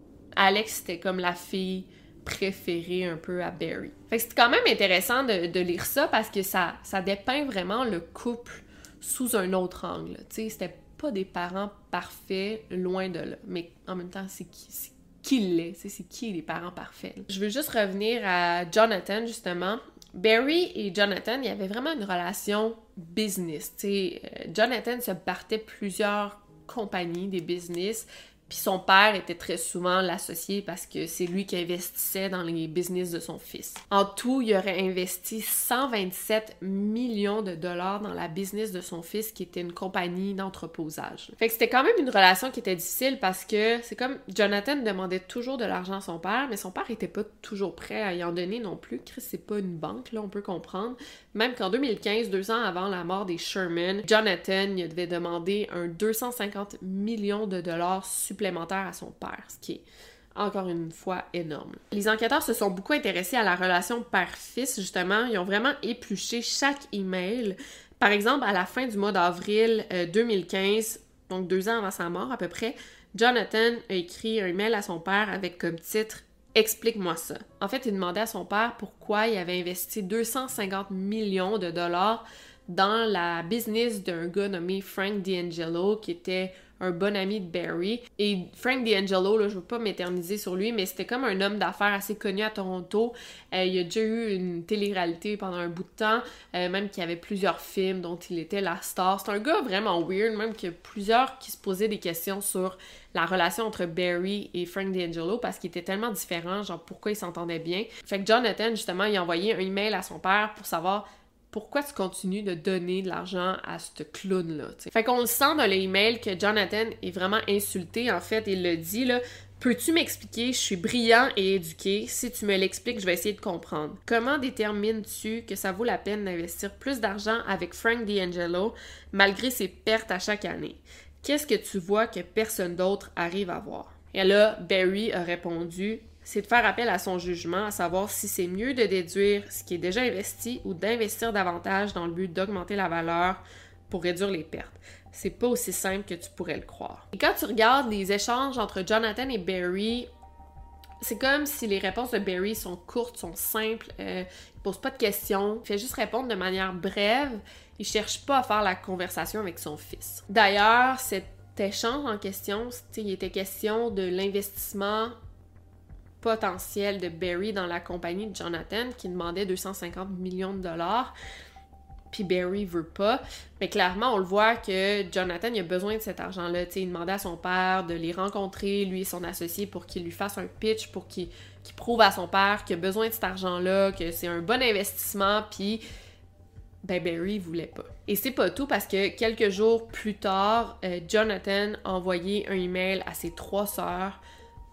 Alex, c'était comme la fille préférée un peu à Barry. Fait que c'est quand même intéressant de, de lire ça parce que ça, ça dépeint vraiment le couple sous un autre angle. Tu sais, c'était pas des parents parfaits, loin de là. Mais en même temps, c'est qui... C'est qui l'est, c'est qui les parents parfaits. Je veux juste revenir à Jonathan, justement. Barry et Jonathan, il y avait vraiment une relation business. T'sais, Jonathan se partait plusieurs compagnies, des business, puis son père était très souvent l'associé parce que c'est lui qui investissait dans les business de son fils. En tout, il aurait investi cent vingt-sept millions de dollars dans la business de son fils, qui était une compagnie d'entreposage. Fait que c'était quand même une relation qui était difficile parce que c'est comme Jonathan demandait toujours de l'argent à son père, mais son père était pas toujours prêt à y en donner non plus. Chris, c'est pas une banque, là, on peut comprendre. Même qu'en deux mille quinze, deux ans avant la mort des Sherman, Jonathan, il devait demander un deux cent cinquante millions de dollars supplémentaires à son père, ce qui est encore une fois énorme. Les enquêteurs se sont beaucoup intéressés à la relation père-fils, justement. Ils ont vraiment épluché chaque email. Par exemple, à la fin du mois d'avril euh, deux mille quinze, donc deux ans avant sa mort à peu près, Jonathan a écrit un email à son père avec comme titre « Explique-moi ça ». En fait, il demandait à son père pourquoi il avait investi deux cent cinquante millions de dollars dans la business d'un gars nommé Frank D'Angelo, qui était un bon ami de Barry. Et Frank D'Angelo, là, je veux pas m'éterniser sur lui, mais c'était comme un homme d'affaires assez connu à Toronto. Euh, il a déjà eu une télé-réalité pendant un bout de temps, euh, même qu'il y avait plusieurs films dont il était la star. C'est un gars vraiment weird, même qu'il y a plusieurs qui se posaient des questions sur la relation entre Barry et Frank D'Angelo parce qu'ils étaient tellement différents, genre pourquoi ils s'entendaient bien. Fait que Jonathan, justement, il a envoyé un email à son père pour savoir pourquoi tu continues de donner de l'argent à ce clown-là, t'sais? Fait qu'on le sent dans l'email que Jonathan est vraiment insulté, en fait, il le dit, là. Peux-tu m'expliquer? Je suis brillant et éduqué. Si tu me l'expliques, je vais essayer de comprendre. Comment détermines-tu que ça vaut la peine d'investir plus d'argent avec Frank D'Angelo malgré ses pertes à chaque année? Qu'est-ce que tu vois que personne d'autre arrive à voir? Et là, Barry a répondu, c'est de faire appel à son jugement, à savoir si c'est mieux de déduire ce qui est déjà investi ou d'investir davantage dans le but d'augmenter la valeur pour réduire les pertes. C'est pas aussi simple que tu pourrais le croire. Et quand tu regardes les échanges entre Jonathan et Barry, c'est comme si les réponses de Barry sont courtes, sont simples, euh, il pose pas de questions, il fait juste répondre de manière brève, il cherche pas à faire la conversation avec son fils. D'ailleurs, cet échange en question, il était question de l'investissement potentiel de Barry dans la compagnie de Jonathan qui demandait deux cent cinquante millions de dollars. Puis Barry veut pas. Mais clairement, on le voit que Jonathan, il a besoin de cet argent-là. T'sais, il demandait à son père de les rencontrer, lui et son associé, pour qu'il lui fasse un pitch, pour qu'il, qu'il prouve à son père qu'il a besoin de cet argent-là, que c'est un bon investissement, puis ben Barry voulait pas. Et c'est pas tout, parce que quelques jours plus tard, euh, Jonathan a envoyé un email à ses trois sœurs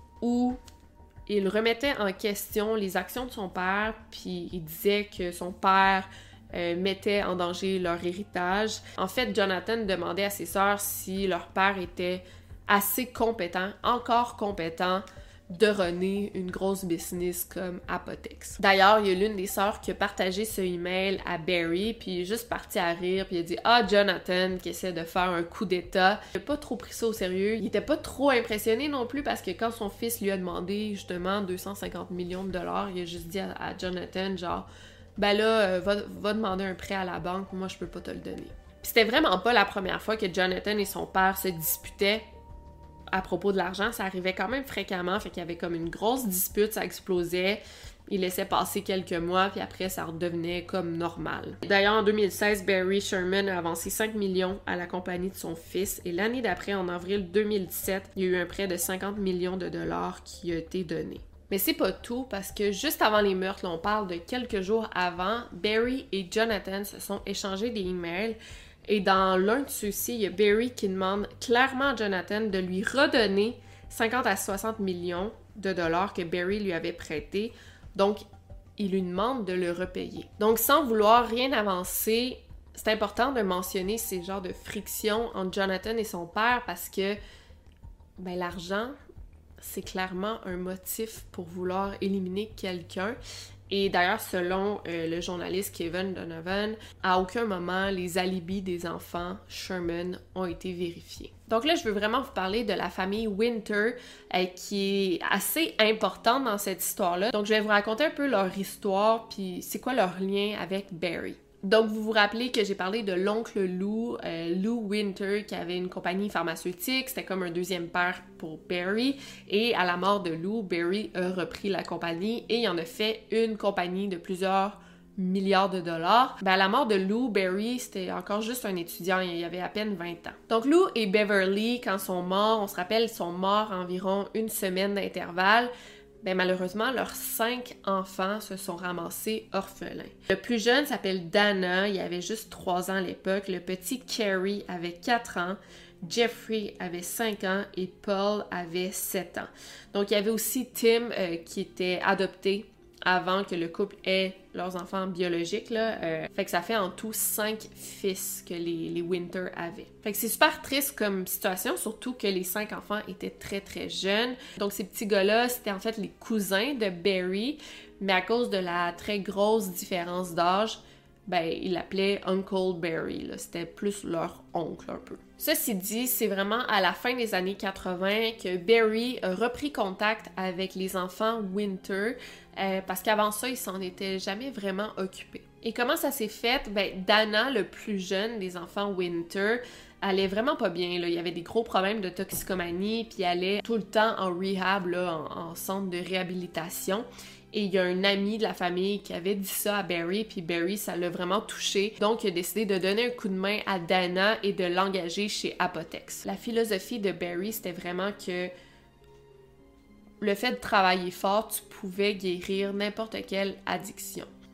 où il remettait en question les actions de son père, puis il disait que son père Euh, mettaient en danger leur héritage. En fait, Jonathan demandait à ses sœurs si leur père était assez compétent, encore compétent, de runner une grosse business comme Apotex. D'ailleurs, il y a l'une des sœurs qui a partagé ce email à Barry, puis il est juste parti à rire, puis il a dit « Ah, Jonathan, qui essaie de faire un coup d'état. » Il a pas trop pris ça au sérieux. Il était pas trop impressionné non plus, parce que quand son fils lui a demandé justement deux cent cinquante millions de dollars, il a juste dit à, à Jonathan, genre ben là, euh, va, va demander un prêt à la banque, moi je peux pas te le donner. Puis c'était vraiment pas la première fois que Jonathan et son père se disputaient à propos de l'argent, ça arrivait quand même fréquemment, fait qu'il y avait comme une grosse dispute, ça explosait, il laissait passer quelques mois, puis après ça redevenait comme normal. D'ailleurs, en deux mille seize, Barry Sherman a avancé cinq millions à la compagnie de son fils, et l'année d'après, en avril deux mille dix-sept, il y a eu un prêt de cinquante millions de dollars qui a été donné. Mais c'est pas tout, parce que juste avant les meurtres, là, on parle de quelques jours avant, Barry et Jonathan se sont échangés des emails, et dans l'un de ceux-ci, il y a Barry qui demande clairement à Jonathan de lui redonner cinquante à soixante millions de dollars que Barry lui avait prêté, donc il lui demande de le repayer. Donc sans vouloir rien avancer, c'est important de mentionner ces genres de frictions entre Jonathan et son père, parce que ben, l'argent, c'est clairement un motif pour vouloir éliminer quelqu'un. Et d'ailleurs, selon euh, le journaliste Kevin Donovan, à aucun moment les alibis des enfants Sherman ont été vérifiés. Donc là, je veux vraiment vous parler de la famille Winter, euh, qui est assez importante dans cette histoire-là. Donc je vais vous raconter un peu leur histoire, puis c'est quoi leur lien avec Barry. Donc, vous vous rappelez que j'ai parlé de l'oncle Lou, euh, Lou Winter, qui avait une compagnie pharmaceutique, c'était comme un deuxième père pour Barry, et à la mort de Lou, Barry a repris la compagnie et il en a fait une compagnie de plusieurs milliards de dollars. Ben, à la mort de Lou, Barry, c'était encore juste un étudiant, il avait à peine vingt ans. Donc, Lou et Beverly, quand ils sont morts, on se rappelle, ils sont morts à environ une semaine d'intervalle. Ben malheureusement, leurs cinq enfants se sont ramassés orphelins. Le plus jeune s'appelle Dana, il avait juste trois ans à l'époque. Le petit Carrie avait quatre ans. Jeffrey avait cinq ans et Paul avait sept ans. Donc il y avait aussi Tim euh, qui était adopté avant que le couple ait leurs enfants biologiques, là. Euh, fait que ça fait en tout cinq fils que les, les Winter avaient. Fait que c'est super triste comme situation, surtout que les cinq enfants étaient très très jeunes. Donc ces petits gars-là, c'était en fait les cousins de Barry, mais à cause de la très grosse différence d'âge, ben, ils l'appelaient Uncle Barry, là. C'était plus leur oncle un peu. Ceci dit, c'est vraiment à la fin des années quatre-vingts que Barry a repris contact avec les enfants Winter, euh, parce qu'avant ça, il s'en était jamais vraiment occupé. Et comment ça s'est fait? Ben, Dana, le plus jeune des enfants Winter, allait vraiment pas bien, là. Il y avait des gros problèmes de toxicomanie, puis il allait tout le temps en rehab, là, en, en centre de réhabilitation. Et il y a un ami de la famille qui avait dit ça à Barry, puis Barry, ça l'a vraiment touché. Donc, il a décidé de donner un coup de main à Dana et de l'engager chez Apotex. La philosophie de Barry, c'était vraiment que le fait de travailler fort, tu pouvais guérir n'importe quelle addiction.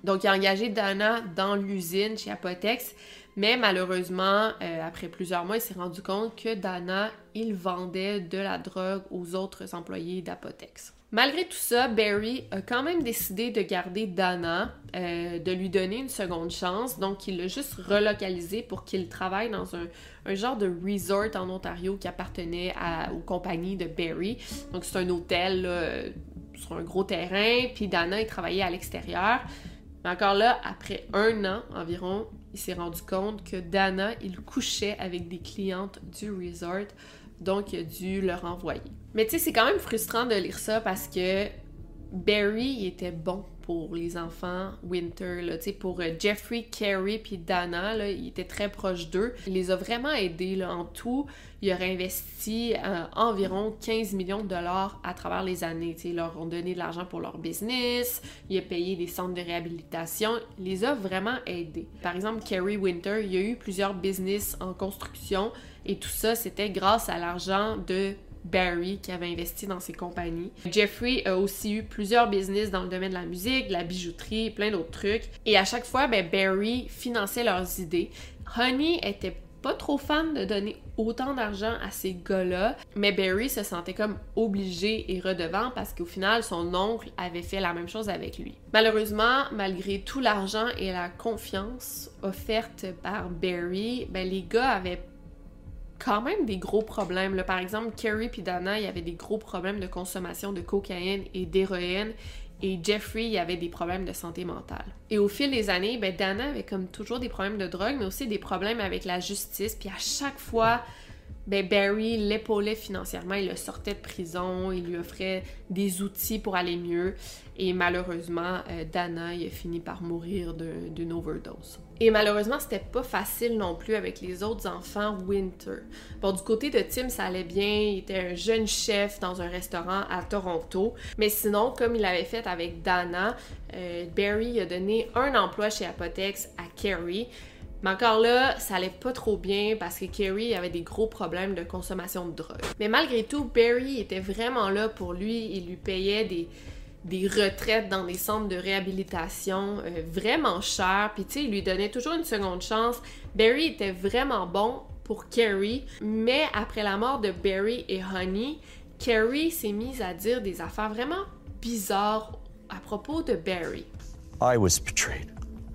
Donc, il a engagé Dana dans l'usine chez Apotex, mais malheureusement, euh, après plusieurs mois, il s'est rendu compte que Dana, il vendait de la drogue aux autres employés d'Apotex. Malgré tout ça, Barry a quand même décidé de garder Dana, euh, de lui donner une seconde chance. Donc, il l'a juste relocalisé pour qu'il travaille dans un, un genre de resort en Ontario qui appartenait à, aux compagnies de Barry. Donc, c'est un hôtel là, sur un gros terrain, puis Dana, il travaillait à l'extérieur. Mais encore là, après un an environ, il s'est rendu compte que Dana, il couchait avec des clientes du resort. Donc, il a dû le renvoyer. Mais tu sais, c'est quand même frustrant de lire ça parce que Barry, il était bon pour les enfants Winter, là, tu sais, pour euh, Jeffrey, Carrie puis Dana, là, il était très proche d'eux. Il les a vraiment aidés, là, en tout. Il a réinvesti euh, environ quinze millions de dollars à travers les années, tu sais, ils leur ont donné de l'argent pour leur business, il a payé des centres de réhabilitation, il les a vraiment aidés. Par exemple, Carrie Winter, il y a eu plusieurs business en construction et tout ça, c'était grâce à l'argent de Barry qui avait investi dans ses compagnies. Jeffrey a aussi eu plusieurs business dans le domaine de la musique, de la bijouterie, plein d'autres trucs. Et à chaque fois, ben, Barry finançait leurs idées. Honey était pas trop fan de donner autant d'argent à ces gars-là, mais Barry se sentait comme obligé et redevant parce qu'au final, son oncle avait fait la même chose avec lui. Malheureusement, malgré tout l'argent et la confiance offerte par Barry, ben, les gars avaient quand même des gros problèmes. Là. Par exemple, Carrie et Dana, il y avait des gros problèmes de consommation de cocaïne et d'héroïne, et Jeffrey, il y avait des problèmes de santé mentale. Et au fil des années, ben, Dana avait comme toujours des problèmes de drogue, mais aussi des problèmes avec la justice, puis à chaque fois, ben, Barry l'épaulait financièrement, il le sortait de prison, il lui offrait des outils pour aller mieux, et malheureusement, euh, Dana, il a fini par mourir de, d'une overdose. Et malheureusement, c'était pas facile non plus avec les autres enfants Winter. Bon, du côté de Tim, ça allait bien, il était un jeune chef dans un restaurant à Toronto, mais sinon, comme il l'avait fait avec Dana, euh, Barry a donné un emploi chez Apotex à Carrie. Mais encore là, ça allait pas trop bien parce que Carrie avait des gros problèmes de consommation de drogue. Mais malgré tout, Barry était vraiment là pour lui, il lui payait des... des retraites dans des centres de réhabilitation euh, vraiment chers, puis tu sais, il lui donnait toujours une seconde chance. Barry était vraiment bon pour Carrie, mais après la mort de Barry et Honey, Carrie s'est mise à dire des affaires vraiment bizarres à propos de Barry. I was betrayed.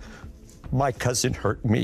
My cousin hurt me,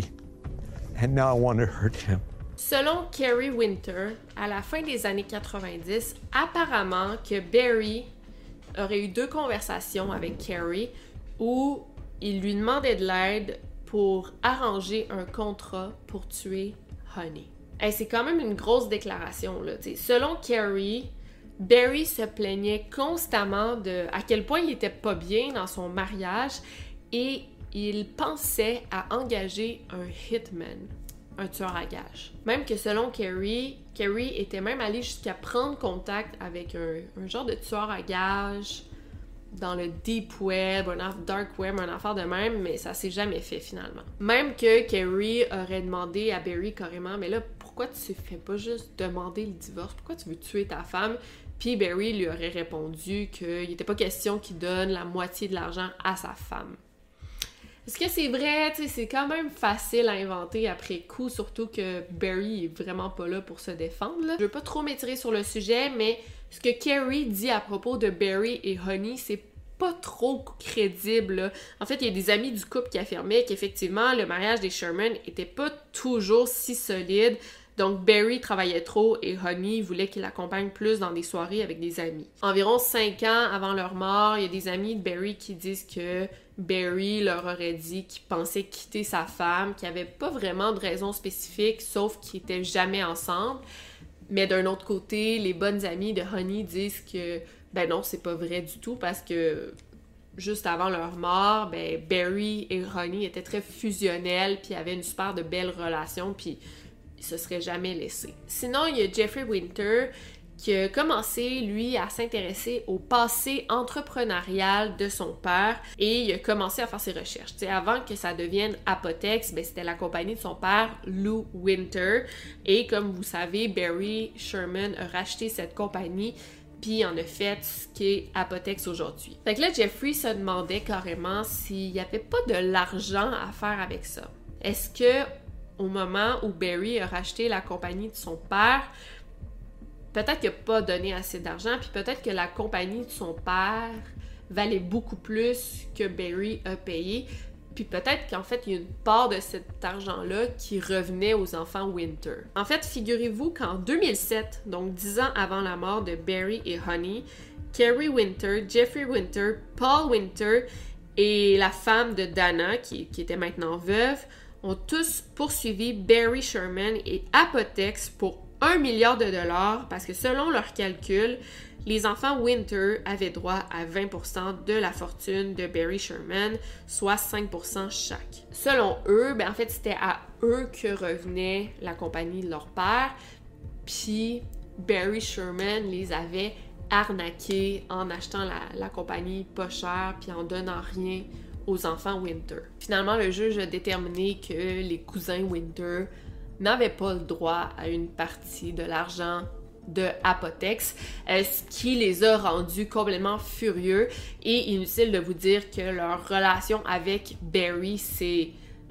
and now I want to hurt him. Selon Carrie Winter, à la fin des années quatre-vingt-dix, apparemment que Barry aurait eu deux conversations avec Carrie où il lui demandait de l'aide pour arranger un contrat pour tuer Honey. Hey, c'est quand même une grosse déclaration, là. T'sais. Selon Carrie, Barry se plaignait constamment de à quel point il était pas bien dans son mariage et il pensait à engager un hitman, un tueur à gages. Même que selon Carrie, Carrie était même allée jusqu'à prendre contact avec un, un genre de tueur à gages dans le deep web, un dark web, un affaire de même, mais ça s'est jamais fait finalement. Même que Carrie aurait demandé à Barry carrément, mais là, pourquoi tu fais pas juste demander le divorce? Pourquoi tu veux tuer ta femme? Puis Barry lui aurait répondu qu'il n'était pas question qu'il donne la moitié de l'argent à sa femme. Est-ce que c'est vrai? T'sais, c'est quand même facile à inventer après coup, surtout que Barry est vraiment pas là pour se défendre. Là. Je veux pas trop m'étirer sur le sujet, mais ce que Carrie dit à propos de Barry et Honey, c'est pas trop crédible. Là. En fait, il y a des amis du couple qui affirmaient qu'effectivement, le mariage des Sherman était pas toujours si solide. Donc, Barry travaillait trop et Honey voulait qu'il l'accompagne plus dans des soirées avec des amis. Environ cinq ans avant leur mort, il y a des amis de Barry qui disent que Barry leur aurait dit qu'il pensait quitter sa femme, qu'il n'y avait pas vraiment de raison spécifique, sauf qu'ils n'étaient jamais ensemble. Mais d'un autre côté, les bonnes amies de Honey disent que, ben non, c'est pas vrai du tout, parce que juste avant leur mort, ben Barry et Honey étaient très fusionnels, puis avaient une super de belle relation, puis il se serait jamais laissé. Sinon, il y a Jeffrey Winter qui a commencé, lui, à s'intéresser au passé entrepreneurial de son père et il a commencé à faire ses recherches. T'sais, avant que ça devienne Apotex, ben, c'était la compagnie de son père, Lou Winter. Et comme vous savez, Barry Sherman a racheté cette compagnie, puis il en a fait ce qu'est Apotex aujourd'hui. Fait que là, Jeffrey se demandait carrément s'il n'y avait pas de l'argent à faire avec ça. Est-ce que au moment où Barry a racheté la compagnie de son père, peut-être qu'il n'a pas donné assez d'argent, puis peut-être que la compagnie de son père valait beaucoup plus que Barry a payé, puis peut-être qu'en fait, il y a une part de cet argent-là qui revenait aux enfants Winter. En fait, figurez-vous qu'en deux mille sept, donc dix ans avant la mort de Barry et Honey, Kerry Winter, Jeffrey Winter, Paul Winter et la femme de Dana, qui, qui était maintenant veuve, ont tous poursuivi Barry Sherman et Apotex pour un milliard de dollars parce que selon leurs calculs, les enfants Winter avaient droit à vingt pour cent de la fortune de Barry Sherman, soit cinq pour cent chaque. Selon eux, ben en fait, c'était à eux que revenait la compagnie de leur père, puis Barry Sherman les avait arnaqués en achetant la, la compagnie pas cher, puis en donnant rien aux enfants Winter. Finalement, le juge a déterminé que les cousins Winter n'avaient pas le droit à une partie de l'argent de Apotex, euh, ce qui les a rendus complètement furieux et inutile de vous dire que leur relation avec Barry s'est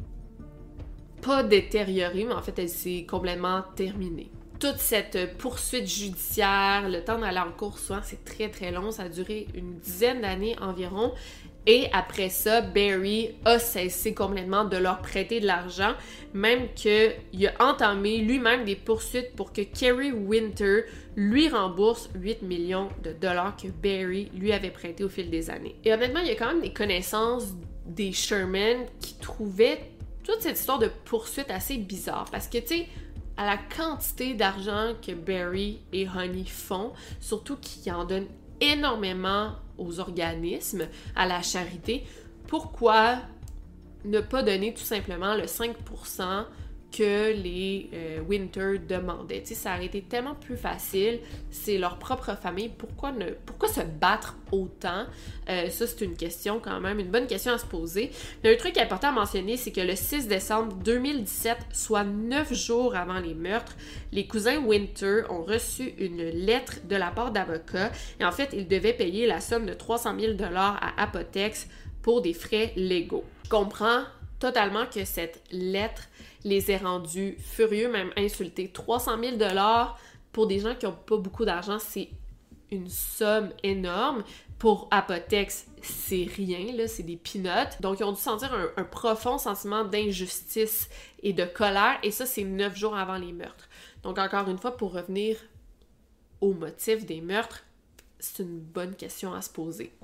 pas détériorée, mais en fait elle s'est complètement terminée. Toute cette poursuite judiciaire, le temps d'aller en cours, souvent c'est très très long, ça a duré une dizaine d'années environ. Et après ça, Barry a cessé complètement de leur prêter de l'argent, même qu'il a entamé lui-même des poursuites pour que Kerry Winter lui rembourse huit millions de dollars que Barry lui avait prêté au fil des années. Et honnêtement, il y a quand même des connaissances des Sherman qui trouvaient toute cette histoire de poursuite assez bizarre. Parce que, tu sais, à la quantité d'argent que Barry et Honey font, surtout qu'ils en donnent énormément aux organismes, à la charité, pourquoi ne pas donner tout simplement le cinq pour cent que les euh, Winter demandaient? Tu sais, ça aurait été tellement plus facile, c'est leur propre famille, pourquoi, ne, pourquoi se battre autant? Euh, ça, c'est une question quand même, une bonne question à se poser. Mais un truc important à mentionner, c'est que le six décembre deux mille dix-sept, soit neuf jours avant les meurtres, les cousins Winter ont reçu une lettre de la part d'avocats et en fait, ils devaient payer la somme de trois cent mille dollars à Apotex pour des frais légaux. Je comprends totalement que cette lettre les ait rendus furieux, même insultés. trois cent mille dollars pour des gens qui n'ont pas beaucoup d'argent, c'est une somme énorme. Pour Apotex, c'est rien, là, c'est des peanuts. Donc, ils ont dû sentir un, un profond sentiment d'injustice et de colère, et ça, c'est neuf jours avant les meurtres. Donc, encore une fois, pour revenir au motif des meurtres, c'est une bonne question à se poser.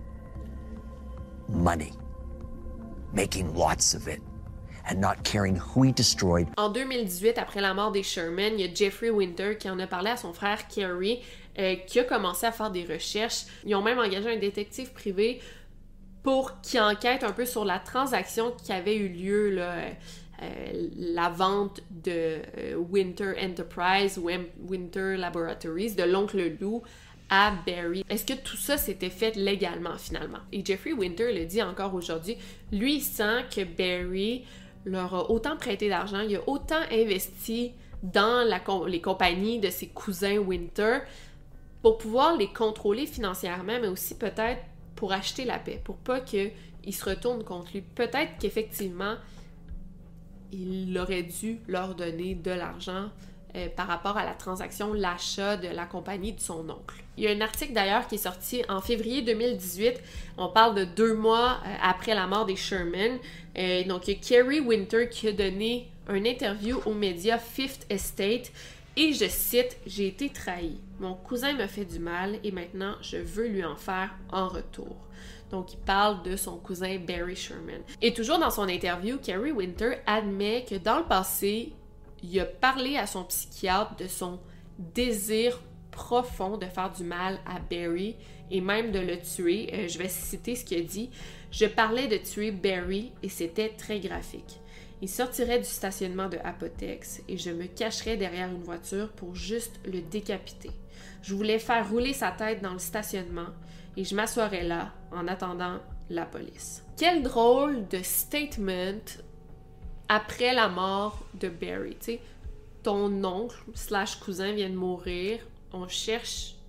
Money. Making lots of it. And not caring who he destroyed. En deux mille dix-huit, après la mort des Sherman, il y a Jeffrey Winter qui en a parlé à son frère Kerry, euh, qui a commencé à faire des recherches. Ils ont même engagé un détective privé pour qu'il enquête un peu sur la transaction qui avait eu lieu, là, euh, euh, la vente de euh, Winter Enterprise ou Winter Laboratories, de l'oncle Lou à Barry. Est-ce que tout ça s'était fait légalement finalement? Et Jeffrey Winter le dit encore aujourd'hui, lui il sent que Barry leur a autant prêté d'argent, il a autant investi dans la, les compagnies de ses cousins Winter pour pouvoir les contrôler financièrement, mais aussi peut-être pour acheter la paix, pour pas qu'ils se retournent contre lui. Peut-être qu'effectivement, il aurait dû leur donner de l'argent euh, par rapport à la transaction, l'achat de la compagnie de son oncle. Il y a un article d'ailleurs qui est sorti en février deux mille dix-huit. On parle de deux mois euh, après la mort des Sherman. Euh, donc, il y a Kerry Winter qui a donné une interview aux médias Fifth Estate et je cite « J'ai été trahi. Mon cousin me fait du mal et maintenant je veux lui en faire en retour. » Donc, il parle de son cousin Barry Sherman. Et toujours dans son interview, Kerry Winter admet que dans le passé, il a parlé à son psychiatre de son désir profond de faire du mal à Barry et même de le tuer. Euh, je vais citer ce qu'il a dit. « Je parlais de tuer Barry et c'était très graphique. Il sortirait du stationnement de Apotex et je me cacherais derrière une voiture pour juste le décapiter. Je voulais faire rouler sa tête dans le stationnement et je m'assoirais là en attendant la police. » Quel drôle de statement après la mort de Barry. Tu sais, ton oncle slash cousin vient de mourir, on cherche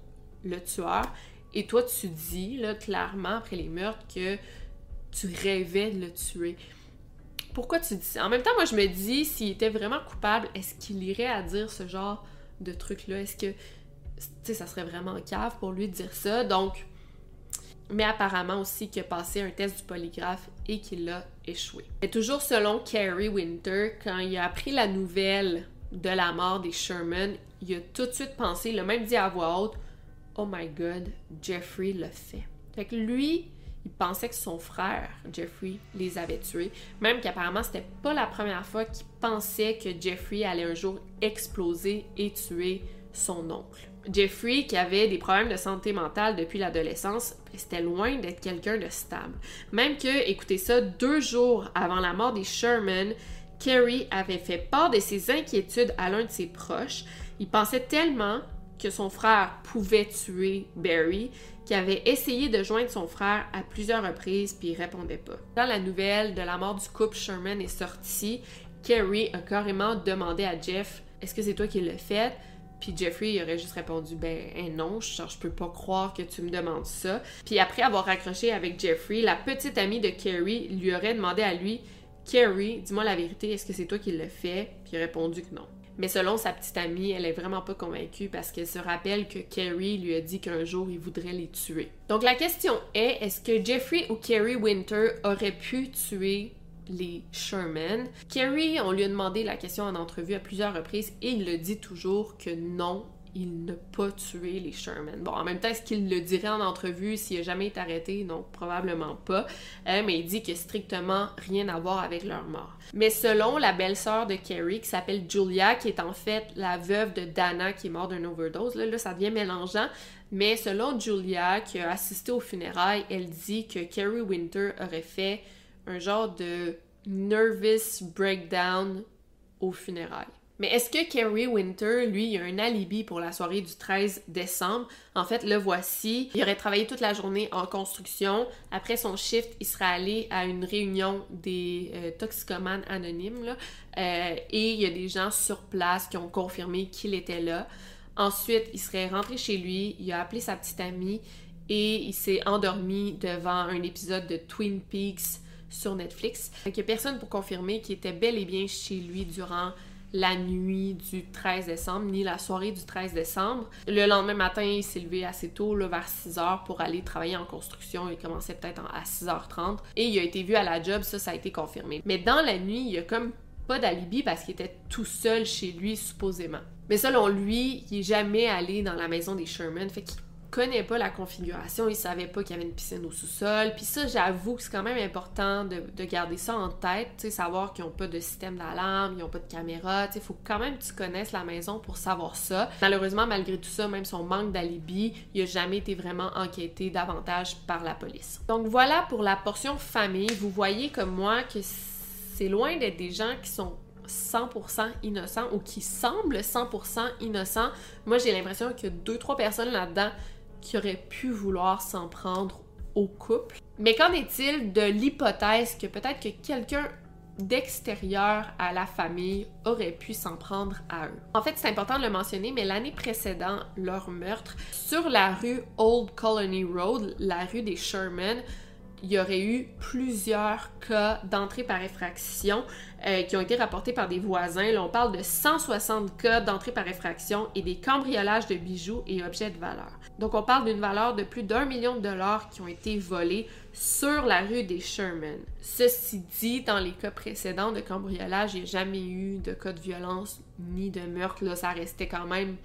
le tueur. Et toi, tu dis, là, clairement, après les meurtres, que tu rêvais de le tuer. Pourquoi tu dis ça? En même temps, moi, je me dis, s'il était vraiment coupable, est-ce qu'il irait à dire ce genre de truc-là? Est-ce que, tu sais, ça serait vraiment cave pour lui de dire ça? Donc, mais apparemment aussi qu'il a passé un test du polygraphe et qu'il a échoué. Et toujours selon Kerry Winter, quand il a appris la nouvelle de la mort des Sherman, il a tout de suite pensé, il a même dit à voix haute, « Oh my God, Jeffrey l'a fait. » Fait que lui, il pensait que son frère, Jeffrey, les avait tués. Même qu'apparemment, c'était pas la première fois qu'il pensait que Jeffrey allait un jour exploser et tuer son oncle. Jeffrey, qui avait des problèmes de santé mentale depuis l'adolescence, c'était loin d'être quelqu'un de stable. Même que, écoutez ça, deux jours avant la mort des Sherman, Kerry avait fait part de ses inquiétudes à l'un de ses proches. Il pensait tellement que son frère pouvait tuer Barry, qui avait essayé de joindre son frère à plusieurs reprises, puis il répondait pas. Quand la nouvelle de la mort du couple Sherman est sortie, Kerry a carrément demandé à Jeff « Est-ce que c'est toi qui l'as fait? » Puis Jeffrey il aurait juste répondu « Ben hein, non, genre, je peux pas croire que tu me demandes ça. » Puis après avoir raccroché avec Jeffrey, la petite amie de Kerry lui aurait demandé à lui « Kerry, dis-moi la vérité, est-ce que c'est toi qui l'as fait? » Puis il a répondu que non. Mais selon sa petite amie, elle est vraiment pas convaincue parce qu'elle se rappelle que Kerry lui a dit qu'un jour, il voudrait les tuer. Donc la question est, est-ce que Jeffrey ou Kerry Winter auraient pu tuer les Sherman? Kerry, on lui a demandé la question en entrevue à plusieurs reprises et il le dit toujours que non, il n'a pas tué les Sherman. Bon, en même temps, est-ce qu'il le dirait en entrevue s'il n'a jamais été arrêté? Non, probablement pas. Euh, mais il dit qu'il n'y a strictement rien à voir avec leur mort. Mais selon la belle-sœur de Kerry, qui s'appelle Julia, qui est en fait la veuve de Dana, qui est morte d'une overdose, là, là, ça devient mélangeant. Mais selon Julia, qui a assisté aux funérailles, elle dit que Kerry Winter aurait fait un genre de nervous breakdown aux funérailles. Mais est-ce que Kerry Winter, lui, il a un alibi pour la soirée du treize décembre? En fait, le voici. Il aurait travaillé toute la journée en construction. Après son shift, il serait allé à une réunion des euh, toxicomanes anonymes, là. Euh, et il y a des gens sur place qui ont confirmé qu'il était là. Ensuite, il serait rentré chez lui, il a appelé sa petite amie et il s'est endormi devant un épisode de Twin Peaks sur Netflix. Il n'y a personne pour confirmer qu'il était bel et bien chez lui durant la nuit du treize décembre, ni la soirée du treize décembre. Le lendemain matin, il s'est levé assez tôt, là, vers six heures, pour aller travailler en construction. Il commençait peut-être à six heures trente. Et il a été vu à la job, ça, ça a été confirmé. Mais dans la nuit, il y a comme pas d'alibi parce qu'il était tout seul chez lui, supposément. Mais selon lui, il est jamais allé dans la maison des Sherman, fait qu'il connaît pas la configuration, il savait pas qu'il y avait une piscine au sous-sol. Puis ça, j'avoue que c'est quand même important de, de garder ça en tête, tu sais, savoir qu'ils ont pas de système d'alarme, ils ont pas de caméra, tu sais, faut quand même que tu connaisses la maison pour savoir ça. Malheureusement, malgré tout ça, même son manque d'alibi, il a jamais été vraiment enquêté davantage par la police. Donc voilà pour la portion famille. Vous voyez comme moi que c'est loin d'être des gens qui sont cent pour cent innocents ou qui semblent cent pour cent innocents. Moi, j'ai l'impression qu'il y a deux, trois personnes là-dedans qui auraient pu vouloir s'en prendre au couple. Mais qu'en est-il de l'hypothèse que peut-être que quelqu'un d'extérieur à la famille aurait pu s'en prendre à eux? En fait, c'est important de le mentionner, mais l'année précédant leur meurtre, sur la rue Old Colony Road, la rue des Sherman, il y aurait eu plusieurs cas d'entrée par effraction euh, qui ont été rapportés par des voisins. Là, on parle de cent soixante cas d'entrée par effraction et des cambriolages de bijoux et objets de valeur. Donc, on parle d'une valeur de plus d'un million de dollars qui ont été volés sur la rue des Sherman. Ceci dit, dans les cas précédents de cambriolage, il n'y a jamais eu de cas de violence ni de meurtre. Là, ça restait quand même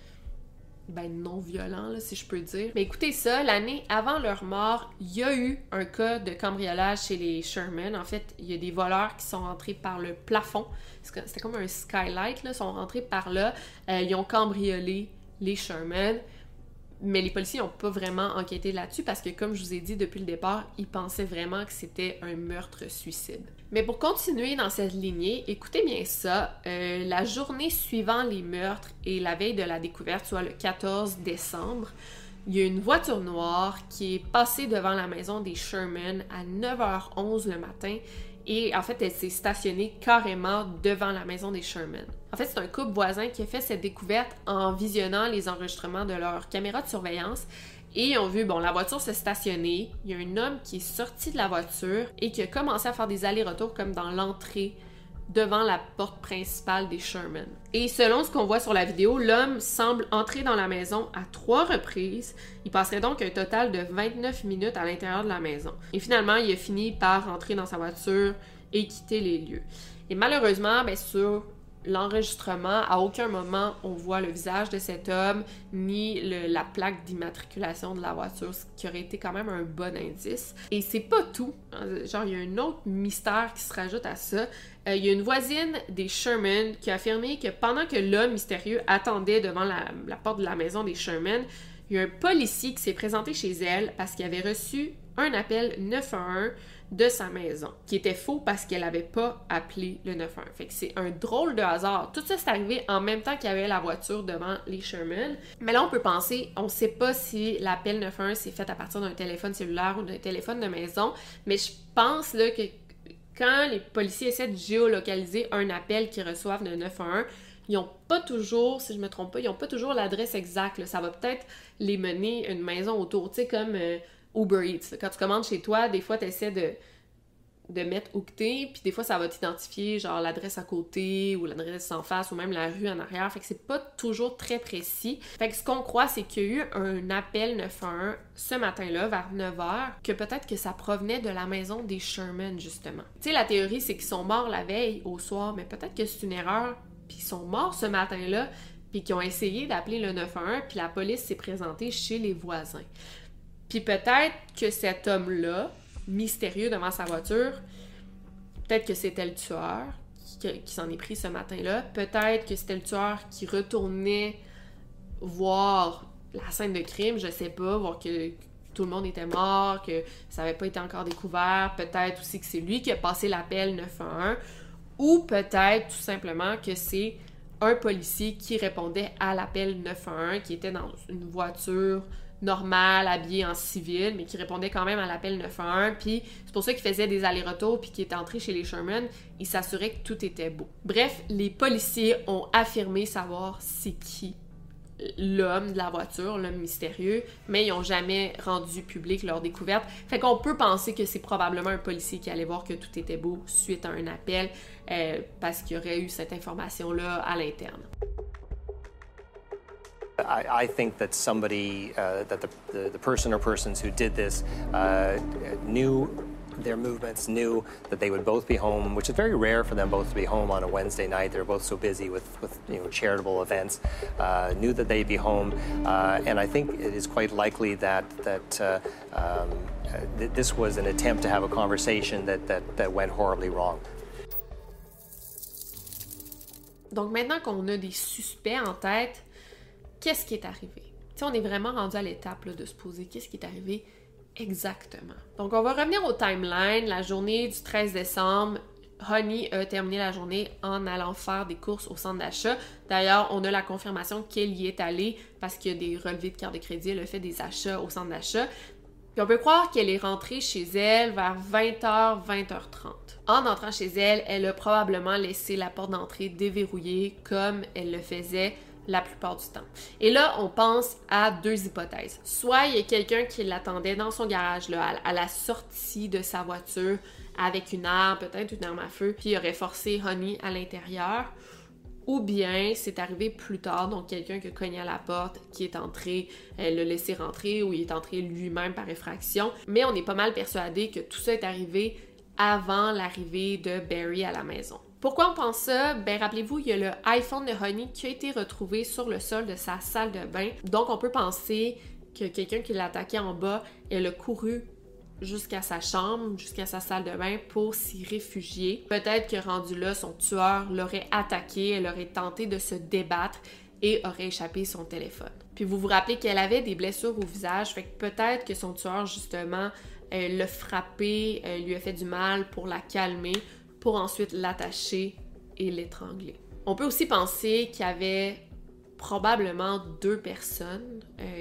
ben non violent, là, si je peux dire. Mais écoutez ça, l'année avant leur mort, il y a eu un cas de cambriolage chez les Sherman. En fait, il y a des voleurs qui sont rentrés par le plafond. C'était comme un skylight, là. Ils sont rentrés par là. Euh, ils ont cambriolé les Sherman. Mais les policiers n'ont pas vraiment enquêté là-dessus parce que, comme je vous ai dit depuis le départ, ils pensaient vraiment que c'était un meurtre-suicide. Mais pour continuer dans cette lignée, écoutez bien ça, euh, la journée suivant les meurtres et la veille de la découverte, soit le quatorze décembre, il y a une voiture noire qui est passée devant la maison des Sherman à neuf heures onze le matin et en fait, elle s'est stationnée carrément devant la maison des Sherman. En fait, c'est un couple voisin qui a fait cette découverte en visionnant les enregistrements de leur caméra de surveillance et ils ont vu, bon, la voiture se stationner, il y a un homme qui est sorti de la voiture et qui a commencé à faire des allers-retours comme dans l'entrée devant la porte principale des Sherman. Et selon ce qu'on voit sur la vidéo, l'homme semble entrer dans la maison à trois reprises. Il passerait donc un total de vingt-neuf minutes à l'intérieur de la maison. Et finalement, il a fini par rentrer dans sa voiture et quitter les lieux. Et malheureusement, bien sûr, l'enregistrement, à aucun moment on voit le visage de cet homme ni le, la plaque d'immatriculation de la voiture, ce qui aurait été quand même un bon indice. Et c'est pas tout. Genre, il y a un autre mystère qui se rajoute à ça. Euh, il y a une voisine des Sherman qui a affirmé que pendant que l'homme mystérieux attendait devant la, la porte de la maison des Sherman, il y a un policier qui s'est présenté chez elle parce qu'il avait reçu un appel neuf un un de sa maison, qui était faux parce qu'elle n'avait pas appelé le neuf un un. Fait que c'est un drôle de hasard. Tout ça, c'est arrivé en même temps qu'il y avait la voiture devant les Sherman. Mais là, on peut penser, on ne sait pas si l'appel neuf un un s'est fait à partir d'un téléphone cellulaire ou d'un téléphone de maison, mais je pense là que quand les policiers essaient de géolocaliser un appel qu'ils reçoivent de neuf un un, ils n'ont pas toujours, si je me trompe pas, ils n'ont pas toujours l'adresse exacte. Là. Ça va peut-être les mener une maison autour, tu sais, comme euh, Uber Eats. Là. Quand tu commandes chez toi, des fois, tu essaies de, de mettre où que t'es, puis des fois, ça va t'identifier, genre l'adresse à côté, ou l'adresse en face, ou même la rue en arrière. Fait que c'est pas toujours très précis. Fait que ce qu'on croit, c'est qu'il y a eu un appel neuf un un ce matin-là, vers neuf heures, que peut-être que ça provenait de la maison des Sherman, justement. Tu sais, la théorie, c'est qu'ils sont morts la veille, au soir, mais peut-être que c'est une erreur, puis ils sont morts ce matin-là, puis qu'ils ont essayé d'appeler le neuf un un, puis la police s'est présentée chez les voisins. Puis peut-être que cet homme-là, mystérieux devant sa voiture, peut-être que c'était le tueur qui, qui s'en est pris ce matin-là, peut-être que c'était le tueur qui retournait voir la scène de crime, je sais pas, voir que tout le monde était mort, que ça avait pas été encore découvert, peut-être aussi que c'est lui qui a passé l'appel neuf un un, ou peut-être tout simplement que c'est un policier qui répondait à l'appel neuf un un, qui était dans une voiture normale, habillé en civil, mais qui répondait quand même à l'appel neuf un un, puis c'est pour ça qu'il faisait des allers-retours, puis qu'il était entré chez les Sherman, il s'assurait que tout était beau. Bref, les policiers ont affirmé savoir c'est qui l'homme de la voiture, l'homme mystérieux, mais ils n'ont jamais rendu public leur découverte. Fait qu'on peut penser que c'est probablement un policier qui allait voir que tout était beau suite à un appel, euh, parce qu'il y aurait eu cette information-là à l'interne. I, I think that somebody, uh, that the, the, the person or persons who did this uh, knew their movements, knew that they would both be home, which is very rare for them both to be home on a Wednesday night. They're both so busy with, with you know, charitable events, uh, knew that they'd be home. Uh, and I think it is quite likely that, that uh, um, th- this was an attempt to have a conversation that, that, that went horribly wrong. Donc maintenant qu'on a des suspects en tête, qu'est-ce qui est arrivé? T'sais, on est vraiment rendu à l'étape là, de se poser qu'est-ce qui est arrivé exactement. Donc, on va revenir au timeline. La journée du treize décembre, Honey a terminé la journée en allant faire des courses au centre d'achat. D'ailleurs, on a la confirmation qu'elle y est allée parce qu'il y a des relevés de carte de crédit. Elle a fait des achats au centre d'achat. Puis on peut croire qu'elle est rentrée chez elle vers vingt heures, vingt heures trente. En entrant chez elle, elle a probablement laissé la porte d'entrée déverrouillée comme elle le faisait la plupart du temps. Et là, on pense à deux hypothèses. Soit il y a quelqu'un qui l'attendait dans son garage, là, à la sortie de sa voiture, avec une arme, peut-être une arme à feu, puis il aurait forcé Honey à l'intérieur. Ou bien c'est arrivé plus tard, donc quelqu'un qui a cogné à la porte, qui est entré, elle l'a laissé rentrer, ou il est entré lui-même par effraction. Mais on est pas mal persuadé que tout ça est arrivé avant l'arrivée de Barry à la maison. Pourquoi on pense ça? Ben rappelez-vous, il y a le iPhone de Honey qui a été retrouvé sur le sol de sa salle de bain. Donc on peut penser que quelqu'un qui l'a attaqué en bas, elle a couru jusqu'à sa chambre, jusqu'à sa salle de bain pour s'y réfugier. Peut-être que rendu là, son tueur l'aurait attaqué, elle aurait tenté de se débattre et aurait échappé son téléphone. Puis vous vous rappelez qu'elle avait des blessures au visage, fait que peut-être que son tueur justement euh, l'a frappé, euh, lui a fait du mal pour la calmer, pour ensuite l'attacher et l'étrangler. On peut aussi penser qu'il y avait probablement deux personnes euh,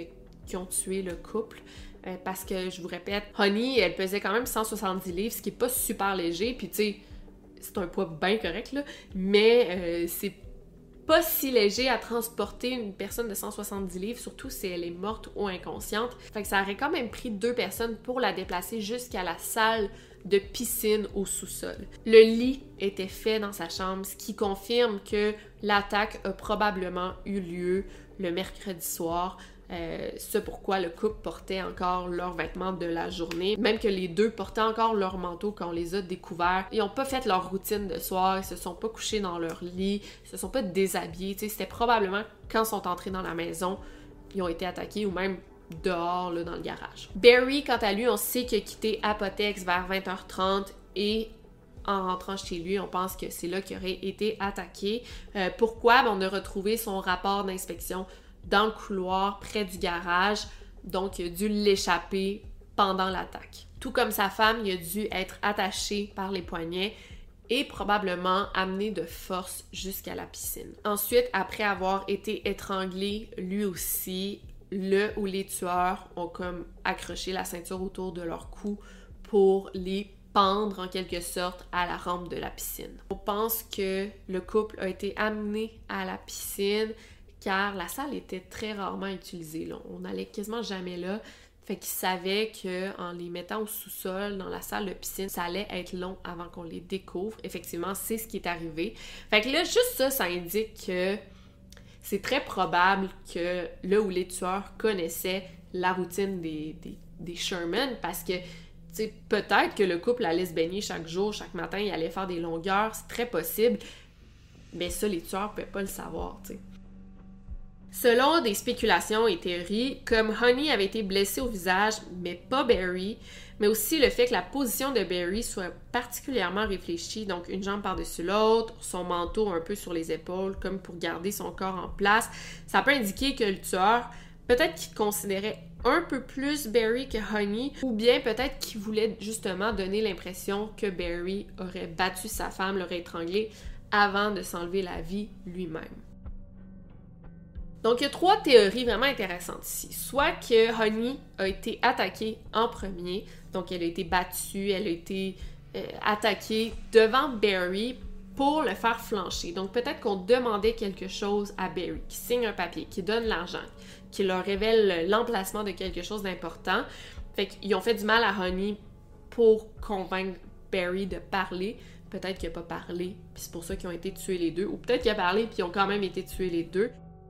qui ont tué le couple. Euh, parce que, je vous répète, Honey, elle pesait quand même cent soixante-dix livres, ce qui est pas super léger, puis tu sais, c'est un poids bien correct, là, mais euh, c'est pas si léger à transporter une personne de cent soixante-dix livres, surtout si elle est morte ou inconsciente. Fait que ça aurait quand même pris deux personnes pour la déplacer jusqu'à la salle de piscine au sous-sol. Le lit était fait dans sa chambre, ce qui confirme que l'attaque a probablement eu lieu le mercredi soir. Euh, c'est pourquoi le couple portait encore leurs vêtements de la journée, même que les deux portaient encore leur manteau quand on les a découverts. Ils n'ont pas fait leur routine de soir, ils se sont pas couchés dans leur lit, ils se sont pas déshabillés, tu sais, c'était probablement quand ils sont entrés dans la maison, ils ont été attaqués ou même dehors, là, dans le garage. Barry, quant à lui, on sait qu'il a quitté Apotex vers vingt heures trente et en rentrant chez lui, on pense que c'est là qu'il aurait été attaqué. Euh, pourquoi? Ben, on a retrouvé son rapport d'inspection dans le couloir près du garage, donc il a dû l'échapper pendant l'attaque. Tout comme sa femme, il a dû être attaché par les poignets et probablement amené de force jusqu'à la piscine. Ensuite, après avoir été étranglé, lui aussi, le ou les tueurs ont comme accroché la ceinture autour de leur cou pour les pendre en quelque sorte à la rampe de la piscine. On pense que le couple a été amené à la piscine car la salle était très rarement utilisée. Là. On n'allait quasiment jamais là. Fait qu'ils savaient qu'en les mettant au sous-sol, dans la salle de piscine, ça allait être long avant qu'on les découvre. Effectivement, c'est ce qui est arrivé. Fait que là, juste ça, ça indique que c'est très probable que le ou les tueurs connaissaient la routine des, des, des Sherman parce que, tu sais, peut-être que le couple allait se baigner chaque jour, chaque matin, il allait faire des longueurs, c'est très possible. Mais ça, les tueurs ne pouvaient pas le savoir, tu sais. Selon des spéculations et théories, comme Honey avait été blessée au visage, mais pas Barry, mais aussi le fait que la position de Barry soit particulièrement réfléchie, donc une jambe par-dessus l'autre, son manteau un peu sur les épaules, comme pour garder son corps en place, ça peut indiquer que le tueur, peut-être qu'il considérait un peu plus Barry que Honey, ou bien peut-être qu'il voulait justement donner l'impression que Barry aurait battu sa femme, l'aurait étranglée, avant de s'enlever la vie lui-même. Donc, il y a trois théories vraiment intéressantes ici. Soit que Honey a été attaquée en premier, donc elle a été battue, elle a été euh, attaquée devant Barry pour le faire flancher. Donc, peut-être qu'on demandait quelque chose à Barry, qui signe un papier, qui donne l'argent, qui leur révèle l'emplacement de quelque chose d'important. Fait qu'ils ont fait du mal à Honey pour convaincre Barry de parler. Peut-être qu'il n'a pas parlé, puis c'est pour ça qu'ils ont été tués les deux. Ou peut-être qu'il a parlé, puis ils ont quand même été tués les deux.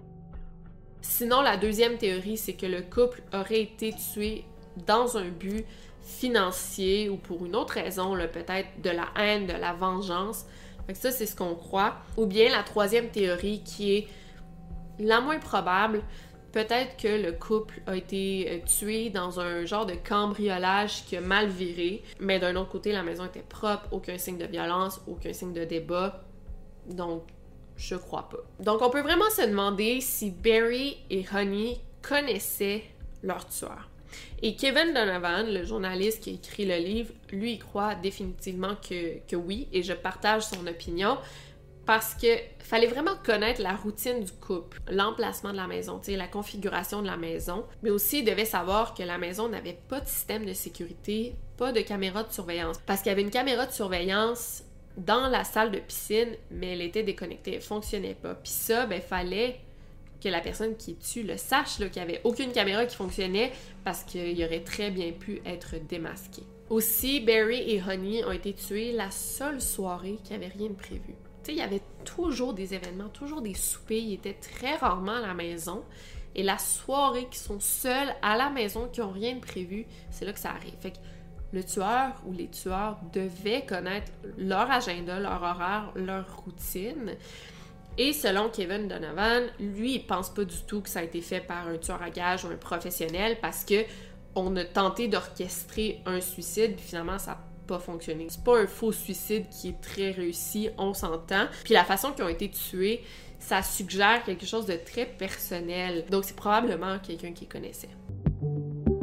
Sinon, la deuxième théorie, c'est que le couple aurait été tué dans un but financier ou pour une autre raison, là, peut-être de la haine, de la vengeance. Fait que ça, c'est ce qu'on croit. Ou bien la troisième théorie qui est la moins probable, peut-être que le couple a été tué dans un genre de cambriolage qui a mal viré, mais d'un autre côté, la maison était propre, aucun signe de violence, aucun signe de débat. Donc, je crois pas. Donc, on peut vraiment se demander si Barry et Honey connaissaient leur tueur. Et Kevin Donovan, le journaliste qui a écrit le livre, lui, il croit définitivement que, que oui, et je partage son opinion, parce que fallait vraiment connaître la routine du couple, l'emplacement de la maison, tu sais, la configuration de la maison, mais aussi il devait savoir que la maison n'avait pas de système de sécurité, pas de caméra de surveillance, parce qu'il y avait une caméra de surveillance dans la salle de piscine, mais elle était déconnectée, elle fonctionnait pas. Puis ça, ben, fallait que la personne qui tue le sache, là, qu'il n'y avait aucune caméra qui fonctionnait parce qu'il aurait très bien pu être démasqué. Aussi, Barry et Honey ont été tués la seule soirée qu'il n'y avait rien de prévu. Tu sais, il y avait toujours des événements, toujours des soupers, ils étaient très rarement à la maison. Et la soirée qu'ils sont seuls à la maison, qui n'ont rien de prévu, c'est là que ça arrive. Fait que le tueur ou les tueurs devaient connaître leur agenda, leur horaire, leur routine. Et selon Kevin Donovan, lui, il pense pas du tout que ça a été fait par un tueur à gages ou un professionnel parce que on a tenté d'orchestrer un suicide, puis finalement, ça n'a pas fonctionné. C'est pas un faux suicide qui est très réussi, on s'entend. Puis la façon qu'ils ont été tués, ça suggère quelque chose de très personnel. Donc, c'est probablement quelqu'un qui connaissait.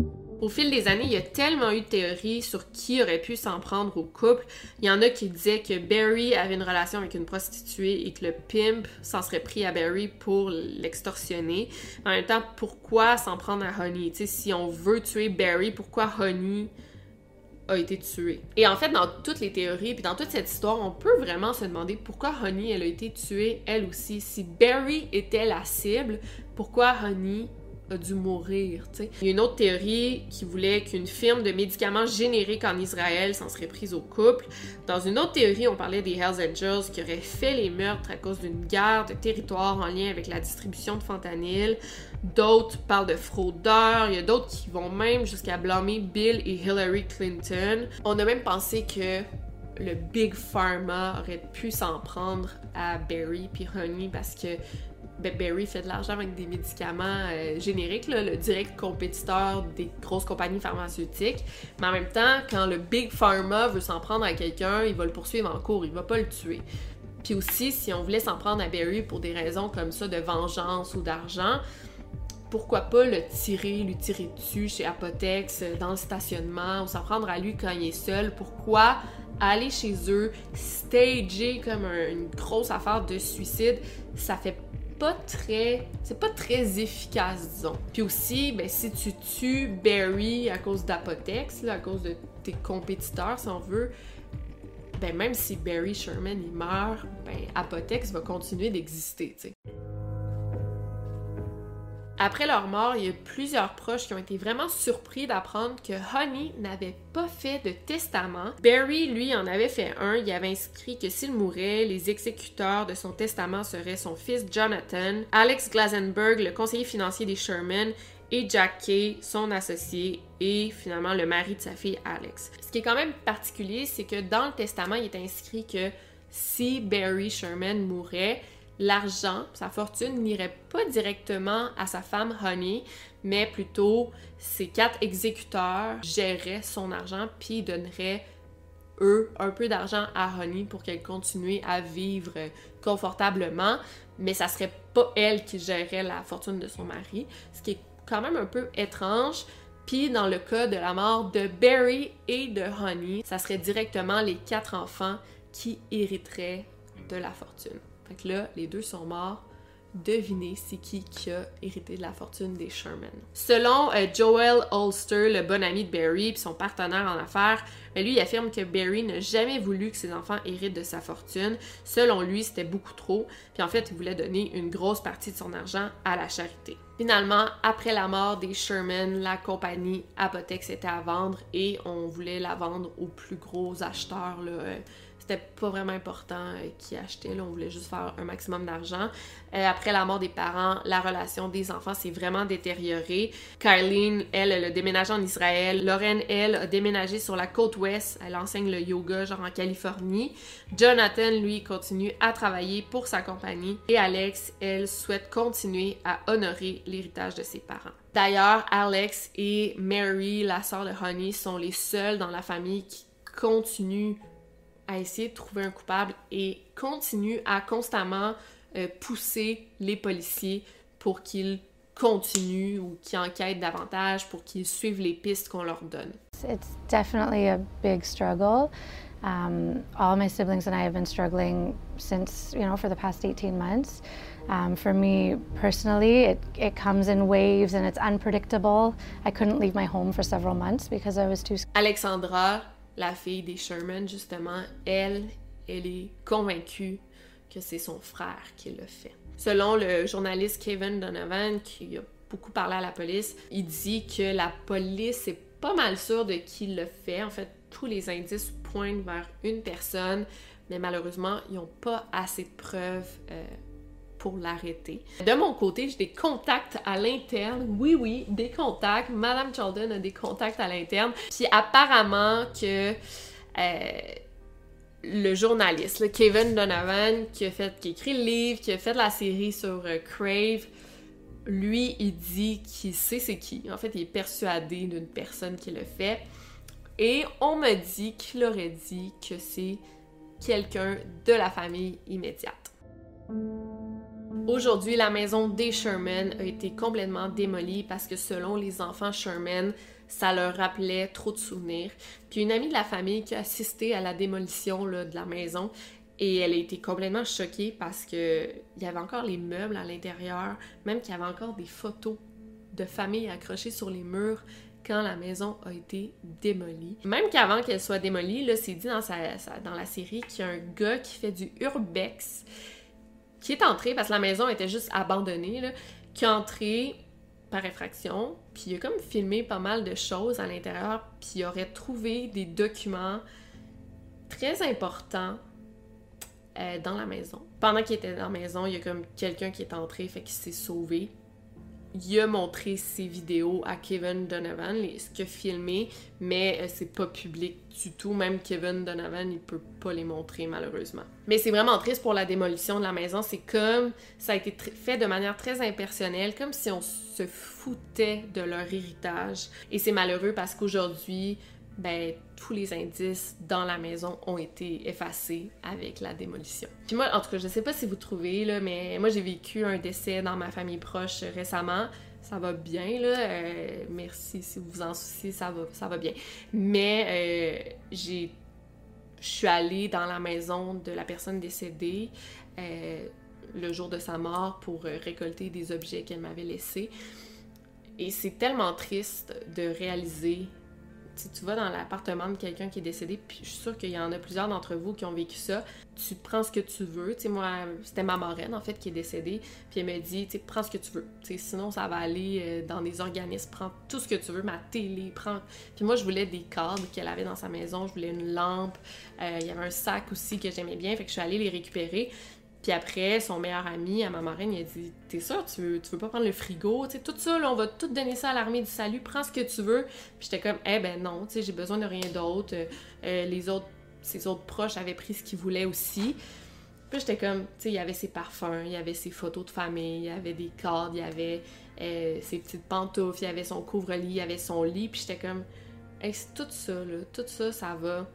Au fil des années, il y a tellement eu de théories sur qui aurait pu s'en prendre au couple. Il y en a qui disaient que Barry avait une relation avec une prostituée et que le pimp s'en serait pris à Barry pour l'extorsionner. En même temps, pourquoi s'en prendre à Honey? Tu sais, si on veut tuer Barry, pourquoi Honey a été tuée? Et en fait, dans toutes les théories, puis dans toute cette histoire, on peut vraiment se demander pourquoi Honey, elle a été tuée elle aussi. Si Barry était la cible, pourquoi Honey a dû mourir, tu sais. Il y a une autre théorie qui voulait qu'une firme de médicaments génériques en Israël s'en serait prise au couple. Dans une autre théorie, on parlait des Hells Angels qui auraient fait les meurtres à cause d'une guerre de territoire en lien avec la distribution de fentanyl. D'autres parlent de fraudeurs. Il y a d'autres qui vont même jusqu'à blâmer Bill et Hillary Clinton. On a même pensé que le Big Pharma aurait pu s'en prendre à Barry puis Honey parce que ben, Barry fait de l'argent avec des médicaments euh, génériques, là, le direct compétiteur des grosses compagnies pharmaceutiques. Mais en même temps, quand le Big Pharma veut s'en prendre à quelqu'un, il va le poursuivre en cours, il va pas le tuer. Puis aussi, si on voulait s'en prendre à Barry pour des raisons comme ça de vengeance ou d'argent, pourquoi pas le tirer, lui tirer dessus chez Apotex, dans le stationnement, ou s'en prendre à lui quand il est seul? Pourquoi aller chez eux, stager comme un, une grosse affaire de suicide? Ça fait pas très... c'est pas très efficace, disons. Puis aussi, ben, si tu tues Barry à cause d'Apotex, là, à cause de tes compétiteurs, si on veut, ben, même si Barry Sherman, il meurt, ben, Apotex va continuer d'exister, tu sais. Après leur mort, il y a plusieurs proches qui ont été vraiment surpris d'apprendre que Honey n'avait pas fait de testament. Barry, lui, en avait fait un. Il avait inscrit que s'il mourait, les exécuteurs de son testament seraient son fils Jonathan, Alex Glasenberg, le conseiller financier des Sherman, et Jack Kay, son associé, et finalement le mari de sa fille Alex. Ce qui est quand même particulier, c'est que dans le testament, il est inscrit que si Barry Sherman mourait, l'argent, sa fortune, n'irait pas directement à sa femme Honey, mais plutôt ses quatre exécuteurs géreraient son argent puis donneraient, eux, un peu d'argent à Honey pour qu'elle continue à vivre confortablement, mais ça serait pas elle qui gérerait la fortune de son mari, ce qui est quand même un peu étrange. Puis dans le cas de la mort de Barry et de Honey, ça serait directement les quatre enfants qui hériteraient de la fortune. Fait que là, les deux sont morts. Devinez c'est qui qui a hérité de la fortune des Sherman. Selon euh, Joel Holster, le bon ami de Barry et son partenaire en affaires, ben lui, il affirme que Barry n'a jamais voulu que ses enfants héritent de sa fortune. Selon lui, c'était beaucoup trop. Puis en fait, il voulait donner une grosse partie de son argent à la charité. Finalement, après la mort des Sherman, la compagnie Apotex était à vendre et on voulait la vendre aux plus gros acheteurs, là, euh, c'était pas vraiment important euh, qui achetait, là, on voulait juste faire un maximum d'argent. Euh, après la mort des parents, la relation des enfants s'est vraiment détériorée. Kylene, elle, elle a déménagé en Israël. Lauren, elle, a déménagé sur la côte ouest. Elle enseigne le yoga, genre en Californie. Jonathan, lui, continue à travailler pour sa compagnie. Et Alex, elle, souhaite continuer à honorer l'héritage de ses parents. D'ailleurs, Alex et Mary, la sœur de Honey, sont les seuls dans la famille qui continuent à essayer de trouver un coupable et continue à constamment euh, pousser les policiers pour qu'ils continuent ou qu'ils enquêtent davantage, pour qu'ils suivent les pistes qu'on leur donne. It's definitely a big struggle. Um, all my siblings and I have been struggling since, you know, for the past eighteen months. Um, for me personally, it, it comes in waves and it's unpredictable. I couldn't leave my home for several months because I was too scared. Alexandra, la fille des Sherman, justement, elle, elle est convaincue que c'est son frère qui l'a fait. Selon le journaliste Kevin Donovan, qui a beaucoup parlé à la police, il dit que la police est pas mal sûre de qui l'a fait. En fait, tous les indices pointent vers une personne, mais malheureusement, ils n'ont pas assez de preuves euh, pour l'arrêter. De mon côté, j'ai des contacts à l'interne. Oui, oui, des contacts. Madame Chaldon a des contacts à l'interne. Puis apparemment que euh, le journaliste, là, Kevin Donovan, qui a fait, qui a écrit le livre, qui a fait la série sur euh, Crave, lui, il dit qu'il sait c'est qui. En fait, il est persuadé d'une personne qui l'a fait. Et on me dit qu'il aurait dit que c'est quelqu'un de la famille immédiate. Aujourd'hui, la maison des Sherman a été complètement démolie parce que selon les enfants Sherman, ça leur rappelait trop de souvenirs. Puis une amie de la famille qui a assisté à la démolition là, de la maison, et elle a été complètement choquée parce que il y avait encore les meubles à l'intérieur, même qu'il y avait encore des photos de famille accrochées sur les murs quand la maison a été démolie. Même qu'avant qu'elle soit démolie, là, c'est dit dans, sa, sa, dans la série qu'il y a un gars qui fait du urbex qui est entré, parce que la maison était juste abandonnée, là, qui est entré par effraction, puis il a comme filmé pas mal de choses à l'intérieur, puis il aurait trouvé des documents très importants euh, dans la maison. Pendant qu'il était dans la maison, il y a comme quelqu'un qui est entré, fait qu'il s'est sauvé. Il a montré ses vidéos à Kevin Donovan, les, ce qu'il a filmé, mais euh, c'est pas public du tout. Même Kevin Donovan, il peut pas les montrer, malheureusement. Mais c'est vraiment triste pour la démolition de la maison. C'est comme... ça a été tr- fait de manière très impersonnelle, comme si on se foutait de leur héritage. Et c'est malheureux parce qu'aujourd'hui, ben, tous les indices dans la maison ont été effacés avec la démolition. Puis moi, en tout cas, je sais pas si vous trouvez, là, mais moi, j'ai vécu un décès dans ma famille proche récemment. Ça va bien, là. Euh, merci si vous vous en souciez, ça va, ça va bien. Mais euh, j'ai... je suis allée dans la maison de la personne décédée euh, le jour de sa mort pour euh, récolter des objets qu'elle m'avait laissés. Et c'est tellement triste de réaliser... Si tu vas dans l'appartement de quelqu'un qui est décédé, puis je suis sûre qu'il y en a plusieurs d'entre vous qui ont vécu ça, tu prends ce que tu veux. Tu sais, moi, c'était ma marraine, en fait, qui est décédée, puis elle me dit, tu sais, prends ce que tu veux. Tu sais, sinon, ça va aller dans des organismes. Prends tout ce que tu veux, ma télé, prends... Puis moi, je voulais des cadres qu'elle avait dans sa maison, je voulais une lampe, euh, il y avait un sac aussi que j'aimais bien, fait que je suis allée les récupérer. Puis après, son meilleur ami, à ma marraine, il a dit « T'es sûr, tu veux, tu veux pas prendre le frigo? Tu sais, tout ça, là, on va tout donner ça à l'armée du salut, prends ce que tu veux. » Puis j'étais comme « Eh ben non, tu sais, j'ai besoin de rien d'autre. Euh, les autres, ses autres proches avaient pris ce qu'ils voulaient aussi. » Puis j'étais comme, tu sais, il y avait ses parfums, il y avait ses photos de famille, il y avait des cadres, il y avait euh, ses petites pantoufles, il y avait son couvre-lit, il y avait son lit. Puis j'étais comme hey, « Tout ça, là, tout ça, ça va...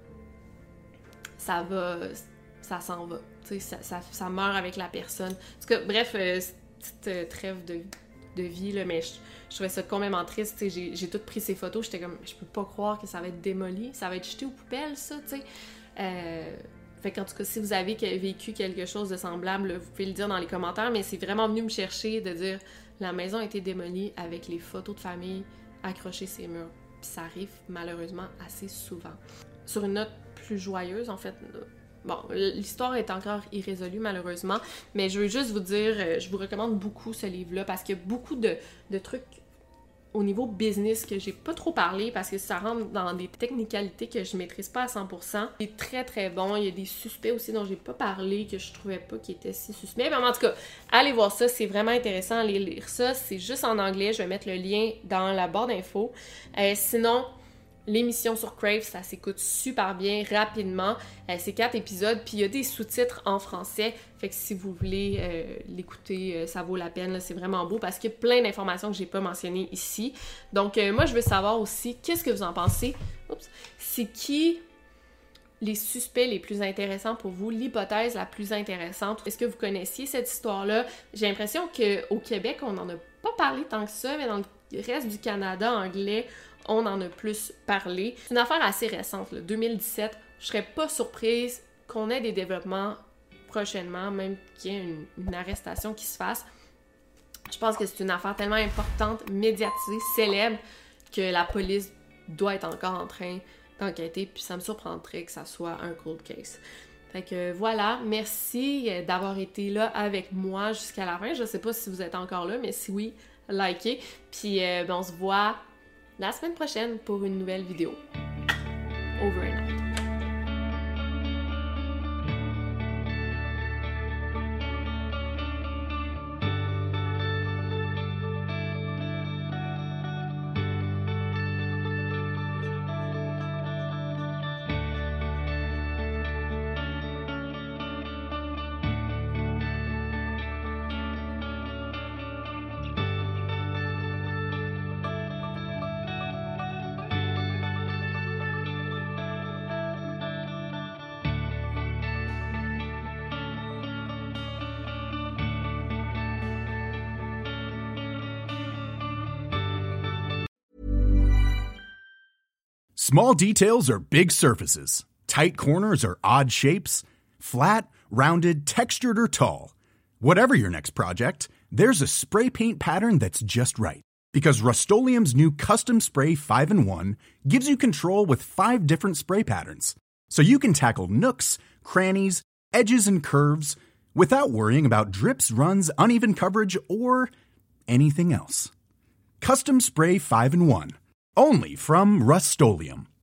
Ça va... Ça s'en va. » Ça, ça, ça meurt avec la personne. En tout cas, bref, euh, petite euh, trêve de, de vie, là, mais je, je trouvais ça complètement triste. J'ai, j'ai tout pris ces photos, j'étais comme, je peux pas croire que ça va être démoli, ça va être jeté aux poubelles, ça, tu sais. Euh, fait qu'en tout cas, si vous avez vécu quelque chose de semblable, là, vous pouvez le dire dans les commentaires, mais c'est vraiment venu me chercher de dire, la maison a été démolie avec les photos de famille accrochées sur les murs. Puis ça arrive malheureusement assez souvent. Sur une note plus joyeuse, en fait, bon, l'histoire est encore irrésolue, malheureusement, mais je veux juste vous dire, euh, je vous recommande beaucoup ce livre-là parce qu'il y a beaucoup de, de trucs au niveau business que j'ai pas trop parlé parce que ça rentre dans des technicalités que je maîtrise pas à cent pour cent. Il est très très bon, il y a des suspects aussi dont j'ai pas parlé, que je trouvais pas qui étaient si suspects. Mais en tout cas, allez voir ça, c'est vraiment intéressant, allez lire ça, c'est juste en anglais, je vais mettre le lien dans la barre d'infos. Euh, sinon... L'émission sur Crave, ça s'écoute super bien, rapidement. Euh, c'est quatre épisodes, puis il y a des sous-titres en français. Fait que si vous voulez euh, l'écouter, euh, ça vaut la peine. Là, c'est vraiment beau parce qu'il y a plein d'informations que j'ai pas mentionnées ici. Donc, euh, moi, je veux savoir aussi, qu'est-ce que vous en pensez? Oups. C'est qui les suspects les plus intéressants pour vous? L'hypothèse la plus intéressante? Est-ce que vous connaissiez cette histoire-là? J'ai l'impression qu'au Québec, on n'en a pas parlé tant que ça, mais dans le reste du Canada anglais, on en a plus parlé. C'est une affaire assez récente, là, deux mille dix-sept. Je serais pas surprise qu'on ait des développements prochainement, même qu'il y ait une, une arrestation qui se fasse. Je pense que c'est une affaire tellement importante, médiatisée, célèbre, que la police doit être encore en train d'enquêter, puis ça me surprendrait que ça soit un cold case. Fait que voilà, merci d'avoir été là avec moi jusqu'à la fin. Je sais pas si vous êtes encore là, mais si oui, likez. Puis euh, ben on se voit la semaine prochaine pour une nouvelle vidéo. Over and out. Small details or big surfaces, tight corners or odd shapes, flat, rounded, textured, or tall. Whatever your next project, there's a spray paint pattern that's just right. Because Rust-Oleum's new Custom Spray five in one gives you control with five different spray patterns. So you can tackle nooks, crannies, edges, and curves without worrying about drips, runs, uneven coverage, or anything else. Custom Spray five in one. Only from Rust-Oleum.